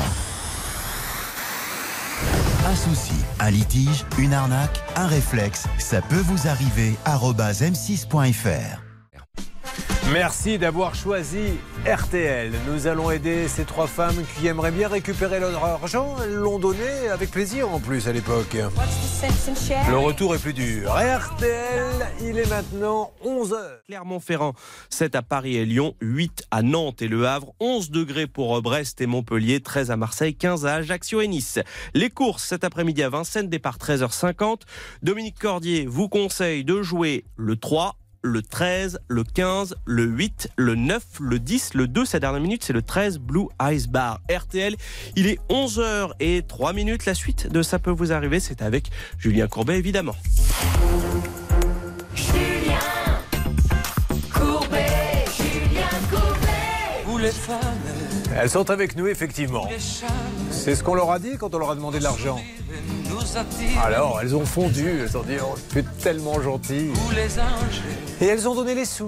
Un souci, un litige, une arnaque, un réflexe, ça peut vous arriver. arobase m six point f r Merci d'avoir choisi R T L. Nous allons aider ces trois femmes qui aimeraient bien récupérer leur argent. Elles l'ont donné avec plaisir en plus à l'époque. Le retour est plus dur. R T L, il est maintenant onze heures. Clermont-Ferrand, sept à Paris et Lyon, huit à Nantes et Le Havre, onze degrés pour Brest et Montpellier, treize à Marseille, quinze à Ajaccio et Nice. Les courses cet après-midi à Vincennes, départ treize heures cinquante. Dominique Cordier vous conseille de jouer le trois, le treize, le quinze, le huit, le neuf, le dix, le deux. Sa dernière minute, c'est le treize Blue Ice Bar. R T L, il est onze heures zéro trois minutes. La suite de Ça peut vous arriver, c'est avec Julien Courbet, évidemment. Julien Courbet, Julien Courbet. Vous les femmes. Elles sont avec nous, effectivement. C'est ce qu'on leur a dit quand on leur a demandé de l'argent. Alors, elles ont fondu, elles ont dit oh, tu es tellement gentil. Et elles ont donné les sous.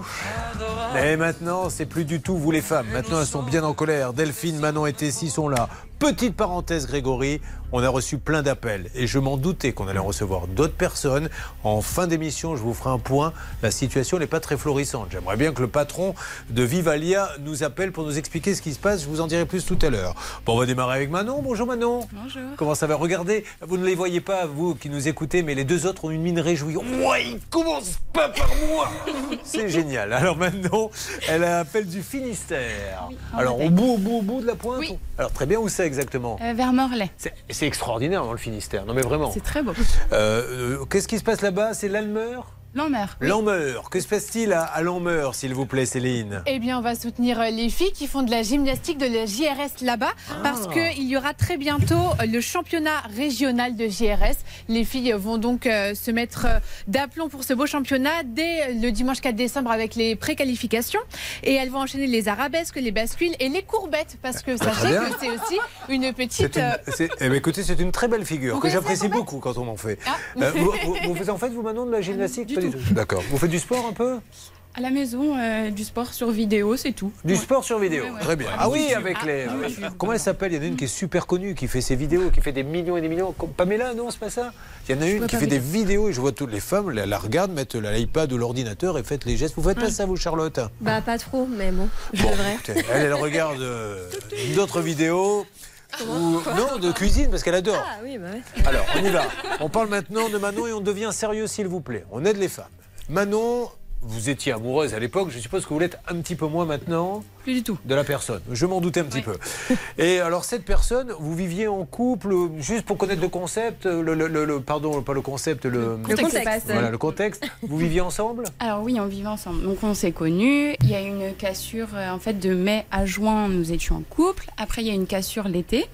Mais maintenant, c'est plus du tout vous les femmes. Maintenant, elles sont bien en colère. Delphine, Manon et Tessie sont là. Petite parenthèse, Grégory, on a reçu plein d'appels et je m'en doutais qu'on allait en recevoir d'autres personnes. En fin d'émission, je vous ferai un point. La situation n'est pas très florissante. J'aimerais bien que le patron de Vivalia nous appelle pour nous expliquer ce qui se passe. Je vous en dirai plus tout à l'heure. Bon, on va démarrer avec Manon. Bonjour Manon. Bonjour. Comment ça va? Regardez, vous ne les voyez pas, vous qui nous écoutez, mais les deux autres ont une mine réjouie. Ouais, il commence pas par moi. C'est génial. Alors Manon, elle a un appel du Finistère. Oui, Alors au bout, au bout, au bout de la pointe. Oui. Alors très bien, où c'est exactement? Euh, vers Morlaix. C'est, c'est extraordinaire dans le Finistère. Non mais vraiment. C'est très beau. Euh, euh, qu'est-ce qui se passe là-bas? C'est l'Almer? L'Anmer. Oui. L'Anmer. Que se passe-t-il à, à l'Anmer, s'il vous plaît, Céline? Eh bien, on va soutenir les filles qui font de la gymnastique de la J R S là-bas, Ah. parce qu'il y aura très bientôt le championnat régional de J R S. Les filles vont donc euh, se mettre euh, d'aplomb pour ce beau championnat dès le dimanche quatre décembre avec les préqualifications. Et elles vont enchaîner les arabesques, les bascules et les courbettes, parce que Très sachez bien. que c'est aussi une petite... C'est une, euh, c'est- eh ben, écoutez, c'est une très belle figure Vous que connaissez j'apprécie la beaucoup quand on m'en fait. Ah. Euh, vous, vous- vous faites en fait, vous, Manon, de la gymnastique? Pas du tout. D'accord. Vous faites du sport un peu? À la maison, euh, du sport sur vidéo, c'est tout. Du Ouais. sport sur vidéo, Ouais, ouais. très bien. Ouais, Ah oui, YouTube. avec Ah, les... ah, YouTube. Comment elle s'appelle? Il y en a une qui est super connue, qui fait ses vidéos, qui fait des millions et des millions. Comme Pamela, non, c'est pas ça? Il y en a une vois qui pas fait des vidéo. vidéos et je vois toutes les femmes, la, la regardent, mettre l'iPad ou l'ordinateur et faites les gestes. Vous faites pas Ouais. ça, vous, Charlotte? Bah, pas trop, mais bon, je Bon, devrais. écoutez, elle, elle regarde euh, d'autres vidéos. Ou- non, de cuisine, parce qu'elle adore. Ah oui, bah ouais. Alors, on y va. On parle maintenant de Manon et on devient sérieux, s'il vous plaît. On aide les femmes. Manon, vous étiez amoureuse à l'époque. Je suppose que vous l'êtes un petit peu moins maintenant. Plus du tout. De la personne. Je m'en doutais un petit peu. Et alors, cette personne, vous viviez en couple, juste pour connaître le concept, le, le- le- le- pardon, pas le concept, le, Le contexte. Voilà, le contexte. Vous viviez ensemble? Alors oui, on vivait ensemble. Donc on s'est connus. Il y a eu une cassure euh, en fait de mai à juin, nous étions en couple. Après il y a eu une cassure l'été.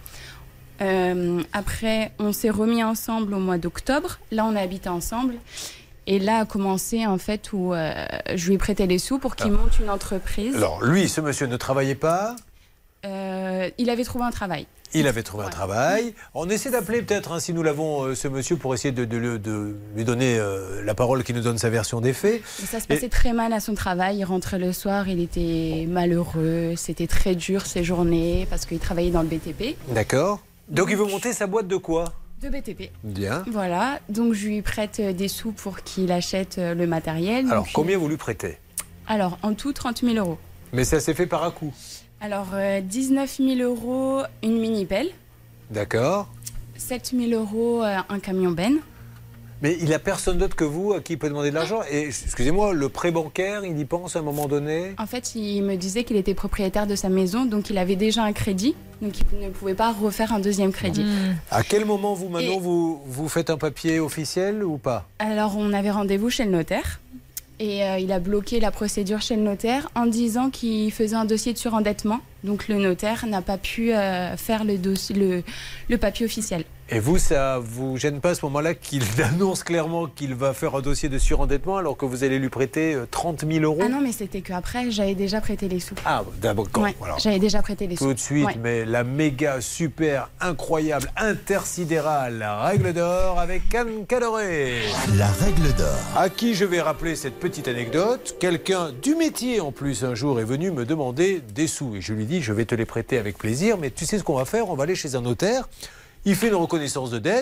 Euh, après on s'est remis ensemble au mois d'octobre. Là on a habité ensemble. Et là a commencé en fait où euh, je lui ai prêté les sous pour qu'il Ah. monte une entreprise. Alors, lui, ce monsieur ne travaillait pas. Euh, il avait trouvé un travail. Il avait trouvé un travail. On essaie d'appeler peut-être, hein, si nous l'avons, euh, ce monsieur, pour essayer de, de le- de lui donner euh, la parole qui nous donne sa version des faits. Et ça se Et- passait très mal à son travail. Il rentrait le soir, il était malheureux. C'était très dur ses journées parce qu'il travaillait dans le B T P. D'accord. Donc il veut monter sa boîte de quoi? De B T P. Bien. Voilà, donc je lui prête euh, des sous pour qu'il achète euh, le matériel. Alors, Donc, combien vous lui prêtez? Alors, en tout, trente mille euros. Mais ça s'est fait par à coup. Alors, euh, dix-neuf mille euros, une mini-pelle. D'accord. sept mille euros, euh, un camion benne. Mais il a personne d'autre que vous à qui il peut demander de l'argent. Et excusez-moi, le prêt bancaire, il y pense à un moment donné? En fait, il me disait qu'il était propriétaire de sa maison, donc il avait déjà un crédit. Donc, il ne pouvait pas refaire un deuxième crédit. À quel moment, vous, Manon, Et- vous, vous faites un papier officiel ou pas? Alors, on avait rendez-vous chez le notaire. Et euh, il a bloqué la procédure chez le notaire en disant qu'il faisait un dossier de surendettement. Donc le notaire n'a pas pu euh, faire le, dossier, le, le papier officiel. Et vous, ça vous gêne pas à ce moment-là qu'il annonce clairement qu'il va faire un dossier de surendettement alors que vous allez lui prêter euh, trente mille euros? Ah non, mais c'était qu'après, j'avais déjà prêté les sous. Ah, d'abord, Ouais, voilà. j'avais déjà prêté les sous. Tout de suite, Ouais. mais la méga, super, incroyable, intersidérale, la règle d'or avec Anne Cadoré. La règle d'or. À qui je vais rappeler cette petite anecdote. Quelqu'un du métier, en plus, un jour est venu me demander des sous. Et je lui dis, je vais te les prêter avec plaisir, mais tu sais ce qu'on va faire? On va aller chez un notaire. Il fait une reconnaissance de dette.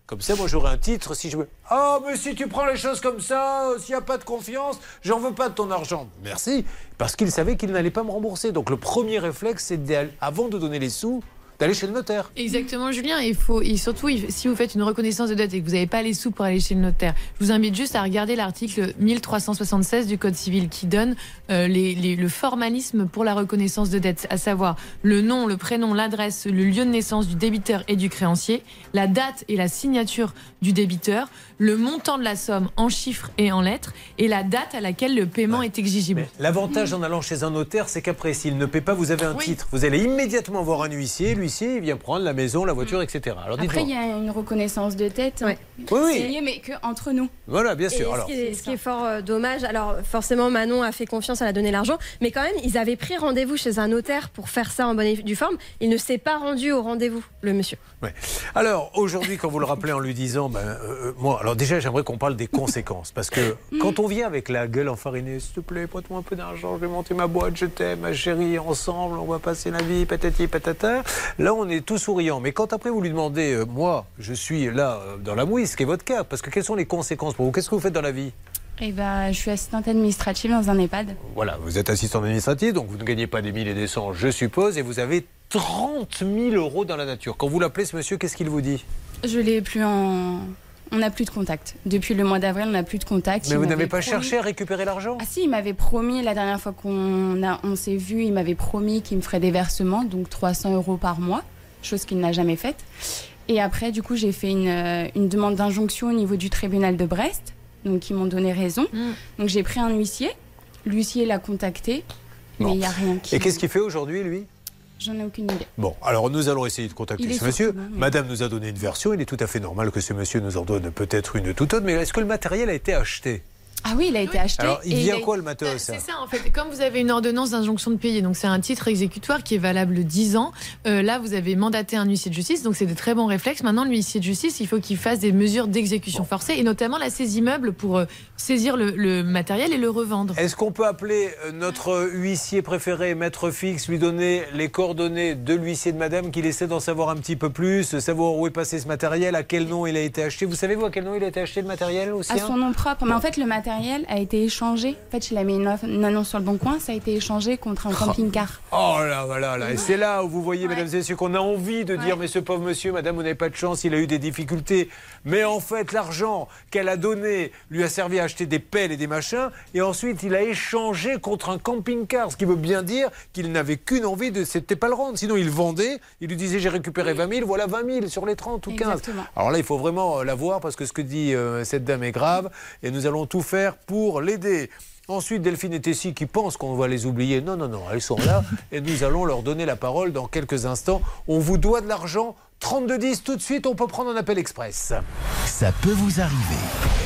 Comme ça, moi, j'aurai un titre si je veux. Ah, mais si tu prends les choses comme ça, s'il n'y a pas de confiance, j'en veux pas de ton argent. Merci. Parce qu'il savait qu'il n'allait pas me rembourser. Donc, le premier réflexe, c'est d'aller- avant de donner les sous, d'aller chez le notaire. Exactement, Julien. Il faut, et surtout, il- si vous faites une reconnaissance de dette et que vous n'avez pas les sous pour aller chez le notaire, je vous invite juste à regarder l'article mille trois cent soixante-seize du Code civil qui donne euh, les, les- le formalisme pour la reconnaissance de dette, à savoir le nom, le prénom, l'adresse, le lieu de naissance du débiteur et du créancier, la date et la signature du débiteur, le montant de la somme en chiffres et en lettres et la date à laquelle le paiement est exigible. L'avantage en allant chez un notaire, c'est qu'après, s'il ne paie pas, vous avez un titre. Vous allez immédiatement voir un huissier. L'huissier, il vient prendre la maison, la voiture, et cetera. Alors, Après, il dites-moi. y a une reconnaissance de tête. hein. Oui, oui. Signé, mais que entre nous. Voilà, bien Et sûr. ce, Alors, qui est, ce qui est fort euh, dommage, alors forcément Manon a fait confiance, elle a donné l'argent, mais quand même ils avaient pris rendez-vous chez un notaire pour faire ça en bonne et due forme. Il ne s'est pas rendu au rendez-vous, le monsieur. ouais. Alors, aujourd'hui, quand vous le rappelez en lui disant, ben, euh, moi, alors déjà, j'aimerais qu'on parle des conséquences. Parce que quand on vient avec la gueule enfarinée, s'il te plaît, prête-moi un peu d'argent, je vais monter ma boîte, je t'aime, ma chérie, ensemble, on va passer la vie, patati patata. Là, on est tout souriant. Mais quand après vous lui demandez, euh, moi, je suis là euh, dans la mouise, ce qui est votre cas, parce que quelles sont les conséquences pour vous? Qu'est-ce que vous faites dans la vie? Eh ben, je suis assistante administrative dans un EHPAD. Voilà, vous êtes assistant administratif, donc vous ne gagnez pas des mille et des cents, je suppose, et vous avez trente mille euros dans la nature. Quand vous l'appelez, ce monsieur, qu'est-ce qu'il vous dit? Je l'ai plus en. On n'a plus de contact. Depuis le mois d'avril, on n'a plus de contact. Mais Il vous m'avait n'avez pas promis- cherché à récupérer l'argent? Ah si, il m'avait promis, la dernière fois qu'on a, on s'est vu, il m'avait promis qu'il me ferait des versements, donc trois cents euros par mois, chose qu'il n'a jamais faite. Et après, du coup, j'ai fait une, euh, une demande d'injonction au niveau du tribunal de Brest, donc ils m'ont donné raison. Donc j'ai pris un huissier, l'huissier l'a contacté, mais il n'y a rien qui... Et qu'est-ce qu'il fait aujourd'hui, lui? J'en ai aucune idée. Bon, alors nous allons essayer de contacter Il est ce monsieur. surtout, oui. Madame nous a donné une version, il est tout à fait normal que ce monsieur nous en donne peut-être une toute autre, mais est-ce que le matériel a été acheté? Ah oui, il a été acheté. Alors, il et vient a- quoi le matos? C'est ça en fait, comme vous avez une ordonnance d'injonction de payer, donc c'est un titre exécutoire qui est valable dix ans, euh, là vous avez mandaté un huissier de justice, donc c'est de très bons réflexes. Maintenant l'huissier de justice, il faut qu'il fasse des mesures d'exécution forcée, et notamment la saisie meuble pour euh, saisir le, le matériel et le revendre. Est-ce qu'on peut appeler euh, notre huissier préféré, maître fixe, lui donner les coordonnées de l'huissier de madame, qu'il essaie d'en savoir un petit peu plus, savoir où est passé ce matériel, à quel nom il a été acheté? Vous savez, vous, à quel nom il a été acheté le matériel aussi? À son nom propre. Mais en fait, le matériel a été échangé. En fait, il a mis une, off- une annonce sur le Bon Coin, ça a été échangé contre un camping-car. Oh là, voilà, là. Et c'est là où vous voyez, mesdames et messieurs, qu'on a envie de dire, mais ce pauvre monsieur, madame, vous n'avez pas de chance, il a eu des difficultés. Mais en fait, l'argent qu'elle a donné lui a servi à acheter des pelles et des machins, et ensuite, il a échangé contre un camping-car, ce qui veut bien dire qu'il n'avait qu'une envie de, c'était pas le rendre. Sinon, il vendait, il lui disait, j'ai récupéré vingt mille, voilà vingt mille sur les trente ou quinze. Exactement. Alors là, il faut vraiment euh, la voir, parce que ce que dit euh, cette dame est grave, et nous allons tout faire pour l'aider. Ensuite, Delphine et Tessie qui pensent qu'on va les oublier. Non, non, non, elles sont là et nous allons leur donner la parole dans quelques instants. On vous doit de l'argent. trente-deux dix, tout de suite, on peut prendre un appel express. Ça peut vous arriver.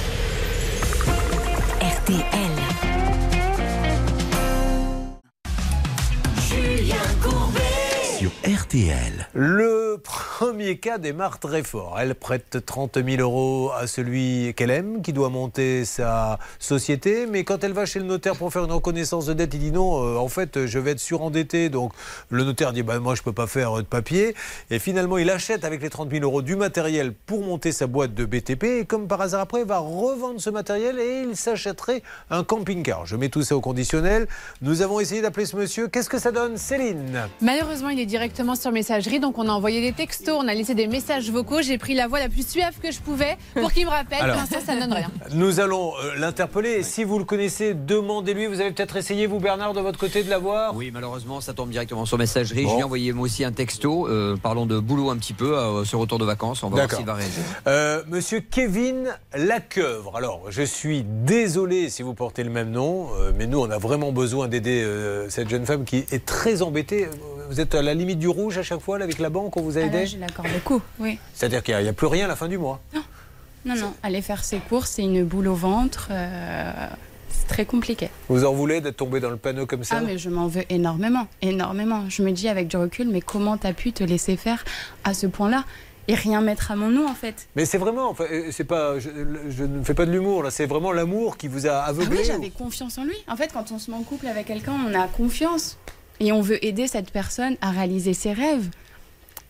R T L. Julien Courbet sur R T L. Le premier cas démarre très fort. Elle prête trente mille euros à celui qu'elle aime, qui doit monter sa société. Mais quand elle va chez le notaire pour faire une reconnaissance de dette, il dit non, euh, en fait, je vais être surendetté. Donc le notaire dit, bah, moi, je ne peux pas faire de papier. Et finalement, il achète avec les trente mille euros du matériel pour monter sa boîte de B T P. Et comme par hasard, après, il va revendre ce matériel et il s'achèterait un camping-car. Je mets tout ça au conditionnel. Nous avons essayé d'appeler ce monsieur. Qu'est-ce que ça donne, Céline? Malheureusement, il est directement sur messagerie, donc on a envoyé des textos, on a laissé des messages vocaux. J'ai pris la voix la plus suave que je pouvais pour qu'il me rappelle. Alors, Pour l'instant, ça ne donne rien. Nous allons euh, l'interpeller. Si vous le connaissez, demandez-lui. Vous avez peut-être essayé, vous, Bernard, de votre côté, de l'avoir? Oui, malheureusement, ça tombe directement sur messagerie. Bon. Julien, envoyez-moi aussi un texto. Euh, parlons de boulot un petit peu, euh, ce retour de vacances. On va voir D'accord. s'il va réagir. Euh, Monsieur Kevin Laqueuvre. Alors, je suis désolé si vous portez le même nom, euh, mais nous, on a vraiment besoin d'aider euh, cette jeune femme qui est très embêtée. Vous êtes à la limite du rouge à chaque fois, là, avec la banque, on vous a Ah aidé? là, j'ai l'accord de coup, oui. C'est-à-dire qu'il n'y a, il y a plus rien à la fin du mois. Non, non, aller faire ses courses, c'est une boule au ventre. euh, c'est très compliqué. Vous en voulez d'être tombé dans le panneau comme ça? Ah, mais je m'en veux énormément, énormément. Je me dis avec du recul, mais comment t'as pu te laisser faire à ce point-là et rien mettre à mon nom, en fait? Mais c'est vraiment, enfin, euh, c'est pas, je, je ne fais pas de l'humour, là, c'est vraiment l'amour qui vous a Ah aveuglé. oui, j'avais confiance en lui. En fait, quand on se met en couple avec quelqu'un, on a confiance. Et on veut aider cette personne à réaliser ses rêves.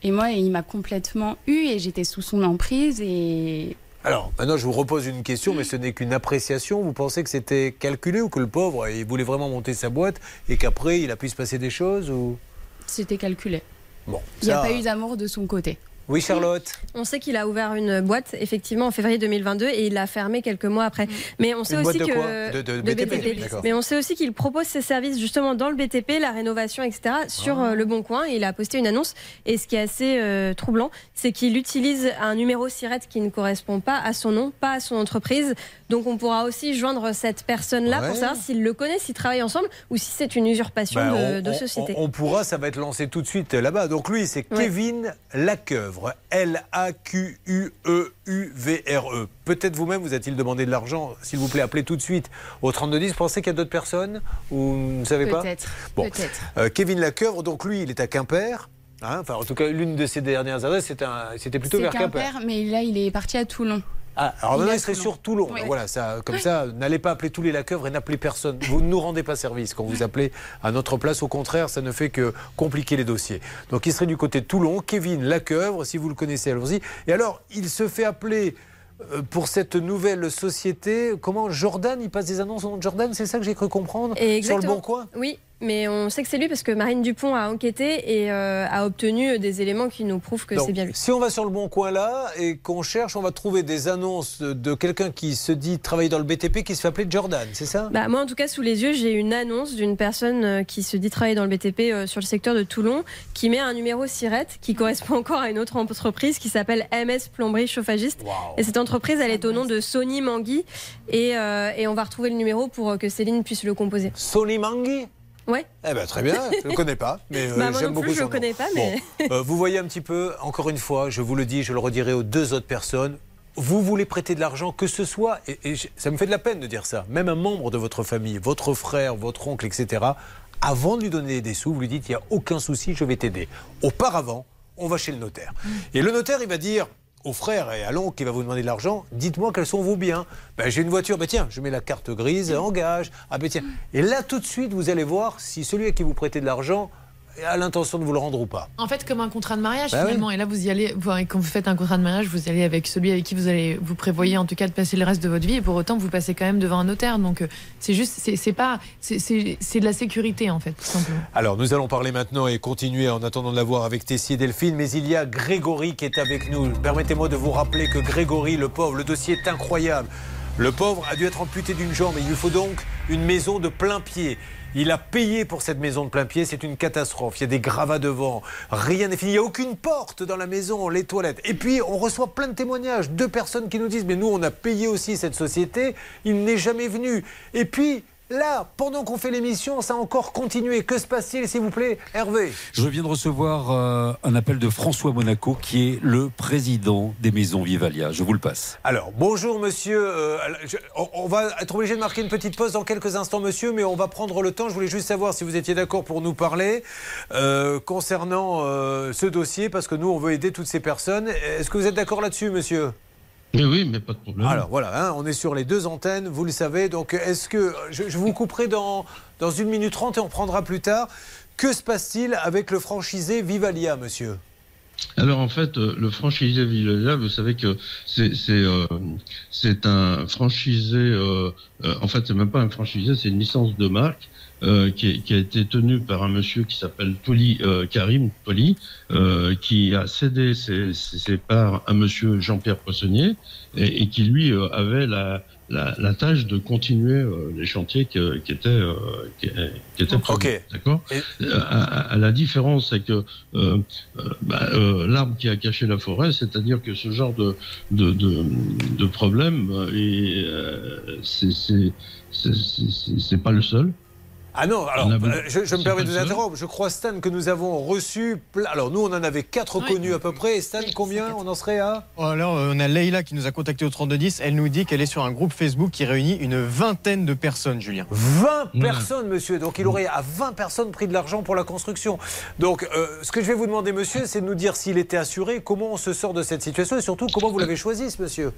Et moi, il m'a complètement eu et j'étais sous son emprise et... Alors, maintenant, je vous repose une question, mais ce n'est qu'une appréciation. Vous pensez que c'était calculé ou que le pauvre, il voulait vraiment monter sa boîte et qu'après, il a pu se passer des choses ou... C'était calculé. Bon, il n'y a ça... pas eu d'amour de son côté. Oui, Charlotte. On sait qu'il a ouvert une boîte, effectivement, en février deux mille vingt-deux et il l'a fermée quelques mois après. Mais on sait Une aussi boîte de que quoi de, de, de B T P. B T P. D'accord. Mais on sait aussi qu'il propose ses services justement dans le B T P, la rénovation, et cetera, sur Ah. euh, Le Bon Coin. Il a posté une annonce et ce qui est assez euh, troublant, c'est qu'il utilise un numéro SIRET qui ne correspond pas à son nom, pas à son entreprise. Donc on pourra aussi joindre cette personne-là Ouais. pour savoir s'il le connaît, s'ils travaillent ensemble ou si c'est une usurpation Ben, de, on, de on- société. On, on pourra, ça va être lancé tout de suite là-bas. Donc lui, c'est Ouais. Kevin Laqueuvre. L A Q U E U V R E. Peut-être vous-même, vous a-t-il demandé de l'argent. S'il vous plaît, appelez tout de suite au trente-deux dix. Vous pensez qu'il y a d'autres personnes ou vous ne savez pas? Peut-être. Bon. Peut-être. Euh, Kevin Laqueuvre, donc lui, il est à Quimper. Hein, enfin, en tout cas, l'une de ses dernières adresses, c'était un- c'était plutôt C'est vers Quimper. Quimper, mais là, il est parti à Toulon. Ah, alors Il maintenant, est à il serait Toulon. sur Toulon. Oui. Voilà, ça, comme ça, n'allez pas appeler tous les Laqueuvre et n'appelez personne. Vous ne nous rendez pas service quand vous appelez à notre place. Au contraire, ça ne fait que compliquer les dossiers. Donc, il serait du côté de Toulon. Kevin Laqueuvre, si vous le connaissez, allons-y. Et alors, il se fait appeler euh, pour cette nouvelle société. Comment Jordan, il passe des annonces au nom de Jordan, c'est ça que j'ai cru comprendre Et sur le exactement. Bon Coin. Oui, mais on sait que c'est lui parce que Marine Dupont a enquêté et euh, a obtenu des éléments qui nous prouvent que Donc, c'est bien lui. si on va sur le Bon Coin là et qu'on cherche, on va trouver des annonces de quelqu'un qui se dit travailler dans le B T P qui se fait appeler Jordan, c'est ça? Bah, moi, en tout cas, sous les yeux, j'ai une annonce d'une personne euh, qui se dit travailler dans le B T P euh, sur le secteur de Toulon, qui met un numéro SIRET qui correspond encore à une autre entreprise qui s'appelle M S Plomberie Chauffagiste. Et cette entreprise, elle est au nom de Sony Mangui. Et, euh, et on va retrouver le numéro pour euh, que Céline puisse le composer. Sony Mangui? Ouais. Eh ben, très bien, je ne le connais pas, mais euh, Bah, moi j'aime non beaucoup plus, je son le nom. connais pas, mais- Bon, euh, vous voyez un petit peu, encore une fois, je vous le dis, je le redirai aux deux autres personnes, vous voulez prêter de l'argent, que ce soit, et, et je- ça me fait de la peine de dire ça, même un membre de votre famille, votre frère, votre oncle, et cetera, avant de lui donner des sous, vous lui dites, il n'y a aucun souci, je vais t'aider. Auparavant, on va chez le notaire. Et le notaire, il va dire au frère et à l'oncle qui va vous demander de l'argent, dites-moi quels sont vos biens. Ben, j'ai une voiture, ben tiens, je mets la carte grise, engage. Ah ben tiens. Et là, tout de suite, vous allez voir si celui à qui vous prêtez de l'argent a l'intention de vous le rendre ou pas. En fait, comme un contrat de mariage, Bah finalement. oui. Et là, vous y allez, vous- quand vous faites un contrat de mariage, vous y allez avec celui avec qui vous allez, vous prévoyez en tout cas de passer le reste de votre vie. Et pour autant, vous passez quand même devant un notaire. Donc, euh, c'est juste, c'est c'est pas, c'est- c'est c'est de la sécurité, en fait, tout simplement. Alors, nous allons parler maintenant et continuer en attendant de la voir avec Tessie et Delphine. Mais il y a Grégory qui est avec nous. Permettez-moi de vous rappeler que Grégory, le pauvre, le dossier est incroyable. Le pauvre a dû être amputé d'une jambe et il lui faut donc une maison de plein pied. Il a payé pour cette maison de plein pied, c'est une catastrophe. Il y a des gravats devant, rien n'est fini. Il n'y a aucune porte dans la maison, les toilettes. Et puis, on reçoit plein de témoignages. Deux personnes qui nous disent, mais nous, on a payé aussi cette société, il n'est jamais venu. Et puis, là, pendant qu'on fait l'émission, ça a encore continué. Que se passe-t-il, s'il vous plaît, Hervé? Je viens de recevoir euh, un appel de François Monaco, qui est le président des Maisons Vivalia. Je vous le passe. Alors, bonjour monsieur. Euh, je- on, on va être obligé de marquer une petite pause dans quelques instants, monsieur, mais on va prendre le temps. Je voulais juste savoir si vous étiez d'accord pour nous parler euh, concernant euh, ce dossier, parce que nous, on veut aider toutes ces personnes. Est-ce que vous êtes d'accord là-dessus, monsieur? Oui, oui, mais pas de problème. Alors voilà, hein, on est sur les deux antennes, vous le savez. Donc, est-ce que. Je, je vous couperai dans, dans une minute trente et on reprendra plus tard. Que se passe-t-il avec le franchisé Vivalia, monsieur? Alors en fait, euh, le franchisé Vivalia, vous savez que c'est c'est euh, c'est un franchisé. Euh, euh, en fait, c'est même pas un franchisé, c'est une licence de marque euh, qui, est- qui a été tenue par un monsieur qui s'appelle Toli euh, Karim Toli, euh, qui a cédé ses, ses, ses parts à monsieur Jean-Pierre Poissonnier et, et qui lui euh, avait la, la la tâche de continuer euh, les chantiers qui, qui étaient euh, qui, qui étaient prévus. Ok. D'accord. Euh, à, à la différence, c'est que euh, euh, bah, euh, l'arbre qui a caché la forêt, c'est-à-dire que ce genre de de de, de problème, euh, et euh, c'est c'est c'est c'est- c'est pas le seul. Ah non, alors, On a- euh, je, je me c'est permets pas de vous le seul. interrompre. Je crois, Stan, que nous avons reçu. ple- Alors, nous, on en avait quatre connus à peu près. Et Stan, combien on en serait à? Alors, euh, on a Leïla qui nous a contacté au trente-deux dix. Elle nous dit qu'elle est sur un groupe Facebook qui réunit une vingtaine de personnes, Julien. vingt personnes, monsieur. Donc, il aurait à vingt personnes pris de l'argent pour la construction. Donc, euh, ce que je vais vous demander, monsieur, c'est de nous dire s'il était assuré, comment on se sort de cette situation et surtout, comment vous l'avez choisi, ce monsieur?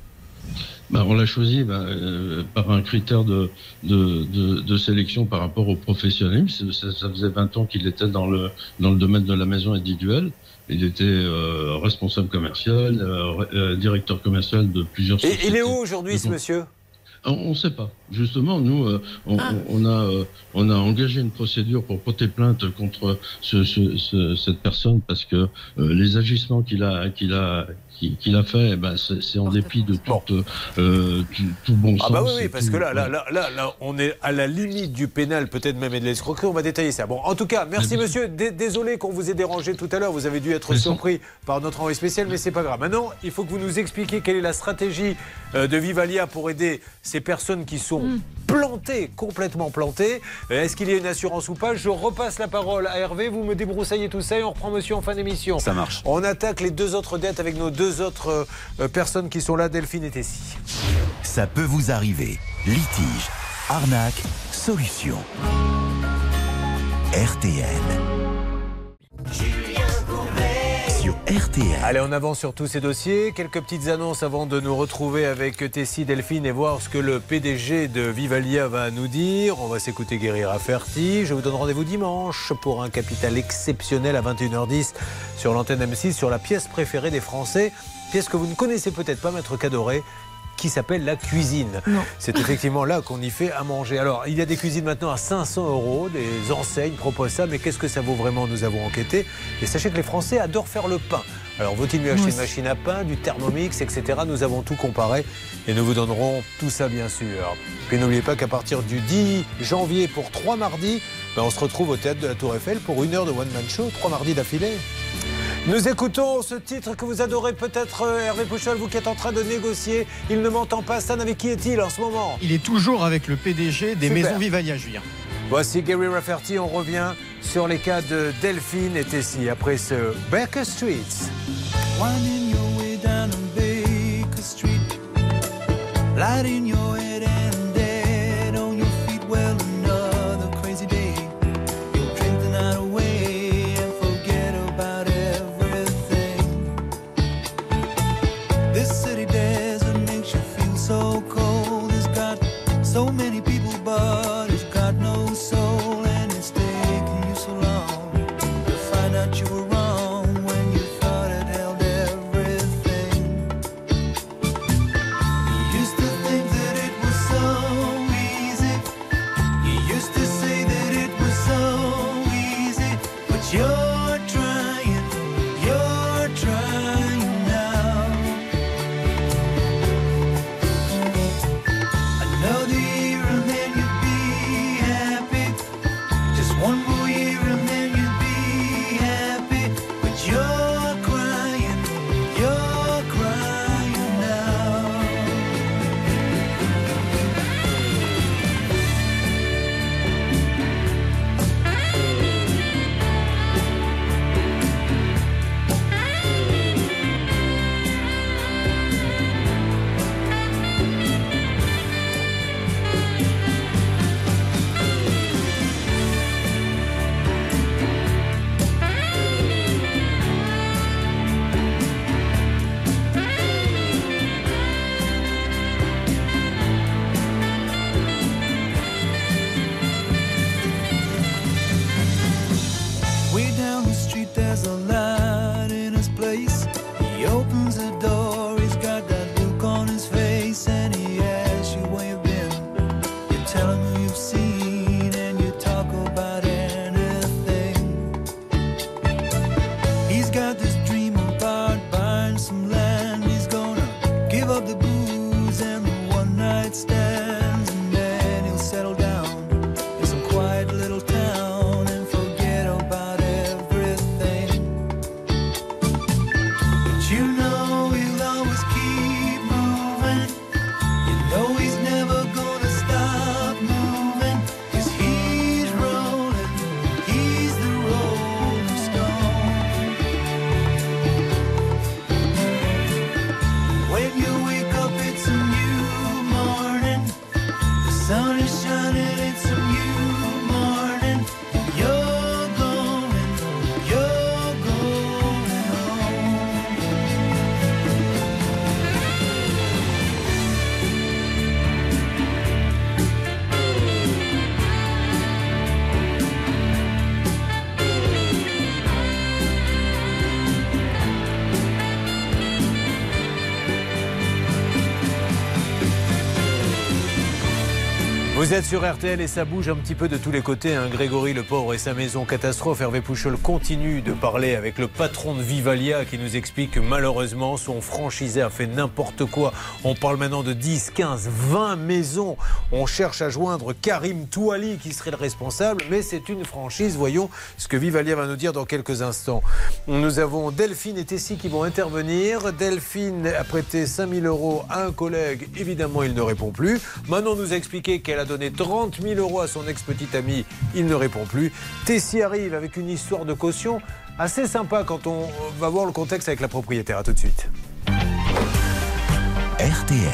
Ben, on l'a choisi ben, euh, par un critère de, de, de, de sélection par rapport au professionnalisme. Ça, ça faisait vingt ans qu'il était dans le, dans le domaine de la maison individuelle. Il était euh, responsable commercial, euh, euh, directeur commercial de plusieurs Et sociétés. il est où aujourd'hui, ce monsieur ? On ne sait pas. Justement, nous, euh, on, ah. on, a, euh, on a engagé une procédure pour porter plainte contre ce, ce, ce, cette personne parce que euh, les agissements qu'il a, qu'il a, qu'il a fait, eh ben, c'est en dépit de tout, euh, tout, tout bon sens. Ah bah oui, oui parce tout, que là, là, là, là, là, on est à la limite du pénal, peut-être même et de l'escroquerie. On va détailler ça. Bon, en tout cas, merci monsieur. D Désolé qu'on vous ait dérangé tout à l'heure. Vous avez dû être surpris par notre envoyé spécial, mais c'est pas grave. Maintenant, il faut que vous nous expliquiez quelle est la stratégie euh, de Vivalia pour aider ces personnes qui sont mmh. plantées, complètement plantées. Est-ce qu'il y a une assurance ou pas? Je repasse la parole à Hervé. Vous me débroussaillez tout ça et on reprend monsieur en fin d'émission. Ça marche. On attaque les deux autres dettes avec nos deux autres euh, personnes qui sont là, Delphine et Tessie. Ça peut vous arriver. Litige, arnaque, solution. R T L. Sur R T L. Allez, on avance sur tous ces dossiers. Quelques petites annonces avant de nous retrouver avec Tessie, Delphine et voir ce que le P D G de Vivalia va nous dire. On va s'écouter Guérir à Ferty. Je vous donne rendez-vous dimanche pour un capital exceptionnel à vingt et une heures dix sur l'antenne M six sur la pièce préférée des Français. Pièce que vous ne connaissez peut-être pas, Maître Cadoré, qui s'appelle la cuisine. C'est effectivement là qu'on y fait à manger. Alors, il y a des cuisines maintenant à cinq cents euros, des enseignes proposent ça, mais qu'est-ce que ça vaut vraiment? Nous avons enquêté. Et sachez que les Français adorent faire le pain. Alors, vaut-il mieux acheter une machine à pain, du Thermomix, et cetera. Nous avons tout comparé et nous vous donnerons tout ça, bien sûr. Puis n'oubliez pas qu'à partir du dix janvier, pour trois mardis, ben on se retrouve au Théâtre de la Tour Eiffel pour une heure de one-man show, trois mardis d'affilée. Nous écoutons ce titre que vous adorez peut-être, Hervé Pouchol, vous qui êtes en train de négocier. Il ne m'entend pas, Stan, avec qui est-il en ce moment? Il est toujours avec le P D G des Super. Maisons Vivalia, Julien. Voici Gary Rafferty, on revient sur les cas de Delphine et Tessie après ce Baker Street. Winding your way down on Baker Street, lighting your head and dead on your feet. Well, another crazy day. You'll drink the night away and forget about everything. This city desert makes you feel so cold. It's got so many people, but it's got no soul, and it's taking you so long to find out you were wrong when you thought it held everything. You used to think that it was so easy. You used to say that it was so easy, but you're trying, you're trying now. Another year and then you'd be happy. Just one more year and then you'd be happy, but you're crying, you're crying now. Way down the street there's a light in his place. He opens the door, he's got that look on his face, and he asks you where you've been. You tell him who you've seen and you talk about anything. He's got this dream about buying some land. He's gonna give up the booze and the one night stands, and then he'll settle down in some quiet little town and forget about everything. But you know Vous êtes sur R T L et ça bouge un petit peu de tous les côtés. Hein. Grégory le pauvre et sa maison catastrophe. Hervé Pouchol continue de parler avec le patron de Vivalia qui nous explique que malheureusement son franchisé a fait n'importe quoi. On parle maintenant de dix, quinze, vingt maisons. On cherche à joindre Karim Touali qui serait le responsable, mais c'est une franchise. Voyons ce que Vivalia va nous dire dans quelques instants. Nous avons Delphine et Tessie qui vont intervenir. Delphine a prêté cinq mille euros à un collègue. Évidemment, il ne répond plus. Manon nous a expliqué qu'elle a donné trente mille euros à son ex-petit ami. Il ne répond plus. Tessie arrive avec une histoire de caution assez sympa quand on va voir le contexte avec la propriétaire. A tout de suite. R T L.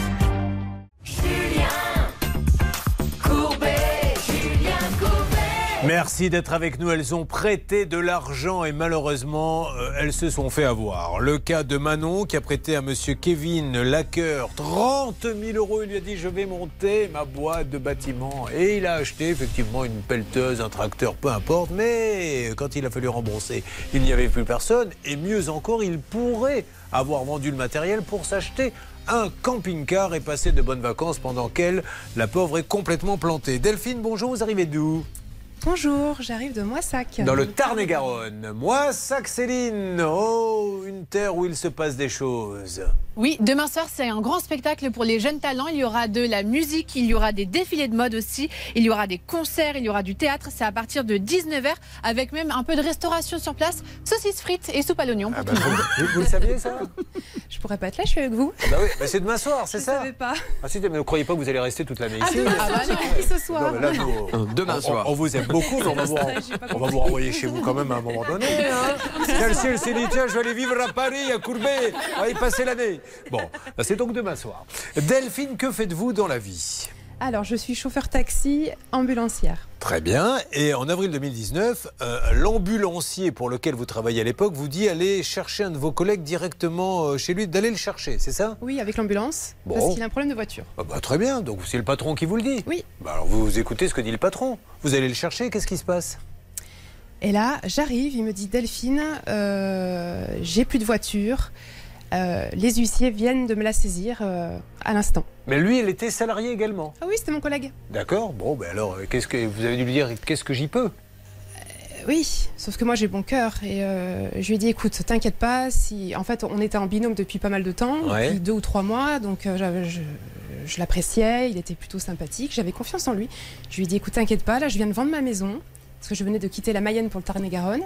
Merci d'être avec nous. Elles ont prêté de l'argent et malheureusement, euh, elles se sont fait avoir. Le cas de Manon qui a prêté à monsieur Kevin Lacker trente mille euros. Il lui a dit « Je vais monter ma boîte de bâtiment ». Et il a acheté effectivement une pelleteuse, un tracteur, peu importe. Mais quand il a fallu rembourser, il n'y avait plus personne. Et mieux encore, il pourrait avoir vendu le matériel pour s'acheter un camping-car et passer de bonnes vacances pendant qu'elle, la pauvre, est complètement plantée. Delphine, bonjour, vous arrivez d'où ? Bonjour, j'arrive de Moissac. Dans le Tarn-et-Garonne. Moissac, Céline. Oh, une terre où il se passe des choses. Oui, demain soir, c'est un grand spectacle pour les jeunes talents. Il y aura de la musique, il y aura des défilés de mode aussi, il y aura des concerts, il y aura du théâtre. C'est à partir de dix-neuf heures, avec même un peu de restauration sur place, saucisses frites et soupe à l'oignon. Ah bah, vous, vous le saviez, ça? Je pourrais pas être là, je suis avec vous. Bah oui, bah c'est demain soir, c'est ça? Je savais pas. Ah si, mais ne croyez pas que vous allez rester toute l'année Ah, ici. demain, Ah, bah non, ce soir. Non, mais là, nous, demain on, soir. On, on vous aime beaucoup, mais on va vous, on va vous renvoyer chez vous quand même à un moment donné. Hein. Celle-ci, elle s'est dit, tiens, je vais aller vivre à Paris, à Courbet, on va y passer l'année. Bon, bah, c'est donc demain soir. Delphine, que faites-vous dans la vie? Alors, je suis chauffeur taxi, ambulancière. Très bien. Et en avril deux mille dix-neuf, euh, l'ambulancier pour lequel vous travaillez à l'époque vous dit aller chercher un de vos collègues directement euh, chez lui, d'aller le chercher, c'est ça? Oui, avec l'ambulance, Bon. parce qu'il a un problème de voiture. Ah bah, très bien, donc c'est le patron qui vous le dit? Oui. Bah, alors vous écoutez ce que dit le patron. Vous allez le chercher, qu'est-ce qui se passe? Et là, j'arrive, il me dit, Delphine, euh, j'ai plus de voiture. Euh, les huissiers viennent de me la saisir euh, à l'instant. Mais lui, il était salarié également? Ah oui, c'était mon collègue. D'accord, bon, ben alors, qu'est-ce que vous avez dû lui dire? Qu'est-ce que j'y peux? Euh, oui, sauf que moi j'ai bon cœur et euh, je lui ai dit, écoute, t'inquiète pas, si... en fait on était en binôme depuis pas mal de temps, Ouais. depuis deux ou trois mois, donc euh, j'avais- je, je l'appréciais, il était plutôt sympathique, j'avais confiance en lui. Je lui ai dit, écoute, t'inquiète pas, là je viens de vendre ma maison, parce que je venais de quitter la Mayenne pour le Tarn-et-Garonne.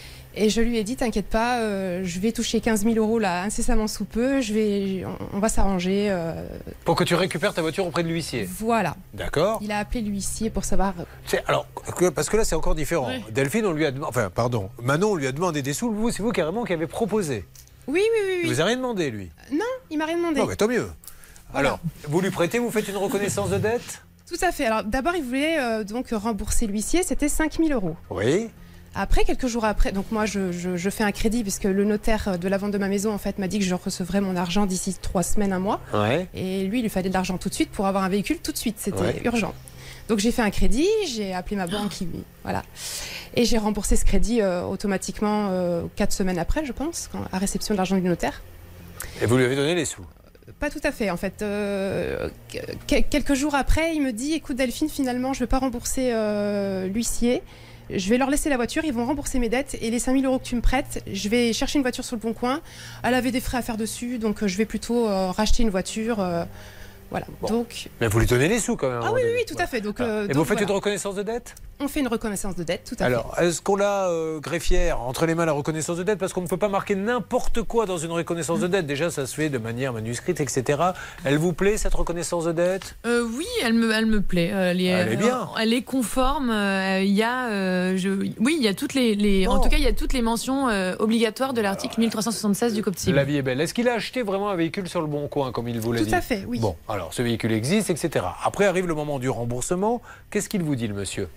Et je lui ai dit, t'inquiète pas, euh, je vais toucher quinze mille euros là, incessamment sous peu, je vais, on, on va s'arranger. euh, Pour que tu récupères ta voiture auprès de l'huissier? voilà. D'accord. Il a appelé l'huissier pour savoir. C'est- Alors, que- parce que là, c'est encore différent. Ouais. Delphine, on lui a demandé, enfin, pardon, Manon, on lui a demandé des sous. Vous, c'est vous carrément qui avez proposé. Oui, oui, oui. Il oui. vous a rien demandé, lui? Non, il m'a rien demandé. Non, mais tant mieux. Alors, vous lui prêtez, vous faites une reconnaissance de dette? Tout à fait. Alors d'abord, il voulait euh, donc rembourser l'huissier, c'était cinq mille euros. Oui. Après, quelques jours après, donc moi je, je- je fais un crédit puisque le notaire de la vente de ma maison en fait m'a dit que je recevrais mon argent d'ici trois semaines, un mois. Ouais. Et lui, il lui fallait de l'argent tout de suite pour avoir un véhicule tout de suite, c'était Ouais. urgent. Donc j'ai fait un crédit, j'ai appelé ma banque, qui, voilà, et j'ai remboursé ce crédit euh, automatiquement euh, quatre semaines après, je pense, quand- à réception de l'argent du notaire. Et vous lui avez donné les sous? Pas tout à fait, en fait. Euh, que- quelques jours après, il me dit, écoute Delphine, finalement, je ne vais pas rembourser euh, l'huissier. Je vais leur laisser la voiture, ils vont rembourser mes dettes et les cinq mille euros que tu me prêtes, je vais chercher une voiture sur le bon coin. Elle avait des frais à faire dessus, donc euh, je vais plutôt euh, racheter une voiture. euh, voilà. Donc, Mais vous lui donnez les sous quand même. à un ah moment oui, oui, donné. oui, tout à fait. Donc, euh, Et donc, vous faites voilà. une reconnaissance de dette? On fait une reconnaissance de dette, tout à Alors, est-ce qu'on a, euh, greffière, entre les mains la reconnaissance de dette? Parce qu'on ne peut pas marquer n'importe quoi dans une reconnaissance de dette. Déjà, ça se fait de manière manuscrite, et cetera. Elle vous plaît, cette reconnaissance de dette? Euh, oui, elle me, elle me plaît. Elle est, Elle est bien. euh, elle est conforme. euh, Il y a, euh, je, oui, il y a toutes les, les en tout cas, il y a toutes les mentions euh, obligatoires de l'article mille trois cent soixante-seize du Code civil. La vie est belle. Est-ce qu'il a acheté vraiment un véhicule sur le bon coin, comme il vous l'a Tout dit? à fait, oui. Bon, alors, ce véhicule existe, et cetera. Après arrive le moment du remboursement. Qu'est-ce qu'il vous dit, le monsieur?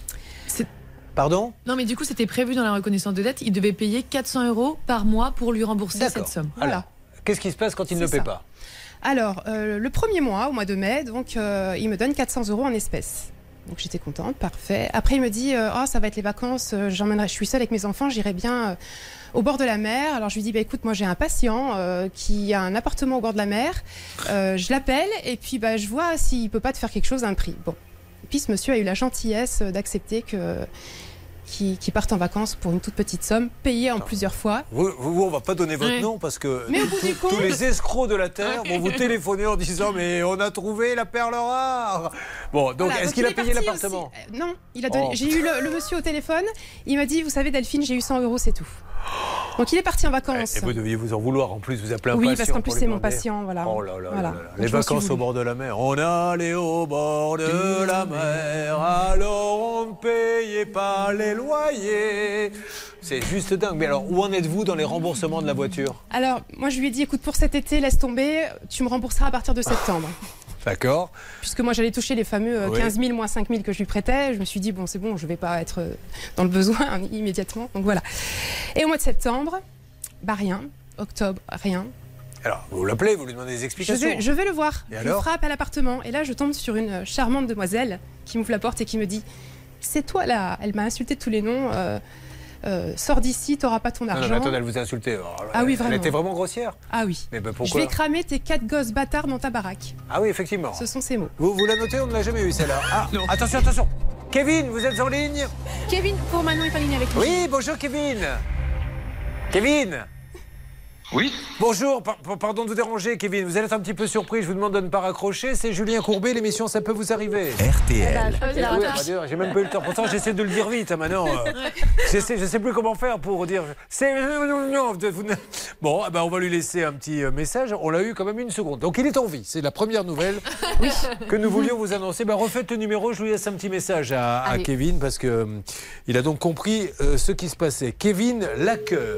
Pardon? Non, mais du coup, c'était prévu dans la reconnaissance de dette. Il devait payer quatre cents euros par mois pour lui rembourser D'accord. cette somme. Alors, qu'est-ce qui se passe quand il C'est ne paie ça. pas? Alors, euh, le premier mois, au mois de mai, donc, euh, il me donne quatre cents euros en espèces. Donc j'étais contente, parfait. Après il me dit euh, oh ça va être les vacances, euh, j'emmènerai, je suis seule avec mes enfants, j'irai bien euh, au bord de la mer. Alors je lui dis bah écoute moi j'ai un patient euh, qui a un appartement au bord de la mer, euh, je l'appelle et puis bah je vois s'il peut pas te faire quelque chose à un prix. Bon. Et puis ce monsieur a eu la gentillesse d'accepter que Qui, qui partent en vacances pour une toute petite somme, payée en plusieurs fois. Vous, vous, on va pas donner votre Ouais. nom parce que Mais au bout du compte- tous les escrocs de la terre vont vous téléphoner en disant mais on a trouvé la perle rare. Bon, donc Voilà, est-ce donc qu'il il a est payé parti l'appartement? aussi. Euh, Non, il a donné. Oh. J'ai eu le, le monsieur au téléphone. Il m'a dit, vous savez Delphine, j'ai eu cent euros, c'est tout. Donc il est parti en vacances. Et vous deviez vous en vouloir en plus, vous appelez un Oui, patient. parce qu'en plus pour lui c'est mon demander. patient, voilà. Oh là là, Voilà. là là là. Donc, Les je m'en suis vacances au voulu. bord de la mer. On allait au bord de la mer, alors on ne payait pas les loyers. C'est juste dingue. Mais alors, où en êtes-vous dans les remboursements de la voiture? Alors, moi je lui ai dit, écoute, pour cet été, laisse tomber, tu me rembourseras à partir de septembre. D'accord. Puisque moi j'allais toucher les fameux euh, Oui. quinze mille moins cinq mille que je lui prêtais, je me suis dit, bon, c'est bon, je vais pas être euh, dans le besoin hein, immédiatement. Donc voilà. Et au mois de septembre, bah rien. Octobre, rien. Alors, vous l'appelez, vous lui demandez des Je explications. vais, je vais le voir. Et je alors frappe à l'appartement. Et là, je tombe sur une charmante demoiselle qui m'ouvre la porte et qui me dit, c'est toi là. Elle m'a insulté de tous les noms. Euh, euh, sors d'ici, t'auras pas ton Non, non, argent. mais attendez, elle vous a insulté. Alors, Ah oui, Elle vraiment. était vraiment grossière. Ah oui. Mais ben, Je pourquoi vais cramer tes quatre gosses bâtards dans ta baraque. Ah oui, effectivement. Ce sont ces mots. Vous, vous la notez, on ne l'a jamais eu celle-là. Ah, attention, attention. Kevin, vous êtes en ligne? Kevin, pour Manon est en ligne avec nous. Oui, bonjour Kevin. Kevin. Oui. Bonjour, par- par- pardon de vous déranger Kevin, vous allez être un petit peu surpris, je vous demande de ne pas raccrocher, c'est Julien Courbet, l'émission Ça peut vous arriver. R T L. Ah oui, bah, dire, j'ai même pas eu le temps, pourtant j'essaie de le dire vite hein, maintenant. euh. J'essaie- je sais plus comment faire pour dire... C'est... Bon, eh ben, on va lui laisser un petit euh, message, on l'a eu quand même une seconde. Donc il est en vie, c'est la première nouvelle que nous voulions vous annoncer. Ben, refaites le numéro, je lui laisse un petit message à, à Allez. Kevin parce que euh, il a donc compris euh, ce qui se passait. Kevin Laqueur.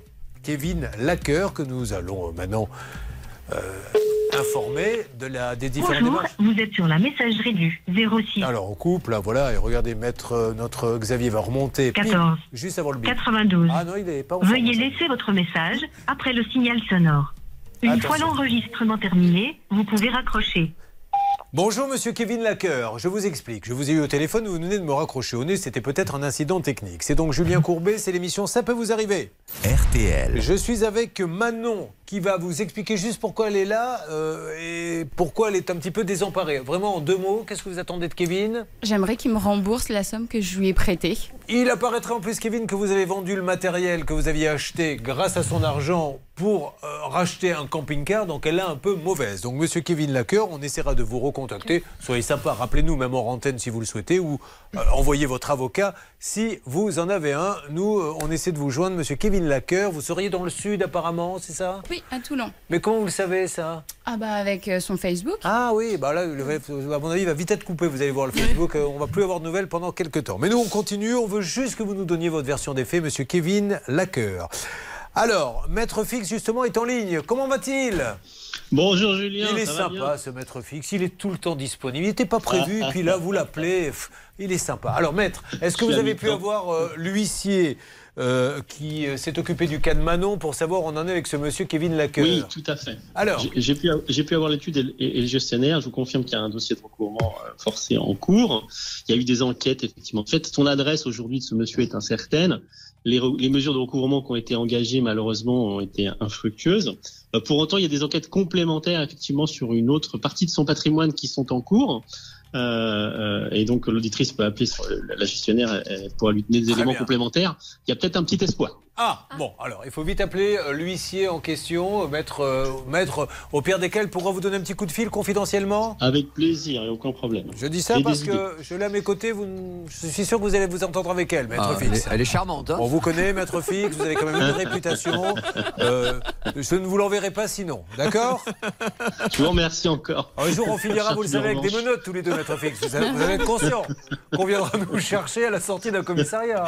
Kevin Laqueur, que nous allons euh, maintenant euh, informer de la, des différentes Bonjour, démarches. vous êtes sur la messagerie du zéro six Alors on coupe là, voilà, et regardez, maître, euh, notre Xavier va remonter. Pim, quatorze juste avant le bip. quatre-vingt-douze. Ah non, il est pas en forme, Veuillez ça. laisser votre message après le signal sonore. Une Attention. fois l'enregistrement terminé, vous pouvez raccrocher. Bonjour Monsieur Kevin Laqueur, je vous explique. Je vous ai eu au téléphone, vous venez de me raccrocher au nez, c'était peut-être un incident technique. C'est donc Julien Courbet, c'est l'émission Ça peut vous arriver. R T L. Je suis avec Manon qui va vous expliquer juste pourquoi elle est là euh, et pourquoi elle est un petit peu désemparée. Vraiment en deux mots, qu'est-ce que vous attendez de Kevin? J'aimerais qu'il me rembourse la somme que je lui ai prêtée. Il apparaîtrait en plus, Kevin, que vous avez vendu le matériel que vous aviez acheté grâce à son argent pour euh, racheter un camping-car, donc elle est un peu mauvaise. Donc, monsieur Kevin Laqueur, on essaiera de vous recontacter. Soyez sympa, rappelez-nous, même en antenne si vous le souhaitez, ou euh, envoyez votre avocat si vous en avez un. Nous, euh, on essaie de vous joindre, monsieur Kevin Laqueur. Vous seriez dans le sud, apparemment, c'est ça? Oui, à Toulon. Mais comment vous le savez, ça? Ah bah avec euh, son Facebook. Ah oui, bah là, le- à mon avis, il va vite être coupé. Vous allez voir le Facebook, euh, on va plus avoir de nouvelles pendant quelques temps. Mais nous, on continue. On veut juste que vous nous donniez votre version des faits, monsieur Kevin Laqueur. Alors, Maître Fix, justement, est en ligne. Comment va-t-il? Bonjour Julien. Il est ça va sympa, bien ce Maître Fix. Il est tout le temps disponible. Il n'était pas prévu, puis là, vous l'appelez. Pff, Il est sympa. Alors, Maître, est-ce que Je vous suis avez à pu mi-temps. avoir euh, l'huissier euh, qui euh, s'est occupé du cas de Manon pour savoir où on en est avec ce monsieur Kevin Laqueur? Oui, tout à fait. Alors J'ai- J'ai pu, j'ai pu avoir l'étude et, le- et le gestionnaire. Je vous confirme qu'il y a un dossier de recouvrement euh, forcé en cours. Il y a eu des enquêtes, effectivement. En fait, son adresse aujourd'hui de ce monsieur est incertaine. Les, re- les mesures de recouvrement qui ont été engagées, malheureusement, ont été infructueuses. Euh, Pour autant, il y a des enquêtes complémentaires, effectivement, sur une autre partie de son patrimoine qui sont en cours. Euh, euh, et donc, l'auditrice peut appeler sur le- la gestionnaire euh, pour lui donner des Très éléments bien. complémentaires. Il y a peut-être un petit espoir. Ah, bon, alors, il faut vite appeler euh, l'huissier en question, euh, maître, euh, maître, au pire desquels pourra vous donner un petit coup de fil confidentiellement? Avec plaisir et aucun problème. Je dis ça J'ai parce des que je l'ai à mes côtés, vous, n- je suis sûr que vous allez vous entendre avec elle, maître Ah, elle, Fix. est, elle est charmante. Hein. On vous connaît, maître Fix, vous avez quand même une réputation. Euh, je ne vous l'enverrai pas sinon, d'accord? Je vous remercie encore. Un jour, on finira, vous le savez, avec des Revanche. menottes tous les deux, maître Fix. Vous avez, vous allez être conscient qu'on viendra nous chercher à la sortie d'un commissariat.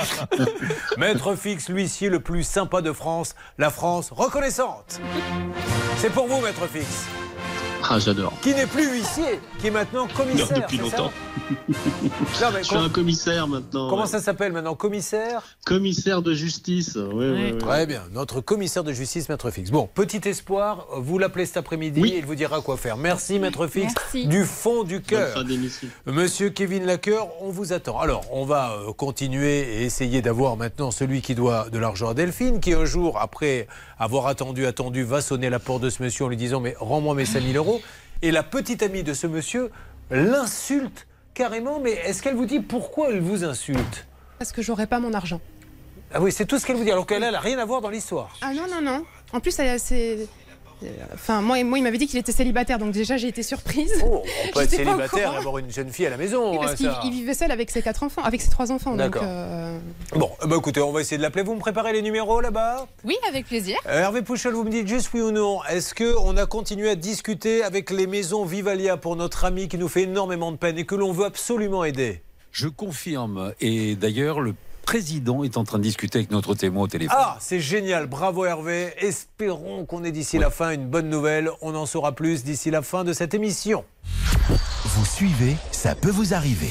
Maître Fix, l'huissier le plus sympa de France, la France reconnaissante. C'est pour vous, maître Fix. Ah, j'adore. Qui n'est plus huissier, qui est maintenant commissaire. Non, depuis c'est longtemps. Non, mais Je suis un commissaire maintenant. Comment ouais. ça s'appelle maintenant? Commissaire Commissaire de justice. Oui, oui, oui, oui. Très bien. Notre commissaire de justice, Maître Fix. Bon, petit espoir, vous l'appelez cet après-midi Oui. et il vous dira quoi faire. Merci, Maître Fix. Merci. Du fond du Bonne cœur. fin d'émission. Monsieur Kevin Lacoeur, on vous attend. Alors, on va euh, continuer et essayer d'avoir maintenant celui qui doit de l'argent à Delphine, qui un jour, après avoir attendu, attendu, va sonner à la porte de ce monsieur en lui disant « Mais rends-moi mes cinq mille euros ». Et la petite amie de ce monsieur l'insulte carrément. Mais est-ce qu'elle vous dit pourquoi elle vous insulte? Parce que j'aurais pas mon argent. Ah oui, c'est tout ce qu'elle vous dit, alors qu'elle n'a rien à voir dans l'histoire. Ah non, non, non. En plus, elle- c'est... Enfin, moi, moi il m'avait dit qu'il était célibataire, donc déjà j'ai été surprise. Oh, on peut être J'étais pas au célibataire et courant. avoir une jeune fille à la maison. Oui, parce hein, qu'il ça. il vivait seul avec ses quatre enfants, avec ses trois enfants. Donc, D'accord. euh, Bon, bah écoutez, on va essayer de l'appeler. Vous me préparez les numéros là-bas? Oui, avec plaisir. Euh, Hervé Pouchol, vous me dites juste oui ou non. Est-ce qu'on a continué à discuter avec les maisons Vivalia pour notre ami qui nous fait énormément de peine et que l'on veut absolument aider? Je confirme. Et d'ailleurs, le président est en train de discuter avec notre témoin au téléphone. Ah, c'est génial. Bravo Hervé. Espérons qu'on ait d'ici la fin une bonne nouvelle. On en saura plus d'ici la fin de cette émission. Vous suivez, ça peut vous arriver.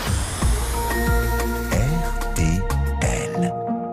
R T L.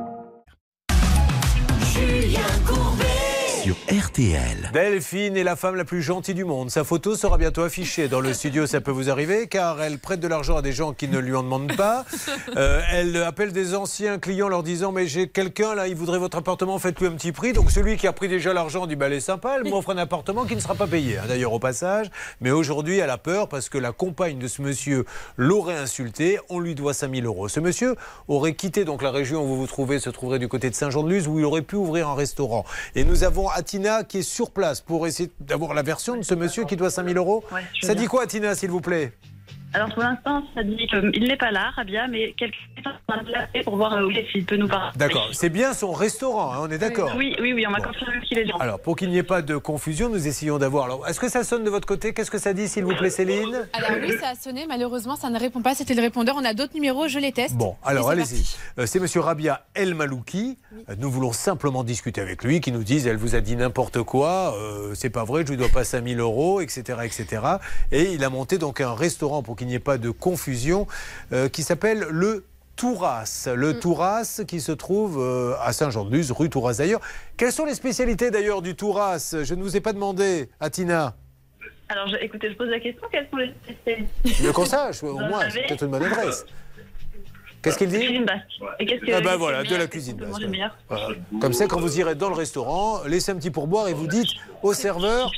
Julien Courbet. Sur R T L. Delphine est la femme la plus gentille du monde. Sa photo sera bientôt affichée dans le studio, ça peut vous arriver, car elle prête de l'argent à des gens qui ne lui en demandent pas. Euh, elle appelle des anciens clients leur disant « Mais j'ai quelqu'un là, il voudrait votre appartement, faites-lui un petit prix. » Donc celui qui a pris déjà l'argent dit bah, « Elle est sympa, elle m'offre un appartement qui ne sera pas payé. Hein, » D'ailleurs au passage. Mais aujourd'hui, elle a peur parce que la compagne de ce monsieur l'aurait insulté. On lui doit cinq mille euros. Ce monsieur aurait quitté donc la région où vous vous trouvez, se trouverait du côté de Saint-Jean-de-Luz, où il aurait pu ouvrir un restaurant. Et nous avons Atina qui est sur place pour essayer d'avoir la version de ce monsieur qui doit cinq mille euros. Ouais, je Ça veux dit bien. quoi, Atina, s'il vous plaît? Alors pour l'instant, ça dit qu'il n'est pas là, Rabia, mais quelqu'un est en train de l'appeler pour voir où il est, s'il peut nous parler. D'accord, c'est bien son restaurant, hein, on est d'accord? Oui, oui, oui, on m'a confirmé qu'il est là. Alors, pour qu'il n'y ait pas de confusion, nous essayons d'avoir... Alors, est-ce que ça sonne de votre côté? Qu'est-ce que ça dit, s'il vous plaît, Céline? Alors oui, ça a sonné, malheureusement, ça ne répond pas, c'était le répondeur. On a d'autres numéros, je les teste. Bon, alors Et c'est allez-y. parti. Euh, c'est monsieur Rabia El Malouki. Euh, Nous voulons simplement discuter avec lui, qui nous dise, elle vous a dit n'importe quoi, euh, c'est pas vrai, je lui dois pas cinq mille euros, et cetera, et cetera. Et il a monté donc un restaurant, pour qu'il n'y ait pas de confusion, euh, qui s'appelle le Touras. Le Mm. Touras qui se trouve euh, à Saint-Jean-de-Luz, rue Touras d'ailleurs. Quelles sont les spécialités d'ailleurs du Touras? Je ne vous ai pas demandé, Atina. Alors, je- écoutez, je pose la question, quelles sont les spécialités? Le qu'on sache, au Vous moins, savez c'est peut-être une bonne adresse. Qu'est-ce qu'il dit? Cuisine basque. Et qu'est-ce que Ah ben qu'est-ce voilà, que de la meilleur, cuisine qu'est-ce qu'on peut basque. manger meilleur? Voilà. Comme ça, quand vous irez dans le restaurant, laissez un petit pourboire et vous dites au serveur,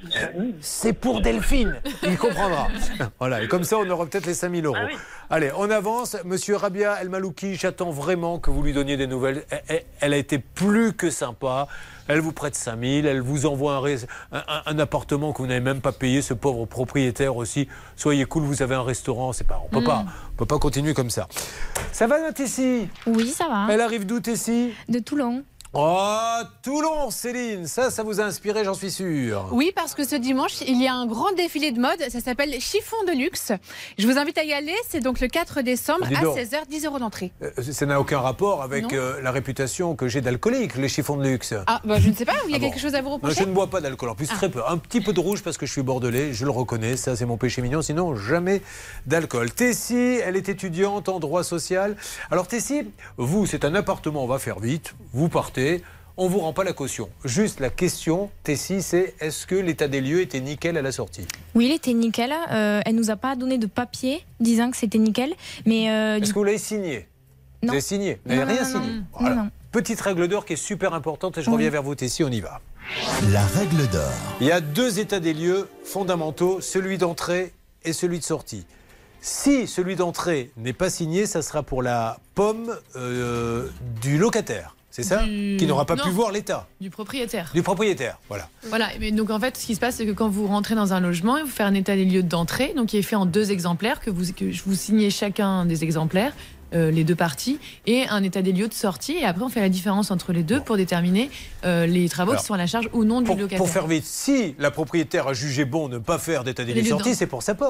c'est pour Delphine. Il comprendra. Voilà, et comme ça, on aura peut-être les cinq mille euros. Ah oui. Allez, on avance. Monsieur Rabia El Malouki, j'attends vraiment que vous lui donniez des nouvelles. Elle- Elle, elle a été plus que sympa. Elle vous prête cinq mille, elle vous envoie un, res- un- un- un appartement que vous n'avez même pas payé, ce pauvre propriétaire aussi. Soyez cool, vous avez un restaurant, c'est pas, on peut Mm. pas, on peut pas continuer comme ça. Ça va, ma Tessie? Oui, ça va. Elle arrive d'où, Tessie? De Toulon. Oh, Toulon, Céline, ça, ça vous a inspiré, j'en suis sûr. Oui, parce que ce dimanche, il y a un grand défilé de mode. Ça s'appelle Chiffon de luxe. Je vous invite à y aller. C'est donc le quatre décembre Dis à donc. seize heures, dix euros d'entrée. Euh, Ça n'a aucun rapport avec Non. euh, la réputation que j'ai d'alcoolique, les chiffons de luxe. Ah, bah, je ne sais pas. Il y a Ah bon. quelque chose à vous Non, reprocher? je ne bois pas d'alcool, en plus Ah. très peu. Un petit peu de rouge parce que je suis bordelais, je le reconnais, ça c'est mon péché mignon, sinon jamais d'alcool. Tessie, elle est étudiante en droit social. Alors Tessie, vous, c'est un appartement, on va faire vite, vous partez, on ne vous rend pas la caution. Juste la question, Tessie, c'est est-ce que l'état des lieux était nickel à la sortie? Oui, il était nickel. Euh, elle nous a pas donné de papier disant que c'était nickel. Mais euh, Est-ce du- que vous l'avez signé? Non. Vous avez signé? Vous n'avez Non, rien non, non, signé? non. Voilà. Non, non. Petite règle d'or qui est super importante et je Oui. reviens vers vous, Tessie, on y va. La règle d'or. Il y a deux états des lieux fondamentaux, celui d'entrée et celui de sortie. Si celui d'entrée n'est pas signé, ça sera pour la pomme euh, du locataire, c'est ça? Du- Qui n'aura pas Non. pu voir l'état. Du propriétaire. Du propriétaire, voilà. Voilà, mais donc en fait, ce qui se passe, c'est que quand vous rentrez dans un logement, il faut faire un état des lieux d'entrée, donc qui est fait en deux exemplaires, que vous, que vous signez chacun des exemplaires, euh, les deux parties, et un état des lieux de sortie, et après on fait la différence entre les deux pour déterminer euh, les travaux Alors, qui sont à la charge ou non du Pour, locataire. pour faire vite, si la propriétaire a jugé bon de ne pas faire d'état des Les lieux de lieux sortie, d'en- c'est pour sa pomme.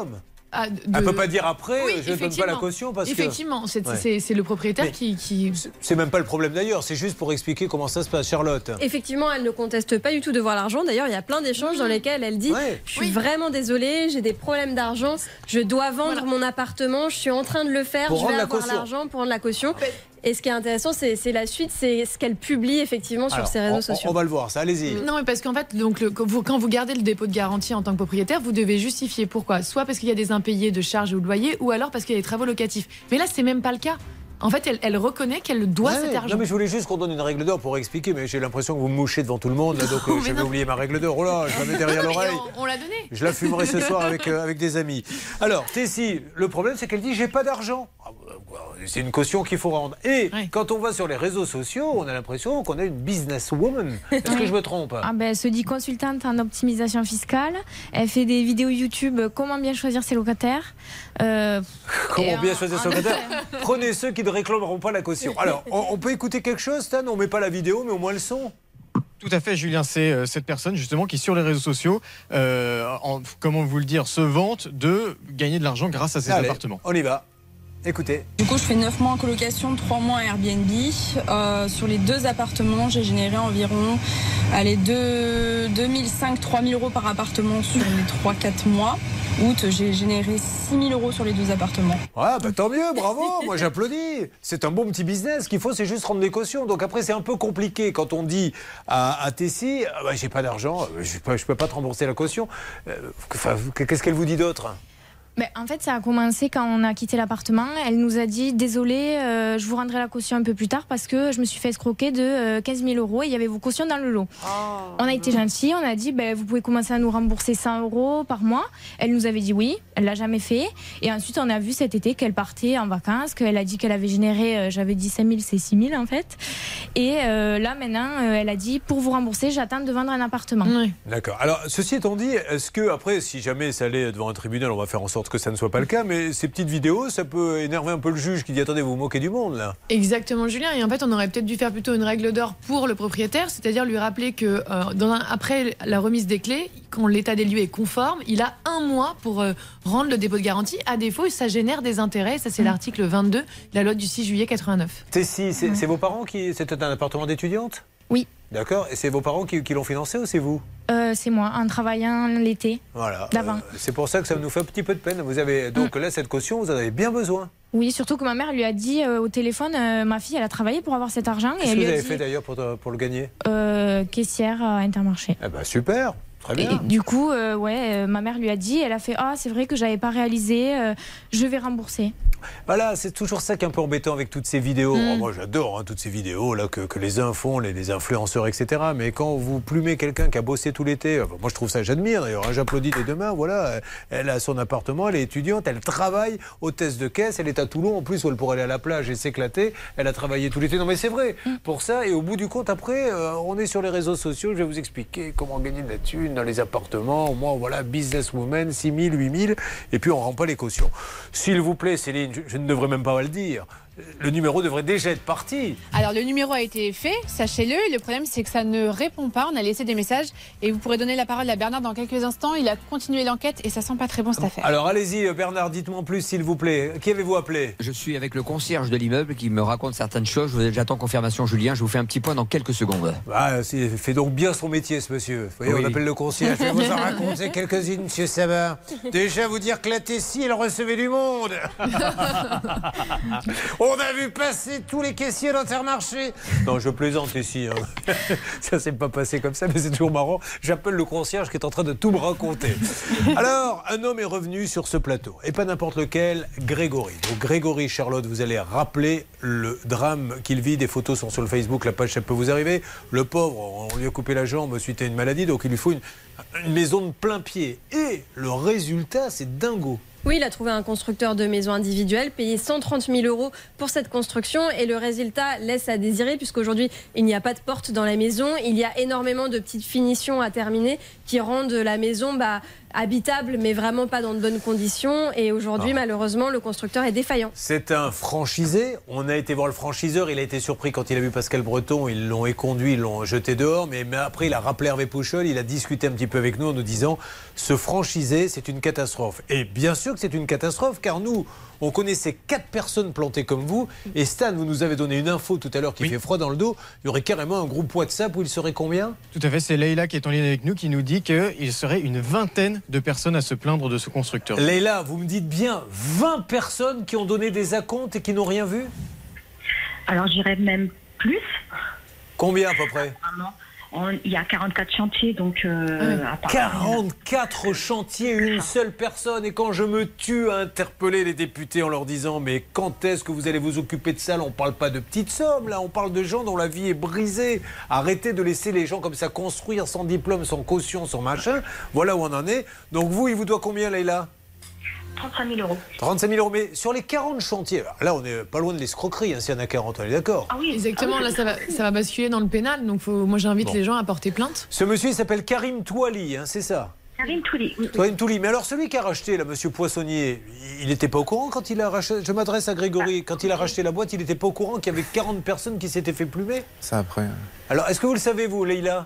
Ah, de... Elle ne peut pas dire après, Oui, je ne donne pas la caution parce effectivement, que... c'est Ouais. c'est- c'est le propriétaire Mais qui... qui... C'est même pas le problème d'ailleurs, c'est juste pour expliquer comment ça se passe, Charlotte. Effectivement, elle ne conteste pas du tout de voir l'argent. D'ailleurs, il y a plein d'échanges dans lesquels elle dit Ouais. Je suis vraiment désolée, j'ai des problèmes d'argent, je dois vendre mon appartement, je suis en train de le faire, Pour je rendre vais la avoir caution. l'argent pour rendre la caution. Et ce qui est intéressant, c'est c'est la suite, c'est ce qu'elle publie effectivement sur Alors, ses réseaux on, sociaux. on va le voir, ça, allez-y. Non, mais parce qu'en fait, donc, le- quand, vous, quand vous gardez le dépôt de garantie en tant que propriétaire, vous devez justifier pourquoi. Soit parce qu'il y a des impayés de charges ou de loyer, ou alors parce qu'il y a des travaux locatifs. Mais là, c'est même pas le cas. En fait, elle, elle reconnaît qu'elle doit Ouais, cet argent. non mais je voulais juste qu'on donne une règle d'or pour expliquer, mais j'ai l'impression que vous me mouchez devant tout le monde, là, donc euh, Mais j'avais non. oublié ma règle d'or. Oh là, je la mets derrière Non, mais l'oreille. on, on l'a donné. Je la fumerai ce soir avec, euh, avec des amis. Alors, Tessie, le problème c'est qu'elle dit j'ai pas d'argent. Ah, bah, c'est une caution qu'il faut rendre. Et quand on va sur les réseaux sociaux, on a l'impression qu'on a une businesswoman. Est-ce que je me trompe? Ah ben, elle se dit consultante en optimisation fiscale. Elle fait des vidéos YouTube euh, comment bien choisir ses locataires. Euh, Comment et bien en- choisir en son locataire? effet. Prenez ceux qui ne réclameront pas la caution. Alors, on, on peut écouter quelque chose, Stan? On met pas la vidéo, mais au moins le son. Tout à fait, Julien. C'est euh, cette personne justement qui, sur les réseaux sociaux, euh, en- comment vous le dire, se vante de gagner de l'argent grâce à ses Allez, appartements. On y va. Écoutez. Du coup, je fais neuf mois en colocation, trois mois en Airbnb. Euh, sur les deux appartements, j'ai généré environ allez, deux- deux mille cinq à trois mille euros par appartement sur les trois quatre mois. Août, j'ai généré six mille euros sur les deux appartements. Ouais, bah tant mieux, bravo, moi j'applaudis. C'est un bon petit business. Ce qu'il faut, c'est juste rendre des cautions. Donc après, c'est un peu compliqué quand on dit à, à Tessie, ah bah, j'ai pas d'argent, je peux, je peux pas te rembourser la caution. Euh, enfin, qu'est-ce qu'elle vous dit d'autre? Ben, en fait, ça a commencé quand on a quitté l'appartement. Elle nous a dit désolé, euh, je vous rendrai la caution un peu plus tard parce que je me suis fait escroquer de euh, quinze mille euros et il y avait vos cautions dans le lot. On a été gentils, on a dit ben, vous pouvez commencer à nous rembourser cent euros par mois. Elle nous avait dit oui, elle l'a jamais fait. Et ensuite, on a vu cet été qu'elle partait en vacances, qu'elle a dit qu'elle avait généré, euh, j'avais dit cinq mille, c'est six mille en fait. Et euh, là, maintenant, euh, elle a dit pour vous rembourser, j'attends de vendre un appartement. D'accord. Alors, ceci étant dit, est-ce que après, si jamais ça allait devant un tribunal, on va faire en sorte que ça ne soit pas le cas, mais ces petites vidéos, ça peut énerver un peu le juge qui dit attendez, vous vous moquez du monde là. Exactement, Julien. Et en fait, on aurait peut-être dû faire plutôt une règle d'or pour le propriétaire, c'est-à-dire lui rappeler que euh, dans un- après la remise des clés, quand l'état des lieux est conforme, il a un mois pour euh, rendre le dépôt de garantie. À défaut, ça génère des intérêts. Ça, c'est l'article vingt-deux de la loi du six juillet quatre-vingt-neuf. Tessie, c'est c'est vos parents qui. C'était un appartement d'étudiante? Oui. D'accord. Et c'est vos parents qui, qui l'ont financé ou c'est vous? Euh, c'est moi, en travaillant l'été. Voilà. D'avant. Euh, c'est pour ça que ça nous fait un petit peu de peine. Vous avez donc là cette caution, vous en avez bien besoin. Oui, surtout que ma mère lui a dit euh, au téléphone, euh, ma fille, elle a travaillé pour avoir cet argent. Et Qu'est-ce elle que lui vous a avez dit, fait d'ailleurs pour, pour le gagner? euh, caissière à Intermarché. Eh ben super. Très Et, bien. et du coup, euh, ouais, euh, ma mère lui a dit, elle a fait, ah, c'est vrai que j'avais pas réalisé, euh, je vais rembourser. Voilà, c'est toujours ça qui est un peu embêtant avec toutes ces vidéos. Mm. Oh, moi, j'adore hein, toutes ces vidéos là que, que les uns font, les, les influenceurs, et cetera. Mais quand vous plumez quelqu'un qui a bossé tout l'été, euh, moi je trouve ça, j'admire d'ailleurs. hein, J'applaudis des deux mains. Voilà, elle a son appartement, elle est étudiante, elle travaille hôtesse de caisse, elle est à Toulon en plus où elle pourrait aller à la plage et s'éclater. Elle a travaillé tout l'été. Non mais c'est vrai pour ça. Et au bout du compte, après, euh, on est sur les réseaux sociaux. Je vais vous expliquer comment gagner de la thune dans les appartements. Au moins, voilà, businesswoman, six mille, huit mille. Et puis on rend pas les cautions. S'il vous plaît, Céline, je, je ne devrais même pas le dire. Le numéro devrait déjà être parti. Alors le numéro a été fait, sachez-le. Le problème c'est que ça ne répond pas. On a laissé des messages et vous pourrez donner la parole à Bernard dans quelques instants. Il a continué l'enquête et ça sent pas très bon cette affaire. Alors allez-y, Bernard, dites-moi en plus, s'il vous plaît. Qui avez-vous appelé? Je suis avec le concierge de l'immeuble qui me raconte certaines choses. J'attends confirmation, Julien. Je vous fais un petit point dans quelques secondes. Ah, c'est- fait donc bien son métier, ce monsieur. Vous voyez, Oui. on appelle le concierge. Je vais vous en raconter quelques-unes, monsieur Sabat. Déjà, vous dire que la Tessie, elle recevait du monde. On a vu passer tous les caissiers d'Intermarché. Non, je plaisante ici. Hein. Ça s'est pas passé comme ça, mais c'est toujours marrant. J'appelle le concierge qui est en train de tout me raconter. Alors, un homme est revenu sur ce plateau. Et pas n'importe lequel, Grégory. Donc, Grégory, Charlotte, vous allez rappeler le drame qu'il vit. Des photos sont sur le Facebook, la page, ça peut vous arriver. Le pauvre, on lui a coupé la jambe suite à une maladie, donc il lui faut une, une maison de plein pied. Et le résultat, c'est dingo. Oui, il a trouvé un constructeur de maisons individuelles, payé cent trente mille euros pour cette construction et le résultat laisse à désirer puisqu'aujourd'hui il n'y a pas de porte dans la maison, il y a énormément de petites finitions à terminer qui rendent la maison bah, habitable, mais vraiment pas dans de bonnes conditions. Et aujourd'hui, Ah. malheureusement, le constructeur est défaillant. C'est un franchisé. On a été voir le franchiseur. Il a été surpris quand il a vu Pascal Breton. Ils l'ont éconduit, ils l'ont jeté dehors. Mais, mais après, il a rappelé Hervé Pouchol. Il a discuté un petit peu avec nous en nous disant ce franchisé, c'est une catastrophe. Et bien sûr que c'est une catastrophe, car nous, on connaissait quatre personnes plantées comme vous. Et Stan, vous nous avez donné une info tout à l'heure qui fait froid dans le dos. Il y aurait carrément un groupe WhatsApp où il serait combien? Tout à fait, c'est Leïla qui est en ligne avec nous qui nous dit qu'il serait une vingtaine de personnes à se plaindre de ce constructeur. Leïla, vous me dites bien vingt personnes qui ont donné des acomptes et qui n'ont rien vu? Alors j'irais même plus. Combien à peu près? Vraiment. On- Il y a quarante-quatre chantiers, donc... Euh, apparemment- quarante-quatre chantiers, une seule personne. Et quand je me tue à interpeller les députés en leur disant mais quand est-ce que vous allez vous occuper de ça? Là, on ne parle pas de petites sommes, là, on parle de gens dont la vie est brisée. Arrêtez de laisser les gens comme ça construire sans diplôme, sans caution, sans machin. Voilà où on en est. Donc vous, il vous doit combien, Leïla? trente-cinq mille euros. trente-cinq mille euros. Mais sur les quarante chantiers, alors là, on n'est pas loin de l'escroquerie, hein, s'il y en a quarante, on est d'accord? Ah oui, Exactement, ah oui, là ça va, ça va basculer dans le pénal, donc faut, moi j'invite Bon. les gens à porter plainte. Ce monsieur, il s'appelle Karim Touali, hein, c'est ça? Karim Touli. oui. Karim Touli. Mais alors, celui qui a racheté, là, monsieur Poissonnier, il n'était pas au courant quand il a racheté. Je m'adresse à Grégory. Quand il a racheté la boîte, il n'était pas au courant qu'il y avait quarante personnes qui s'étaient fait plumer? Ça après. Alors, est-ce que vous le savez, vous, Leïla?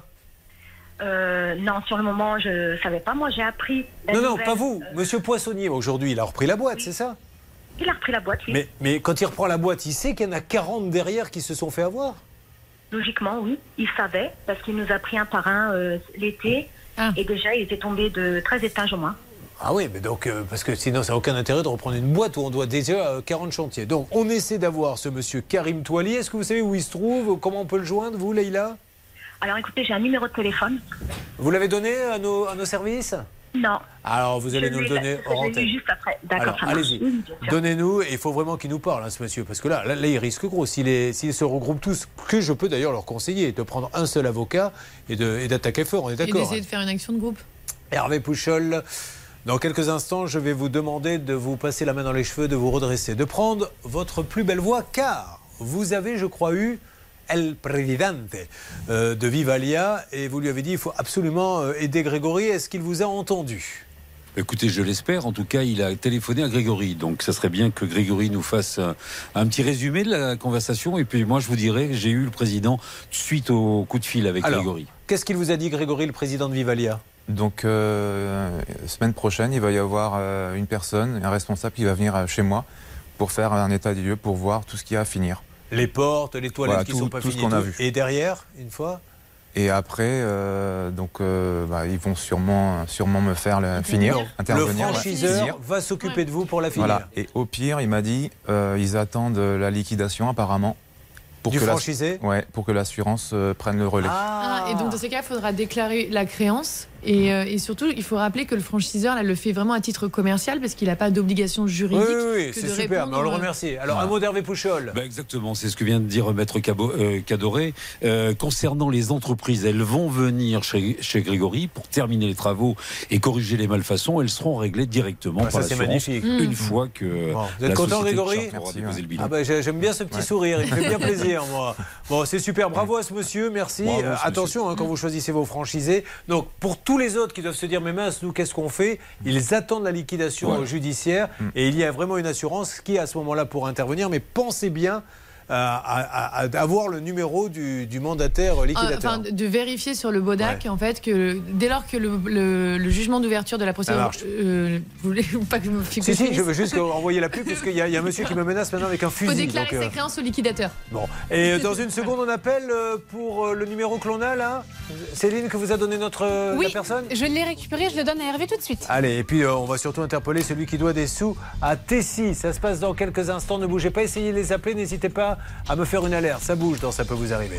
Euh, non, sur le moment, je ne savais pas. Moi, j'ai appris... la Non, non, nouvelle, pas vous. euh, Monsieur Poissonnier, aujourd'hui, il a repris la boîte, c'est ça? Il a repris la boîte, oui. mais, mais quand il reprend la boîte, il sait qu'il y en a quarante derrière qui se sont fait avoir? Logiquement, oui. Il savait, parce qu'il nous a pris un par un euh, l'été. Et déjà, il était tombé de treize étages au moins. Ah oui, mais donc, euh, parce que sinon, ça n'a aucun intérêt de reprendre une boîte où on doit déjà euh, quarante chantiers. Donc, on essaie d'avoir ce monsieur Karim Touali. Est-ce que vous savez où il se trouve? Comment on peut le joindre, vous, Leïla? Alors, écoutez, j'ai un numéro de téléphone. Vous l'avez donné à nos, à nos services? Non. Alors, vous allez Je nous le l'ai- donner je hors l'ai antenne. juste après. D'accord, Alors, ça marche. allez-y. Oui, bien sûr. Donnez-nous, et il faut vraiment qu'il nous parle, hein, ce monsieur, parce que là, là, là, il risque gros. S'il est- s'ils se regroupent tous, que je peux d'ailleurs leur conseiller, de prendre un seul avocat et de- et d'attaquer fort, on est Et d'accord? d'essayer de faire une action de groupe. Hervé Pouchol, dans quelques instants, je vais vous demander de vous passer la main dans les cheveux, de vous redresser, de prendre votre plus belle voix, car vous avez, je crois, eu El Presidente euh, de Vivalia, et vous lui avez dit il faut absolument euh, aider Grégory. Est-ce qu'il vous a entendu? Écoutez, je l'espère. En tout cas, il a téléphoné à Grégory. Donc, ça serait bien que Grégory nous fasse un, un petit résumé de la conversation. Et puis, moi, je vous dirai, j'ai eu le président suite au coup de fil avec Alors, Grégory. Qu'est-ce qu'il vous a dit, Grégory, le président de Vivalia? Donc, euh, semaine prochaine, il va y avoir euh, une personne, un responsable qui va venir euh, chez moi pour faire un état des lieux, pour voir tout ce qu'il y a à finir. Les portes, les toilettes Voilà, qui tout- sont pas tout ce finies. qu'on a tout. vu. Et derrière, une fois? Et après, euh, donc, euh, bah, ils vont sûrement, sûrement me faire le, finir, Donc, intervenir. le ouais, franchiseur finir. va s'occuper de vous pour la finir. Voilà. Et au pire, il m'a dit, euh, ils attendent la liquidation apparemment. Pour Du que la- franchisé Ouais, pour que l'assurance euh, prenne le relais. Ah, et donc dans ces cas, il faudra déclarer la créance. Et, euh, et surtout, il faut rappeler que le franchiseur là, le fait vraiment à titre commercial parce qu'il n'a pas d'obligation Oui, juridique. oui, oui, que c'est de super, mais on le répondre, remercie. Alors, Voilà. un mot d'Hervé Pouchol. Ben exactement, c'est ce que vient de dire Maître Cabo- euh, Cadoré. Euh, concernant les entreprises, elles vont venir chez, chez Grégory pour terminer les travaux et corriger les malfaçons. Elles seront réglées directement Ah, par ça, c'est l'assurance magnifique. une Mmh. fois que Bon, vous êtes la content, société de Grégory? charge aura déposé le bilan. Ah bah, j'ai- j'aime bien ce petit Ouais. sourire, il me fait bien plaisir, moi. Bon, c'est super, bravo à ce monsieur, merci. Bravo, Euh, ce attention hein, quand vous choisissez vos franchisés. Donc, pour tous les autres qui doivent se dire, mais mince, nous, qu'est-ce qu'on fait? Ils attendent la liquidation Ouais. euh, judiciaire et il y a vraiment une assurance qui, à ce moment-là, pourra intervenir. Mais pensez bien euh, à, à- à avoir le numéro du, du mandataire euh, liquidateur. Enfin, de de vérifier sur le BODAC, en fait, que dès lors que le, le- le jugement d'ouverture de la procédure. marche. euh, vous voulez pas que je me Si, si, je veux juste envoyer la pub parce qu'il y, a- il y a un monsieur qui me menace maintenant avec un Il fusil. faut déclarer donc, euh, ses créances au liquidateur. Bon, et euh, dans une seconde, on appelle euh, pour euh, le numéro que l'on a là. Céline, que vous a donné notre euh, Oui, la personne. je l'ai récupéré, je le donne à Hervé tout de suite. Allez, et puis euh, on va surtout interpeller celui qui doit des sous à Tessy. Ça se passe dans quelques instants. Ne bougez pas, essayez de les appeler. N'hésitez pas à me faire une alerte. Ça bouge dans Ça peut vous arriver.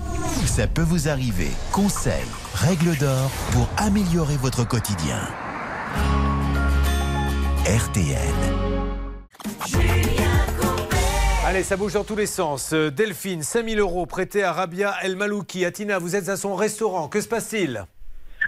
Ça peut vous arriver. Conseils, règles d'or pour améliorer votre quotidien. R T L. Allez, ça bouge dans tous les sens. Euh, Delphine, cinq mille euros prêtés à Rabia El Malouki. Atina, vous êtes à son restaurant. Que se passe-t-il?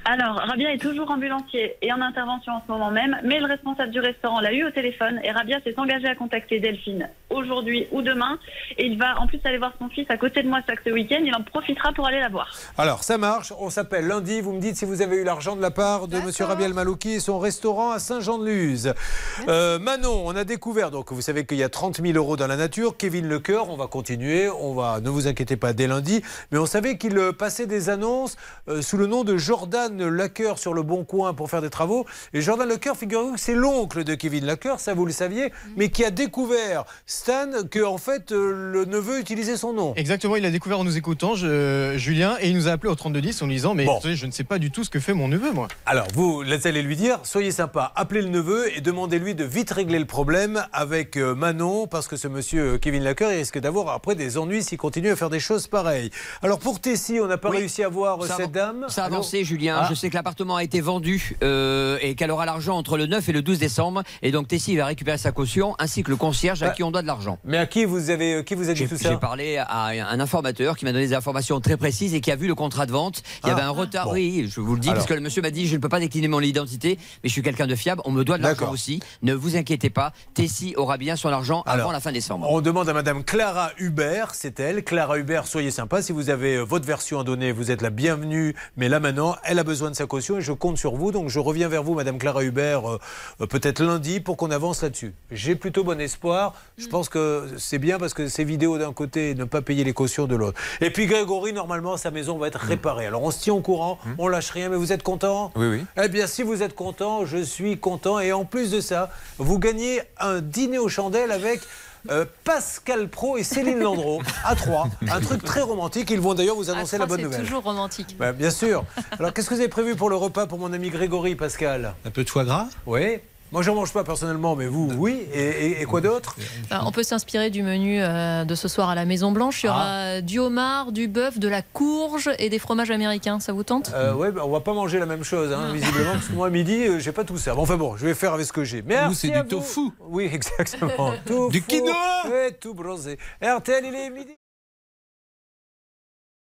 Alors, Rabia est toujours ambulancier et en intervention en ce moment même, mais le responsable du restaurant l'a eu au téléphone et Rabia s'est engagé à contacter Delphine aujourd'hui ou demain. Et il va en plus aller voir son fils à côté de moi chaque ce week-end. Il en profitera pour aller la voir. Alors, ça marche. On s'appelle lundi. Vous me dites si vous avez eu l'argent de la part de M. Rabia El Malouki et son restaurant à Saint-Jean-de-Luz. Euh, Manon, on a découvert, donc vous savez qu'il y a trente mille euros dans la nature. Kevin Lecoeur, on va continuer. On va, ne vous inquiétez pas, dès lundi. Mais on savait qu'il passait des annonces euh, sous le nom de Jordan Lecoeur sur le Bon Coin pour faire des travaux. Et Jordan Lecoeur, figurez-vous que c'est l'oncle de Kevin Lecoeur, ça vous le saviez, mmh. mais qui a découvert, Stan, que en fait euh, le neveu utilisait son nom. Exactement, il a découvert en nous écoutant, je, Julien, et il nous a appelé au trente-deux dix en lui disant mais bon. écoutez, je ne sais pas du tout ce que fait mon neveu, moi. Alors vous, allez lui dire, soyez sympa, appelez le neveu et demandez-lui de vite régler le problème avec euh, Manon, parce que ce monsieur euh, Kevin Lecoeur, il risque d'avoir après des ennuis s'il continue à faire des choses pareilles. Alors pour Tessie, on n'a pas oui. réussi à voir ça cette dame. Ça a avancé, Alors, Julien. ah. Je sais que l'appartement a été vendu euh, et qu'elle aura l'argent entre le neuf et le douze décembre. Et donc Tessie va récupérer sa caution ainsi que le concierge bah, à qui on doit de l'argent. Mais à qui vous avez qui vous a dit tout ça? J'ai parlé à un informateur qui m'a donné des informations très précises et qui a vu le contrat de vente. Il y ah. avait un retard. Bon. Oui, je vous le dis, Alors. parce que le monsieur m'a dit je ne peux pas décliner mon identité, mais je suis quelqu'un de fiable. On me doit de l'argent aussi. Ne vous inquiétez pas. Tessie aura bien son argent Alors, avant la fin décembre. On demande à madame Clara Hubert, c'est elle. Clara Hubert, soyez sympa. Si vous avez votre version à donner, vous êtes la bienvenue. Mais là maintenant, elle a besoin de sa caution et je compte sur vous. Donc je reviens vers vous, madame Clara Hubert, euh, peut-être lundi pour qu'on avance là-dessus. J'ai plutôt bon espoir. Je pense que c'est bien parce que ces vidéos d'un côté et ne pas payer les cautions de l'autre. Et puis Grégory, normalement, sa maison va être réparée. Alors on se tient au courant, mmh. on lâche rien, mais vous êtes content? Oui, oui. Eh bien, si vous êtes content, je suis content. Et en plus de ça, vous gagnez un dîner aux chandelles avec... Euh, Pascal Praud et Céline Landreau à trois, un truc très romantique. Ils vont d'ailleurs vous annoncer la bonne nouvelle. C'est toujours romantique. Bah, bien sûr. Alors qu'est-ce que vous avez prévu pour le repas pour mon ami Grégory, Pascal? Un peu de foie gras. Oui. Moi, j'en mange pas personnellement, mais vous, oui. Et, et, et quoi d'autre? On peut s'inspirer du menu euh, de ce soir à la Maison Blanche. Il y aura ah. du homard, du bœuf, de la courge et des fromages américains. Ça vous tente? euh, Oui, bah, on va pas manger la même chose, hein, visiblement, parce que moi, à midi, euh, j'ai pas tout ça. Bon, enfin bon, je vais faire avec ce que j'ai. Nous, c'est du tofu. Oui, exactement. Tofu, du quinoa. Et tout bronzé. R T L, il est midi.